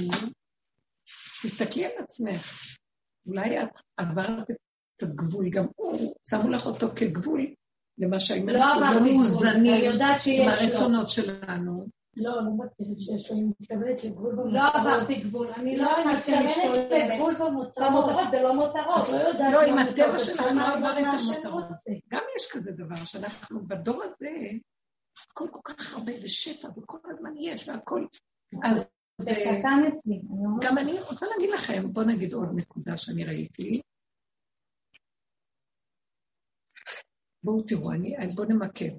תסתכלי על עצמך. אולי את עברת את הגבול, גם הוא, שמו לך אותו כגבול, למה שהאם אנחנו לא מאוזנים עם הרצונות שלנו. לא, לא מתכוונת שיש לו, אני מתכוונת לגבול במותרות. לא עברתי גבול, אני לא מתכוונת לגבול במותרות. במותרות זה לא מותרות. לא, עם הטבע שלך לא עבר את המותרות. גם יש כזה דבר, שאנחנו בדור הזה, הכל כל כך הרבה ושפע, וכל הזמן יש, והכל. אז זה קטן אצלי. גם אני רוצה להגיד לכם, בוא נגיד עוד נקודה שאני ראיתי. בואו תראו, בואו נמקד.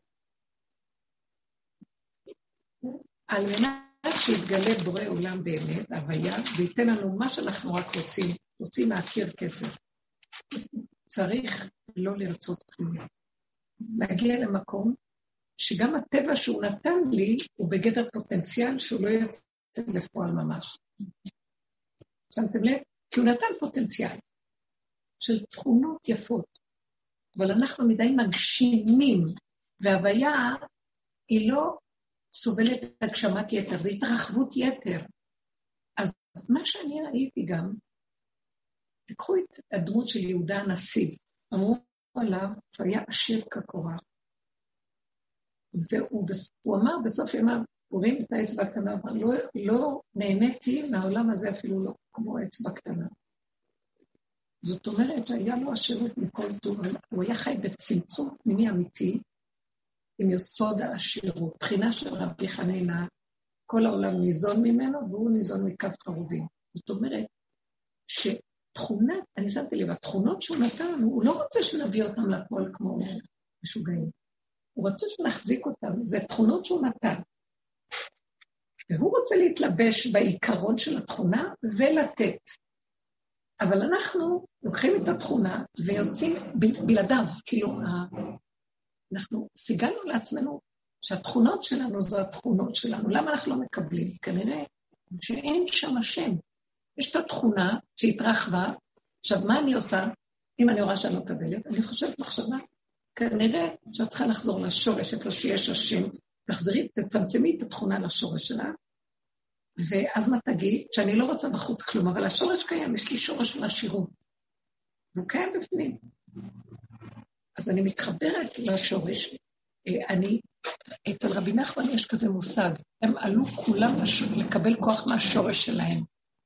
על מנת שיתגלה בורא עולם באמת, הוויה, וייתן לנו מה שאנחנו רק רוצים, רוצים להכיר כסף. צריך לא לרצות כלום. להגיע למקום שגם הטבע שהוא נתן לי, הוא בגדר פוטנציאל שהוא לא יצא לפועל ממש. שמתם לב? כי הוא נתן פוטנציאל של תכונות יפות, אבל אנחנו מדי מגשימים, וההוויה היא לא סובלת את הגשמת יתר, זה התרחבות יתר. אז מה שאני ראיתי גם, תקחו את הדמות של יהודה הנשיא, אמרו עליו שהוא היה עשיר כקורח, והוא הוא אמר בסוף ימיו, הוא רים את האצבע הקטנה, אבל לא, לא נהניתי מהעולם הזה אפילו לא כמו האצבע הקטנה. זאת אומרת שהיה לו עשירות מכל טוב, הוא היה חי בצמצום פנימי אמיתי, עם יסוד העשירות, בחינה של רבי חנינא, כל העולם ניזון ממנו, והוא ניזון מקו חרובים. זאת אומרת, שתכונה, אני שמתי לב, התכונות שהוא נתן, הוא לא רוצה שנביא אותם לכל כמו משוגעים. הוא רוצה שנחזיק אותם, זה תכונות שהוא נתן. והוא רוצה להתלבש בעיקרון של התכונה ולתת. אבל אנחנו לוקחים את התכונה ויוצאים ב- בלעדיו, כאילו, אנחנו סיגלנו לעצמנו שהתכונות שלנו זו התכונות שלנו. למה אנחנו לא מקבלים? כנראה שאין שם השם. יש את התכונה שהתרחבה. עכשיו, מה אני עושה? אם אני רואה שאני לא מקבלת, אני חושבת מחשבה, כנראה שאת צריכה לחזור לשורש, איפה שיש השם, תחזרי, תצמצמי את התכונה לשורש שלה, ואז מה תגיד? שאני לא רוצה בחוץ כלום, אבל השורש קיים, יש לי שורש של השירות. והוא קיים בפנים. אז אני מתחברת לשורש. אני, אצל רבי נחמן יש כזה מושג, הם עלו כולם לקבל כוח מהשורש שלהם.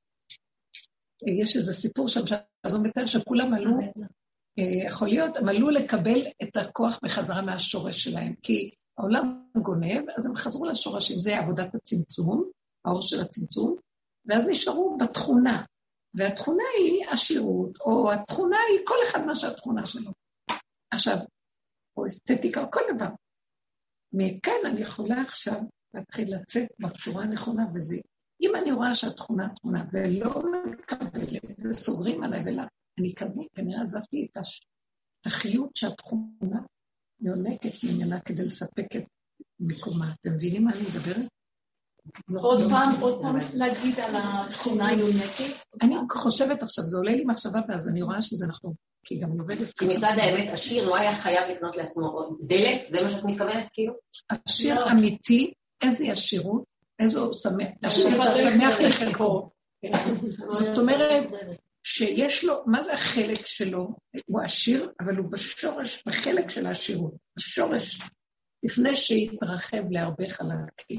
יש איזה סיפור שם, אז הוא מתאר שכולם עלו, יכול להיות, הם עלו לקבל את הכוח בחזרה מהשורש שלהם, כי העולם גונב, אז הם חזרו לשורשים, זה עבודת הצמצום, האור של הצמצום, ואז נשארו בתכונה, והתכונה היא עשירות, או התכונה היא כל אחד מה שהתכונה שלו. עכשיו, או אסתטיקה, או כל דבר. מכאן אני יכולה עכשיו להתחיל לצאת בצורה הנכונה, וזה, אם אני רואה שהתכונה תכונה, ולא מקבלת, וסוגרים עליי ולה, אני כנראה עזבתי את החיות שהתכונה יונקת ממנה כדי לספק את מקומה. אתם מבינים מה אני מדברת? עוד פעם, עוד פעם להגיד על התכונה יונקת? אני חושבת עכשיו, זה עולה לי מחשבה, ואז אני רואה שזה נכון, כי גם עובדת... כי מצד האמת, השיר לא היה חייב לקנות לעצמו דלת, זה מה שאת מתכוונת, כאילו? השיר אמיתי, איזה עשירות, איזו שמח לחלקו. זאת אומרת, שיש לו, מה זה החלק שלו? הוא עשיר, אבל הוא בשורש, בחלק של העשירות. השורש, לפני שהתרחב להרבה חלקים.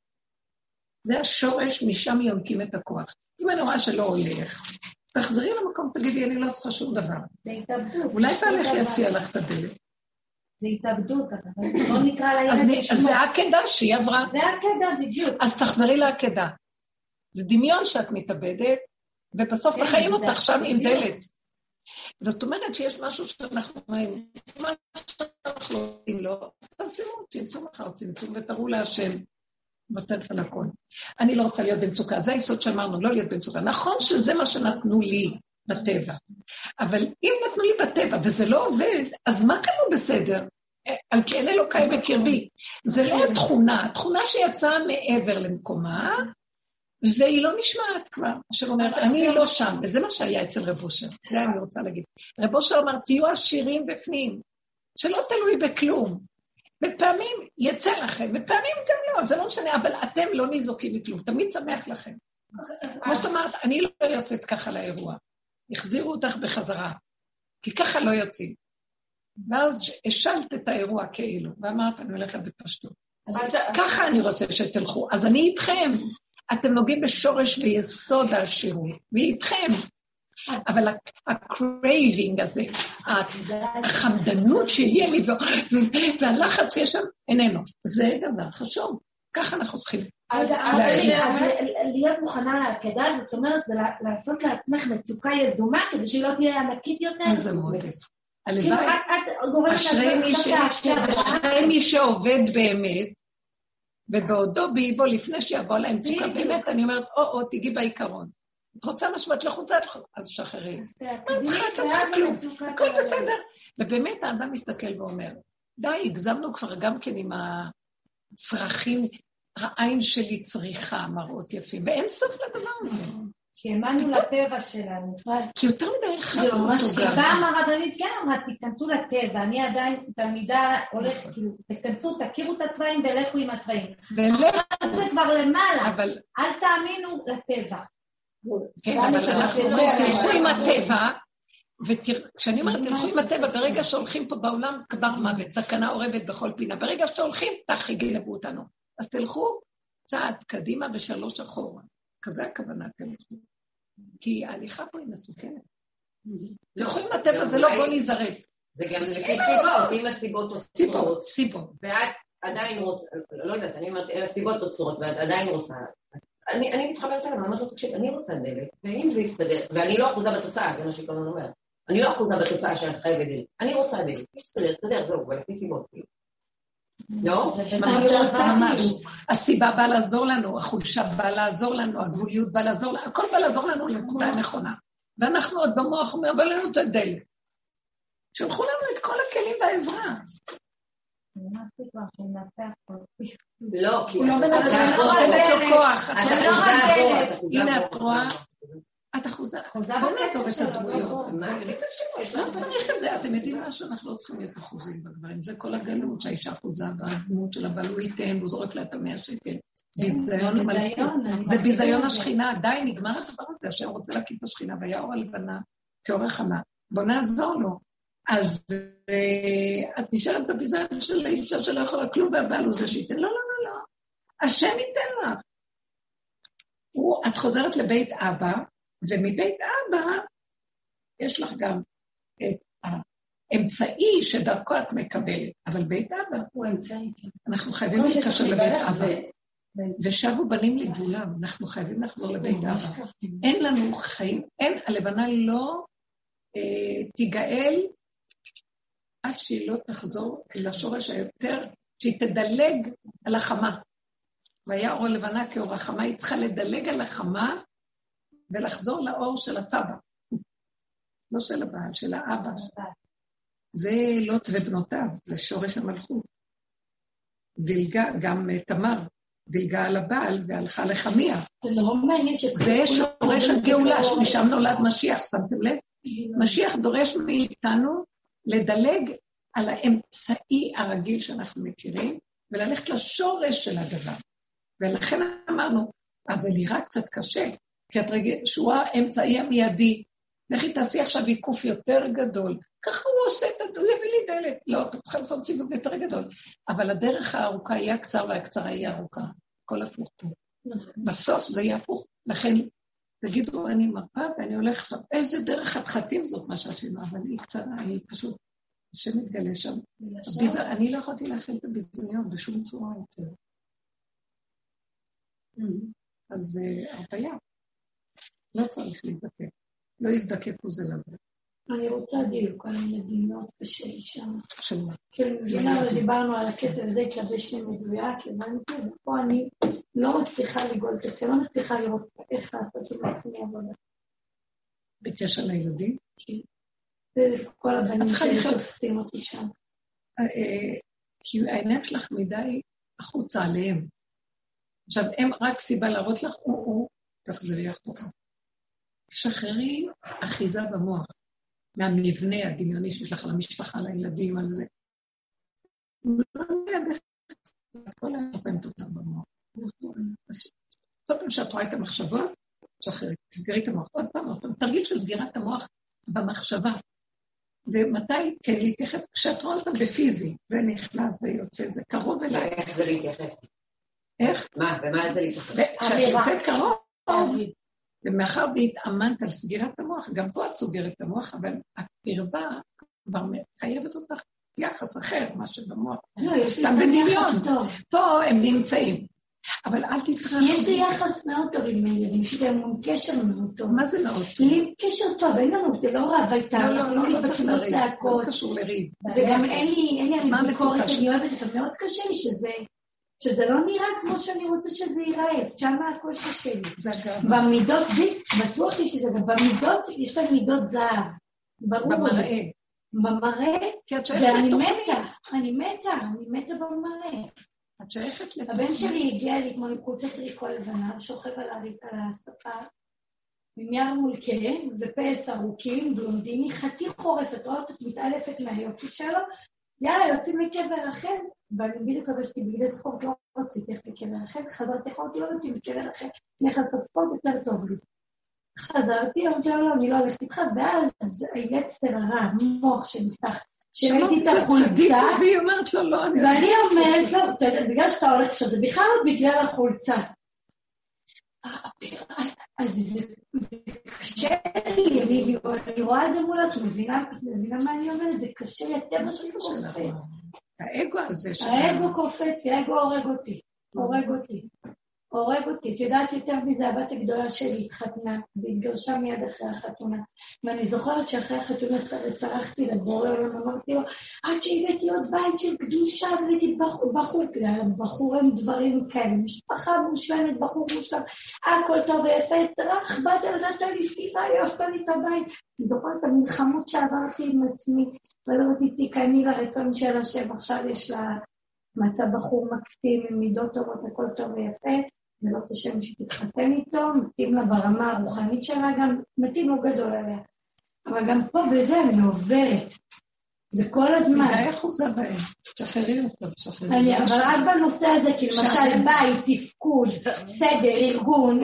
זה השורש, משם יונקים את הכוח. אם אני רואה שלא הולך, תחזרי למקום, תגידי, אני לא צריכה שום דבר. זה התאבדות. אולי פעלך יציע לך את הדלת. זה התאבדות, אבל לא נקרא לילד אז זה העקדה שהיא עברה. זה העקדה, בדיוק. אז תחזרי לעקדה. זה דמיון שאת מתאבדת, ובסוף מחיים אותך שם עם דלת. זאת אומרת שיש משהו שאנחנו רואים, מה שאנחנו רואים לו, אז תצמצמו, צמצום אחר צמצום, ותראו להשם, בטרף על הכל. אני לא רוצה להיות במצוקה, זה היסוד שאמרנו, לא להיות במצוקה. נכון שזה מה שנתנו לי בטבע, אבל אם נתנו לי בטבע וזה לא עובד, אז מה כאן לא בסדר? על כי אין אלוקי בקרבי. זה לא התכונה, התכונה שיצאה מעבר למקומה, והיא לא נשמעת כבר, אשר אומרת, אני לא שם, וזה מה שהיה אצל רב אושר, זה אני רוצה להגיד. רב אושר אמר, תהיו עשירים בפנים, שלא תלוי בכלום, בפעמים יצא לכם, בפעמים גם לא, זה לא משנה, אבל אתם לא ניזוקים מכלום, תמיד שמח לכם. כמו שאת אומרת, אני לא יוצאת ככה לאירוע, החזירו אותך בחזרה, כי ככה לא יוצאים. ואז השלת את האירוע כאילו, ואמרת, אני הולכת בפשטות. ככה אני רוצה שתלכו, אז אני איתכם. אתם נוגעים בשורש ויסוד העשירות, ואיתכם. אבל הקרייבינג הזה, החמדנות שיהיה לי, והלחץ שיש שם, איננו. זה דבר חשוב. ככה אנחנו צריכים. אז להיות מוכנה לעקדה, זאת אומרת, זה לעשות לעצמך מצוקה יזומה, כדי שהיא לא תהיה ענקית יותר. איזה מודס. הלוואי, אשרי מי שעובד באמת, ובעודו באיבו, לפני שיבוא להם מצוקה, באמת, אני אומרת, או-או, תגיעי בעיקרון. את רוצה משמעת לחוצה, אז שחררי. מה צריכה, את צריכה כלום, הכל בסדר. ובאמת האדם מסתכל ואומר, די, הגזמנו כבר גם כן עם הצרכים, העין שלי צריכה מראות יפים, ואין סוף לדבר הזה. כי האמנו לטבע שלנו. כי יותר מדי זה ממש, פעם הרבנית כן אמרה, תיכנסו לטבע, אני עדיין תלמידה הולכת, כאילו, תיכנסו, תכירו את הצבעים ולכו עם הצבעים. זה כבר למעלה, אל תאמינו לטבע. כן, אבל אנחנו אומרים, תלכו עם הטבע, וכשאני אומרת, תלכו עם הטבע, ברגע שהולכים פה בעולם כבר מוות, סכנה אורבת בכל פינה, ברגע שהולכים, תח יגנבו אותנו. אז תלכו צעד קדימה ושלוש אחורה. כזה הכוונה תלכו. כי ההליכה פה היא מסוכנת. תלכו עם הטבע, זה לא בוא נזרק. זה גם לפי סיבות, אם הסיבות עוצרות. סיבות. ואת עדיין רוצה, לא יודעת, אני אומרת, הסיבות עוצרות, ואת עדיין רוצה. אני מתחברת אליו, אני אומרת לו, תקשיב, אני רוצה דלת, ואם זה יסתדר, ואני לא אחוזה בתוצאה, זה מה שכל הזמן אומר. אני לא אחוזה בתוצאה שאני חייבת דלת. אני רוצה דלת, תסתדר, תסתדר, זהו, ולפי סיבות. לא? ממש. הסיבה באה לעזור לנו, החולשה באה לעזור לנו, הגבוליות באה לעזור לנו, הכל בא לעזור לנו לנקודה הנכונה. ואנחנו עוד במוח אומר, אבל לנו את הדלת. שלחו לנו את כל הכלים והעזרה. לא, כי... הוא לא מנצח, הוא נותנת לו כוח. הנה את רואה, את אחוזה. בוא נעזוב את הדמויות. לא צריך את זה, אתם יודעים משהו, אנחנו לא צריכים להיות אחוזים בדברים. זה כל הגלות שהאישה אחוזה בדמות של הבעל, הוא ייתן, הוא זורק לה את המאה שקל. זה ביזיון השכינה, די נגמר הדבר הזה, השם רוצה להקים את השכינה, והיה אור הלבנה כאור החמה. בוא נעזור לו. אז את נשארת בביזיון של האישה שלא יכולה כלום, והבעל הוא זה שייתן. לא, לא, לא, לא. השם ייתן לך. את חוזרת לבית אבא, ומבית אבא יש לך גם את האמצעי שדרכו את מקבלת, אבל בית אבא הוא אמצעי. אנחנו חייבים להתקשר לבית אבא. ושבו בנים לגבולם, אנחנו חייבים לחזור לבית אבא. אין לנו חיים, אין, הלבנה לא תיגאל עד שהיא לא תחזור לשורש היותר, שהיא תדלג על החמה. והיה אור לבנה כאור החמה, היא צריכה לדלג על החמה, ולחזור לאור של הסבא. לא של הבעל, של האבא. זה לוט ובנותיו, זה שורש המלכות. דלגה, גם תמר, דלגה על הבעל והלכה לחמיה. זה שורש הגאולה, משם נולד משיח, שמתם לב? משיח דורש מאיתנו לדלג על האמצעי הרגיל שאנחנו מכירים, וללכת לשורש של הדבר. ולכן אמרנו, אז זה נראה קצת קשה, כי את רגע, שהוא האמצעי המיידי, לכי תעשי עכשיו עיקוף יותר גדול, ככה הוא עושה את הדו, יביא לי דלת. לא, אתה צריכה לעשות סיבוב יותר גדול. אבל הדרך הארוכה היא הקצר, והקצרה היא ארוכה. כל הפוך פה. בסוף זה יהיה הפוך. לכן, תגידו, אני מרפא ואני הולך עכשיו, איזה דרך חתחתים זאת מה שעשינו, אבל היא קצרה, היא פשוט, השם מתגלה שם. אני לא יכולתי להכיל את הביזיון בשום צורה יותר. אז הרפאיה. לא צריך להזדקף. לא יזדקפו זה לזה. אני רוצה דיוק, אני מדינות קשה שם. של מה? כאילו, מבינה, אבל דיברנו על הקטע הזה, התלבש לי מדויק, הבנתי, ופה אני לא מצליחה לגול את זה, לא מצליחה לראות איך לעשות עם עצמי עבודה. בקשר לילדים? כן. וכל הבנים שלי תופסים אותי שם. כי העיניים שלך מדי החוצה עליהם. עכשיו, הם רק סיבה להראות לך, או, או, תחזרי אחורה. תשחררי אחיזה במוח, מהמבנה הדמיוני שיש לך למשפחה, לילדים, על זה. לא יודע, כל הפעמת אותם במוח. אז כל פעם שאת רואה את המחשבות, תשחררי, תסגרי את המוח עוד פעם, עוד פעם. תרגיל של סגירת המוח במחשבה. ומתי כן להתייחס? כשאת רואה אותם בפיזי, זה נכנס, זה יוצא, זה קרוב אליי. איך זה להתייחס? איך? מה? ומה זה להתייחס? כשאת יוצאת קרוב, ומאחר והתאמנת על סגירת המוח, גם פה את סוגרת את המוח, אבל הקרבה כבר חייבת אותך יחס אחר, מה שבמוח. סתם בדמיון. פה הם נמצאים. אבל אל תתרחב. יש לי יחס מאוד טוב עם הילדים, יש לי המון קשר מאוד טוב. מה זה מאוד טוב? לי קשר טוב, אין לנו, זה לא רב הייתה. לא, לא, לא צריך לריב, לא קשור לריב. זה גם אין לי, אין לי ביקורת, אני אוהבת את זה, מאוד קשה לי שזה... שזה לא נראה כמו שאני רוצה שזה ייראה, שמה הקושי שלי. במידות, בטוח לי שזה, במידות יש להם מידות זהב. ברור. במראה. במראה, ואני מתה, אני מתה, אני מתה במראה. את שייכת לתוכנית. הבן שלי הגיע לי כמו עם חולצת ריקו לבנה, שוכב על הספה, עם ירמול כן, ופס ארוכים, בלונדיני, חתיך חורף, את רואה אותת מתעלפת מהיופי שלו, יאללה, יוצאים לקבר אחר, ואני בדיוק חבשתי בגלל ספורט, לא רציתי איך לקבר אחר, חזרתי חורתי, לא רציתי לקבר אחר, אני איך לעשות ספורט יותר טוב לי. חזרתי, אמרתי לו, לא, אני לא הולכת איתך, ואז היצר הרע, מוח שנפתח, שראיתי את החולצה, והיא אומרת לו, לא, ואני אומרת לו, בגלל שאתה הולך עכשיו, זה בכלל לא בגלל החולצה. אז זה קשה לי, אני רואה את זה מולה, את מבינה מה אני אומרת, זה קשה לי, הטבע שלי קופץ. האגו הזה, האגו קופץ, האגו הורג אותי, הורג אותי. הורג אותי, את יודעת יותר מזה, הבת הגדולה שלי התחתנה, והתגרשה מיד אחרי החתונה, ואני זוכרת שאחרי החתונה צרחתי לבורא עולם, אמרתי לו, עד שהבאתי עוד בית של קדושה, והבאתי בחור, בחור הם דברים כאלה, משפחה מושלמת, בחור מושלם, הכל טוב ויפה, צרח, באת לדעת לי סליחה, יאהבת לי את הבית, אני זוכרת את המלחמות שעברתי עם עצמי, ולא אותי תיקני לרצון של השם, עכשיו יש לה מצא בחור מקסים, עם מידות טובות, הכל טוב ויפה, ולא תשם שתתחתן איתו, מתאים לה ברמה הרוחנית שלה, גם מתאים לו גדול עליה. אבל גם פה בזה אני עוברת. זה כל הזמן. מדי אחוזה בהם, שחררי אותו, שחררי. אני, אבל רק בנושא הזה, כי למשל בית, תפקוד, סדר, ארגון,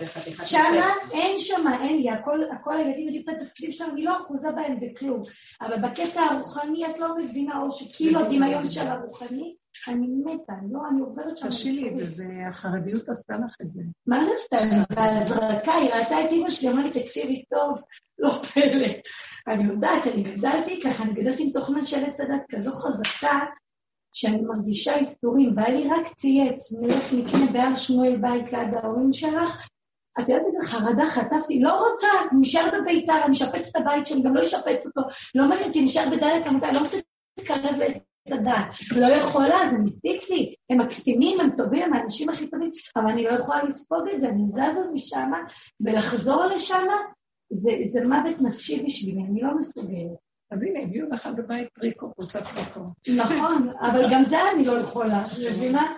שמה, אין שמה, אין לי, הכל הילדים יודעים את התפקידים שלנו, אני לא אחוזה בהם בכלום. אבל בקטע הרוחני את לא מבינה, או שכאילו דמיון של הרוחני, אני מתה, לא, אני עוברת שם. תשילי את זה, זה, החרדיות עשתה לך את זה. מה זה עשתה? בהזרקה, היא ראתה את אמא שלי, אמרה לי, תקשיבי טוב, לא פלא. אני יודעת, אני גדלתי ככה, אני גדלתי עם תוכנה של עץ הדת כזו חזקה, שאני מרגישה איסורים, בא לי רק צייץ, מלך נקנה בהר שמואל בית ליד ההורים שלך, את יודעת איזה חרדה חטפתי, לא רוצה, נשאר בביתר, אני אשפץ את הבית שלי, גם לא אשפץ אותו, לא מעניין, כי נשאר בדלת עמותה, לא רוצה להתקרב לעץ הדת, לא יכולה, זה מציק לי, הם מקסימים, הם טובים, הם האנשים הכי טובים, אבל אני לא יכולה לספוג את זה, אני זזה משם, ולחזור לשם, זה, זה מוות נפשי בשבילי, אני לא מסוגלת. אז הנה, הביאו לך עד הבית פריקו, קבוצת פריקו. נכון, אבל גם זה אני לא יכולה, מבינה?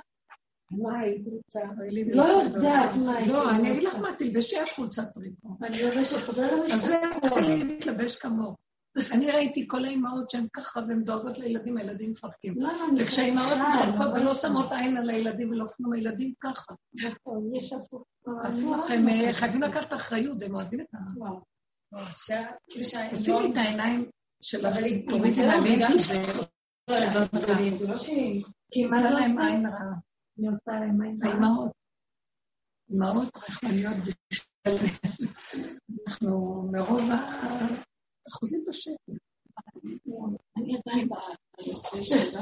מה היית רוצה? לא יודעת מה הייתי רוצה. לא, אני אגיד לך מה, תלבשי את קבוצת פריקו. אני לובשת, חוזר למשפט. אז זה מתחילי להתלבש כמוהו. אני ראיתי כל האימהות שהן ככה, והן דואגות לילדים, הילדים מפרקים. וכשהאימהות מפרקות ולא שמות עין על הילדים ולא כלום, הילדים ככה. נכון, יש הפוך. הפוך, הם חייבים לקחת אחריות, הם אוהבים את ה... תשימי את העיניים שלך, תורידי מהלב, כי זה... זה לא שהיא... כי מה עושה להם עין רעה. אני עושה להם עין רעה. האימהות. אימהות רחמניות בשביל... אנחנו מרוב האחוזים בשקל. אני עדיין בנושא של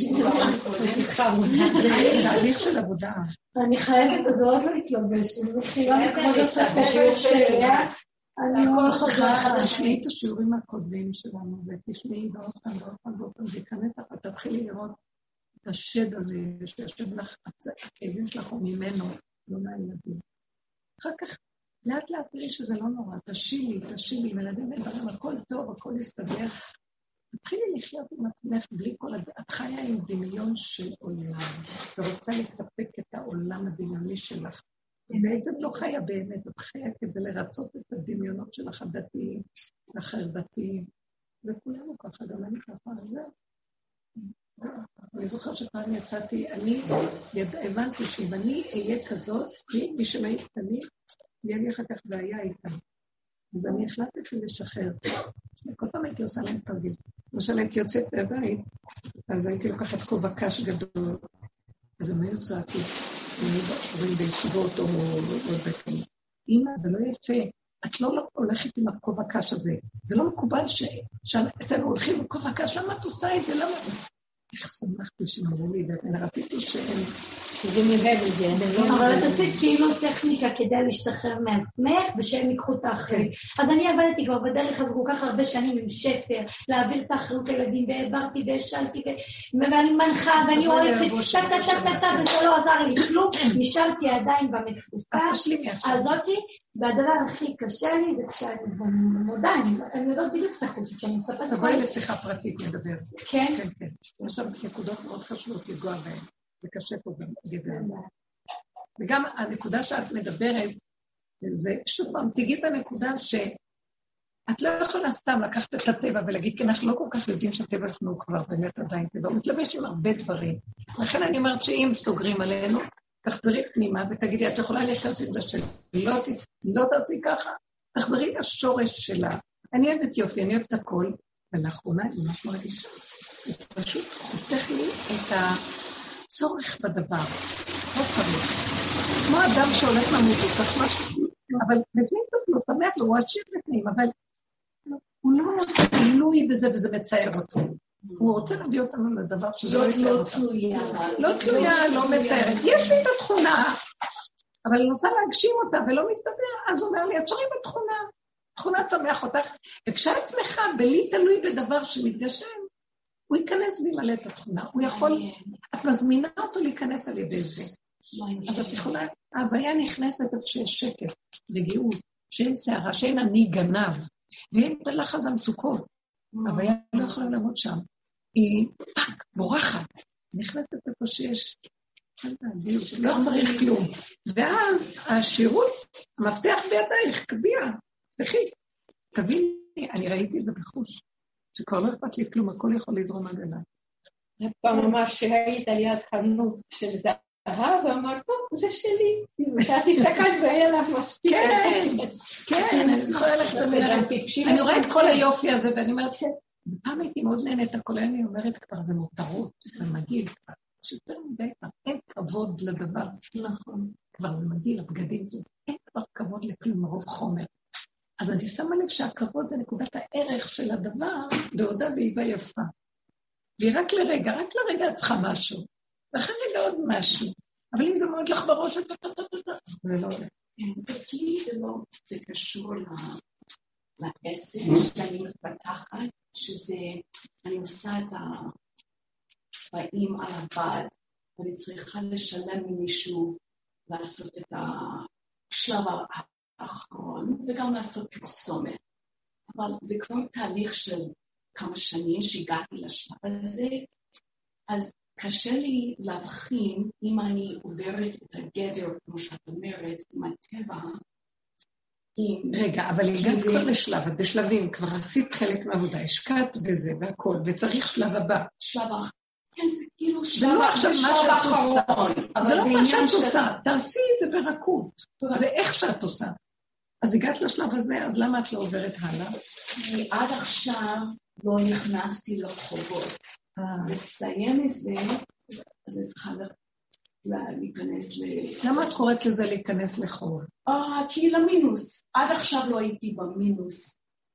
זה תהליך של עבודה. אני חייבת בזאת לא להתלבש, אני מכירה כמו זה שהשיעור שלי, אני לא חזרה. תשמעי את השיעורים הקודמים שלנו, ותשמעי בעוד פעם, בעוד פעם, בעוד פעם, זה ייכנס לך, ותתחילי לראות את השד הזה, שיושב לך, הכאבים שלך הוא ממנו, לא מהילדים. אחר כך, לאט לאט תראי שזה לא נורא, תשילי, תשילי, ילדים נדברים, הכל טוב, הכל יסתדר. תתחילי לחיות עם עצמך בלי כל הד... את חיה עם דמיון של עולם, ורוצה לספק את העולם הדמיוני שלך. בעצם לא חיה באמת, את חיה כדי לרצות את הדמיונות שלך הדתיים, החרדתיים, וכולנו ככה, גם אני ככה, זהו. אני זוכר שפעם יצאתי, אני הבנתי שאם אני אהיה כזאת, מי שמעי קטנים, יהיה לי אחר כך בעיה איתם. אז אני החלטתי לשחרר. כל פעם הייתי עושה להם תרגיל. למשל הייתי יוצאת מהבית, אז הייתי לוקחת כובע קש גדול. אז הם היו צועקים, אני בוחרים בישיבות או בבית. אמא, זה לא יפה. את לא הולכת עם הכובע קש הזה. זה לא מקובל שאצלנו הולכים עם כובע קש. למה את עושה את זה? למה? איך שמחתי שאמרו לי, ואני רציתי שהם... שזה מבד את זה. אבל את עשית כאילו טכניקה כדי להשתחרר מעצמך, ושהם ייקחו את האחריות. אז אני עבדתי כבר בדרך הזו כל כך הרבה שנים עם שפר, להעביר את האחריות לילדים, והעברתי והשאלתי, ואני מנחה, ואני יועצת, טה טה טה טה טה, וזה לא עזר לי כלום, נשארתי עדיין במצוקה. אז תשלימי עכשיו. הזאתי, והדבר הכי קשה לי זה כשאני מודה, אני יודעת בדיוק את החושת שאני מספרת. תבואי לשיחה פרטית נדבר. כן? כן, כן. יש שם נקודות מאוד חשובות לגוע בהן. זה קשה פה גם גבר. וגם הנקודה שאת מדברת, זה שוב פעם, תגיעי בנקודה שאת לא יכולה סתם לקחת את הטבע ולהגיד, כי אנחנו לא כל כך יודעים שהטבע שלנו הוא כבר באמת עדיין טבע, הוא מתלבש עם הרבה דברים. לכן אני אומרת שאם סוגרים עלינו, תחזרי פנימה ותגידי, את יכולה לחיות עם זה שלי, לא, לא תרצי ככה, תחזרי לשורש שלה. אני אוהבת יופי, אני אוהבת הכל, ולאחרונה אני ממש מרגישה. זה פשוט חותך לי את הצורך בדבר. לא צריך. כמו אדם שהולך למות, הוא צריך משהו, אבל בפנים טוב לא שמח לו, הוא עשיר בפנים, אבל הוא לא תלוי בזה וזה מצער אותו. הוא רוצה להביא אותנו לדבר שזה לא יצער אותנו. לא תלויה. לא תלויה, לא מצערת. יש לי את התכונה, אבל אני רוצה להגשים אותה ולא מסתדר, אז הוא אומר לי, את שרים בתכונה. תכונה צמח אותך, וכשאת שמחה, בלי תלוי בדבר שמתגשם, הוא ייכנס וימלא את התכונה. הוא יכול, את מזמינה אותו להיכנס על ידי זה. אז את יכולה, ההוויה נכנסת עד שיש שקט, רגיעות, שאין שערה, שאין אני גנב, ואין בלחץ המצוקות. ההוויה לא יכולה לעמוד שם. היא פק, בורחת, נכנסת איפה שיש, לא צריך כלום. ואז השירות, המפתח בידייך, קביע, תחי, תביני, אני ראיתי את זה בחוש, שכבר לא אכפת לי כלום, הכל יכול לדרום עד אליי. פעם אמר שהיית על יד חנות של זהב, ואמר, טוב, זה שלי. ואת הסתכלת והיה לך מספיק. כן, כן, אני יכולה ללכת אומרת, אני רואה את כל היופי הזה, ואני אומרת, פעם הייתי מאוד נהנית, הכל אני אומרת כבר, זה מותרות, זה מגיל כבר, שיותר מדי פעם, אין כבוד לדבר. נכון. כבר זה מגיל, הבגדים זה, אין כבר כבוד לכלום, מרוב חומר. אז אני שמה לב שהכבוד זה נקודת הערך של הדבר, בעודה ואיבה יפה. והיא רק לרגע, רק לרגע את צריכה משהו. ואחרי רגע עוד משהו. אבל אם זה מאוד לך בראש, זה לא עולה. אצלי זה לא, זה קשור לעסק שאני מפתחת, שזה, אני עושה את הצבעים על הבד, ואני צריכה לשלם ממישהו לעשות את השלב האחרון, וגם לעשות פרסומת. אבל זה כבר תהליך של כמה שנים שהגעתי לשלב הזה, אז קשה לי להבחין אם אני עוברת את הגדר, כמו שאת אומרת, עם הטבע. עם... רגע, אבל הגעת כבר לשלב, את בשלבים, כבר עשית חלק מהעבודה, השקעת וזה והכל, וצריך שלב הבא. שלב הבא. כן, זה כאילו שלב, זה לא עכשיו מה שאת עושה. זה לא מה שאת של... עושה, תעשי את זה ברכות. זה איך שאת עושה. אז הגעת לשלב הזה, אז למה את לא עוברת הלאה? כי עד עכשיו לא נכנסתי לחובות. לסיים את זה, אז זה צריכה להיכנס ל... למה את קוראת לזה להיכנס לחוב? אה, כי למינוס. עד עכשיו לא הייתי במינוס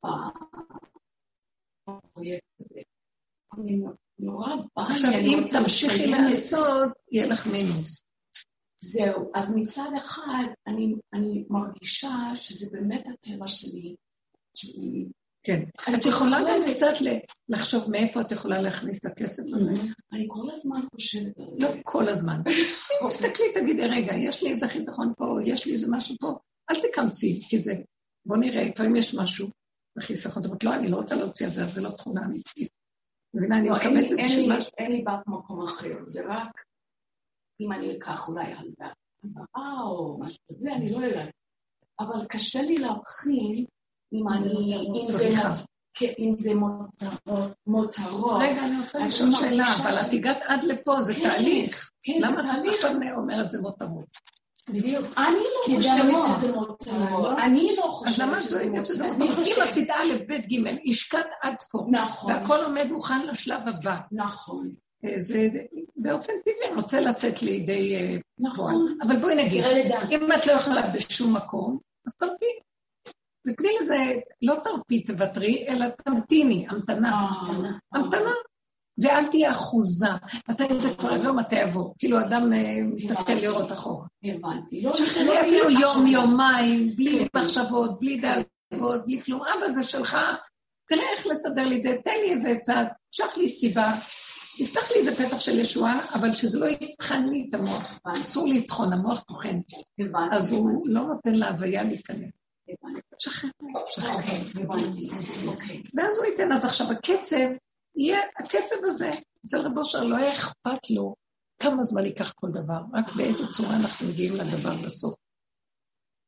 בפרויקט הזה. אני נורא באה... עכשיו, אם תמשיכי לעשות, יהיה לך מינוס. זהו. אז מצד אחד, אני, אני מרגישה שזה באמת הטבע שלי, שלי... כן. את יכולה גם קצת לחשוב מאיפה את יכולה להכניס את הכסף הזה. אני כל הזמן חושבת על זה. לא כל הזמן. תסתכלי, תגידי, רגע, יש לי איזה חיסכון פה, יש לי איזה משהו פה, אל תקמצי, כי זה, בוא נראה, לפעמים יש משהו בחיסכון, זאת לא, אני לא רוצה להוציא את זה, אז זה לא תכונה אמיתית. מבינה, אני מקמצת בשביל משהו. אין לי בת מקום אחר, זה רק, אם אני אקח אולי הלוואה או משהו כזה, אני לא יודעת. אבל קשה לי להבחין, אם אני, אם זה מותרות. רגע, אני רוצה לשאול שאלה, אבל את הגעת עד לפה, זה תהליך. למה את עכשיו אומרת זה מותרות? בדיוק. אני לא חושבת שזה מותרות. אני לא חושבת שזה מותרות. אם עשית א', ב', ג', השקעת עד פה. נכון. והכל עומד מוכן לשלב הבא. נכון. זה באופן טבעי, רוצה לצאת לידי פועל. אבל בואי נגיד, אם את לא יכולה בשום מקום, אז תרפי. תקני לזה, לא תרפי תוותרי, אלא תמתיני, המתנה. המתנה. ואל תהיה אחוזה. מתי זה כבר לא, מתי יבוא. כאילו אדם מסתכל לראות אחורה. הבנתי. שחררי אפילו יום, יומיים, בלי מחשבות, בלי דאגות, בלי כלום. אבא זה שלך, תראה איך לסדר לי את זה, תן לי איזה צד, שח לי סיבה, תפתח לי איזה פתח של ישועה, אבל שזה לא יתחן לי את המוח. אסור להתחון, המוח תוכן. אז הוא לא נותן להוויה להיכנס. שחרר, שחרר, ואז הוא ייתן, אז עכשיו הקצב, יהיה הקצב הזה, אצל רב אושר לא יהיה אכפת לו כמה זמן ייקח כל דבר, רק באיזה צורה אנחנו מגיעים לדבר בסוף.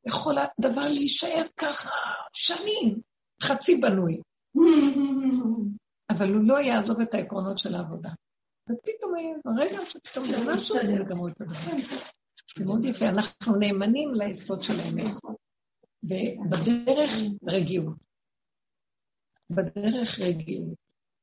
יכול הדבר להישאר ככה שנים, חצי בנוי. אבל הוא לא יעזוב את העקרונות של העבודה. ופתאום, ברגע שפתאום זה משהו, וגמרו את הדבר. זה מאוד יפה, אנחנו נאמנים ליסוד של האמת. ובדרך רגיעות. בדרך רגיעות.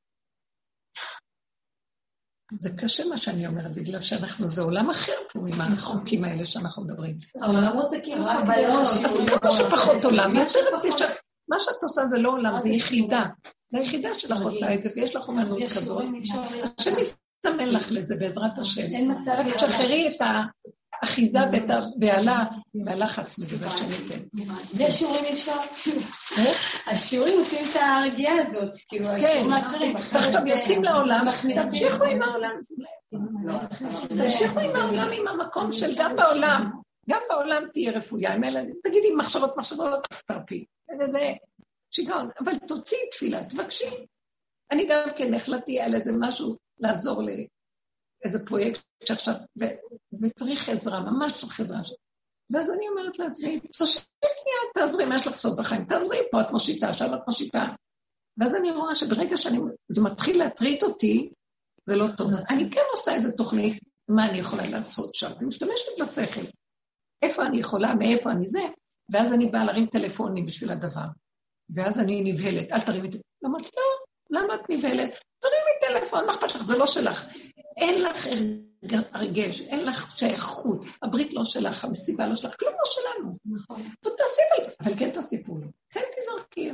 זה קשה מה שאני אומרת, בגלל שאנחנו, זה עולם אחר פה עם החוקים האלה שאנחנו מדברים. אבל למרות זה כאילו... אז כמה שפחות עולם, מה שאת עושה זה לא עולם, זה יחידה. זה היחידה שלך רוצה את זה, ויש לך אומנות כזאת. השם יסתמן לך לזה בעזרת השם. אז תשחררי את האחיזה ואת הבעלה, והלחץ מזה, והשני כן. והשיעורים אפשר? השיעורים עושים את הרגיעה הזאת, כאילו, השיעורים מאפשרים. ועכשיו יוצאים לעולם, תמשיכו עם העולם. תמשיכו עם העולם, עם המקום של גם בעולם. גם בעולם תהיה רפויה. תגידי, מחשבות, מחשבות, תרפי. זה שיגעון, אבל תוציאי תפילה, תבקשי. אני גם כן החלטתי על איזה משהו לעזור לאיזה פרויקט שעכשיו, וצריך עזרה, ממש צריך עזרה. ואז אני אומרת לעצמי, תשתייה, תעזרי, מה יש לך סוד בחיים? תעזרי, פה את מושיטה, שם את מושיטה. ואז אני רואה שברגע שזה מתחיל להטריד אותי, זה לא טוב. אני כן עושה איזו תוכנית, מה אני יכולה לעשות שם? אני משתמשת בשכל. איפה אני יכולה, מאיפה אני זה? ואז אני באה להרים טלפונים בשביל הדבר. ואז אני נבהלת, אל תרימי טלפון. אמרת, לא, למה את נבהלת? תרימי טלפון, מה אכפת לך? זה לא שלך. אין לך הרגש, אין לך שייכות. הברית לא שלך, המסיבה לא שלך, כלום לא שלנו. נכון. תעשי, אבל כן תעשיפו לו. כן תזרקי,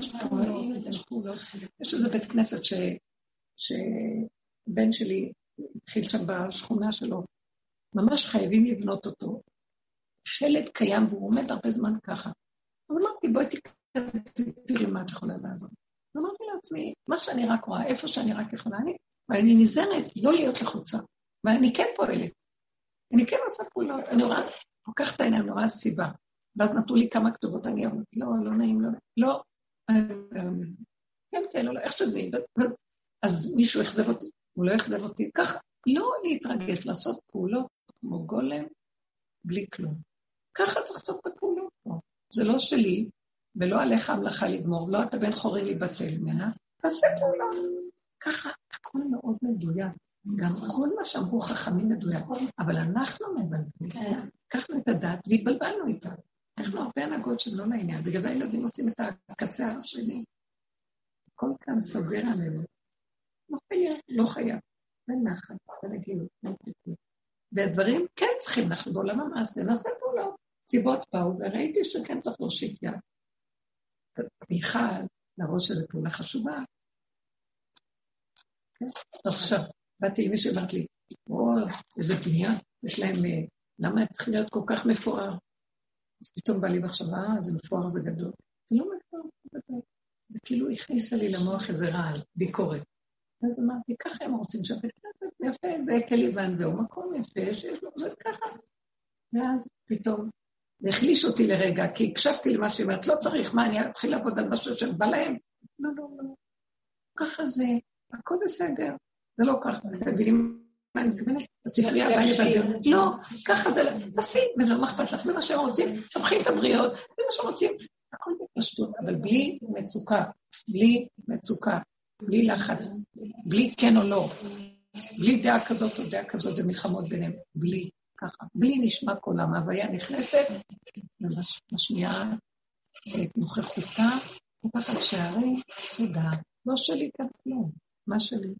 יש איזה בית כנסת שבן שלי התחיל שם בשכונה שלו. ממש חייבים לבנות אותו. שלט קיים והוא עומד הרבה זמן ככה. אז אמרתי, בואי תראי מה את יכולה לעזור. אז אמרתי לעצמי, מה שאני רק רואה, איפה שאני רק יכולה, אני, ואני נזהרת לא להיות לחוצה, ואני כן פועלת. אני כן עושה פעולות, אני רואה, לוקח את העיניים, אני רואה סיבה. ואז נתנו לי כמה כתובות, אני אומרת, לא, לא נעים, לא, לא, כן, כן, לא, איך שזה יהיה. אז מישהו יחזב אותי, הוא לא יחזב אותי, ככה, לא להתרגש, לעשות פעולות כמו גולם, בלי כלום. ככה צריך לעשות את הפעולות פה. זה לא שלי, ולא עליך המלאכה לגמור, לא אתה בן חורי להיבטל ממנה, תעשה פעולות. ככה, הכל מאוד מדויק. גם כל מה שאמרו חכמים מדויק, אבל אנחנו מבלבלים. לקחנו את הדת והתבלבלנו איתה. אנחנו הרבה הנהגות שלא לעניין, בגלל זה הילדים עושים את הקצה השני. כל כאן סוגר עלינו. לא חייב, לא חייב. ונחת, ונגיעות, ונגיעות. והדברים כן צריכים, אנחנו בעולם המעשה, נעשה פעולות. סיבות באו, וראיתי שכן צריך להושיט יד. תמיכה, להראות שזו פעולה חשובה. אז עכשיו, באתי עם מישהו ואמרת לי, או, איזה פנייה, יש להם, למה הם צריכים להיות כל כך מפואר? אז פתאום בא לי מחשבה, זה מפואר, זה גדול. זה לא מפואר, זה גדול. זה כאילו הכניסה לי למוח איזה רעל, ביקורת. אז אמרתי, ככה הם רוצים שבית כנסת יפה, זה כליבן, והוא מקום יפה, שיש לו, זה ככה. ואז פתאום, זה החליש אותי לרגע, כי הקשבתי למה שהיא אומרת, לא צריך, מה, אני אתחיל לעבוד על משהו שבא להם? לא, לא, לא. ככה זה, הכל בסדר. זה לא ככה, אתם מבינים מה אני מתכוונת? הספרייה הבאה לבדר. לא, ככה זה, תעשי, וזה לא אכפת לך, זה מה שהם רוצים, סמכי את הבריות, זה מה שהם רוצים. הכל בפשטות, אבל בלי מצוקה, בלי מצוקה, בלי לחץ, בלי כן או לא, בלי דעה כזאת או דעה כזאת ומלחמות ביניהם, בלי. ככה, בלי נשמע קולם, ההוויה נכנסת, ומשמיעה את נוכחותה, פותחת שערי, תודה, לא שלי כאן כלום, מה שלי?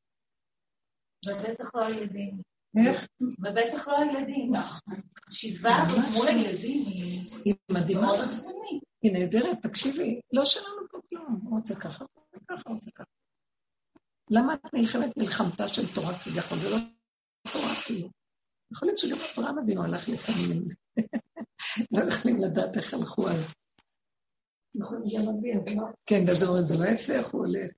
בבטח לא הילדים. איך? בבטח לא הילדים. שיבה מול הילדים היא מדהימה. מאוד רצינית. היא נהדרת, תקשיבי, לא שלנו פה כלום, רוצה ככה, ככה, רוצה ככה. למה את נלחמת מלחמתה של תורה כביכול? זה לא תורה כאילו. יכול להיות שגם אברהם אבינו הלך לפעמים, לא יכולים לדעת איך הלכו אז. נכון, גם אבינו, לא? כן, בזור זה לא יפה, איך הוא הולך.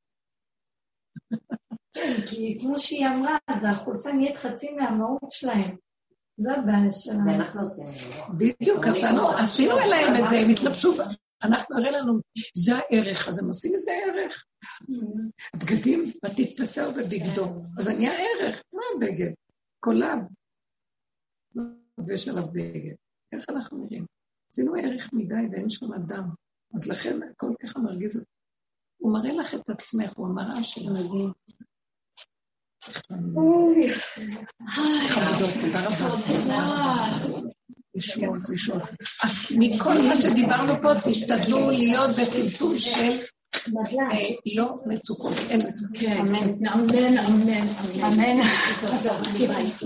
כי כמו שהיא אמרה, אז החולצה נהיית חצי מהמהות שלהם. זה הבעיה שלנו. ואנחנו עושים. בדיוק, עשינו אליהם את זה, הם התלבשו בה. אנחנו הרי לנו, זה הערך, אז הם עושים איזה ערך. הבגדים, ותתפסהו בבגדו. אז אני הערך, מה הבגד? קולב. ויש עליו בגד. איך אנחנו נראים? עשינו ערך מדי ואין שם אדם. אז לכן הכל ככה מרגיז אותי. הוא מראה לך את עצמך, הוא המראה של מדהים. חמודות, תודה רבה. לשמור, לשמור. מכל מה שדיברנו פה, תשתדלו להיות בצמצום של לא מצוקות. אין מצוקות. אמן, אמן, אמן, אמן.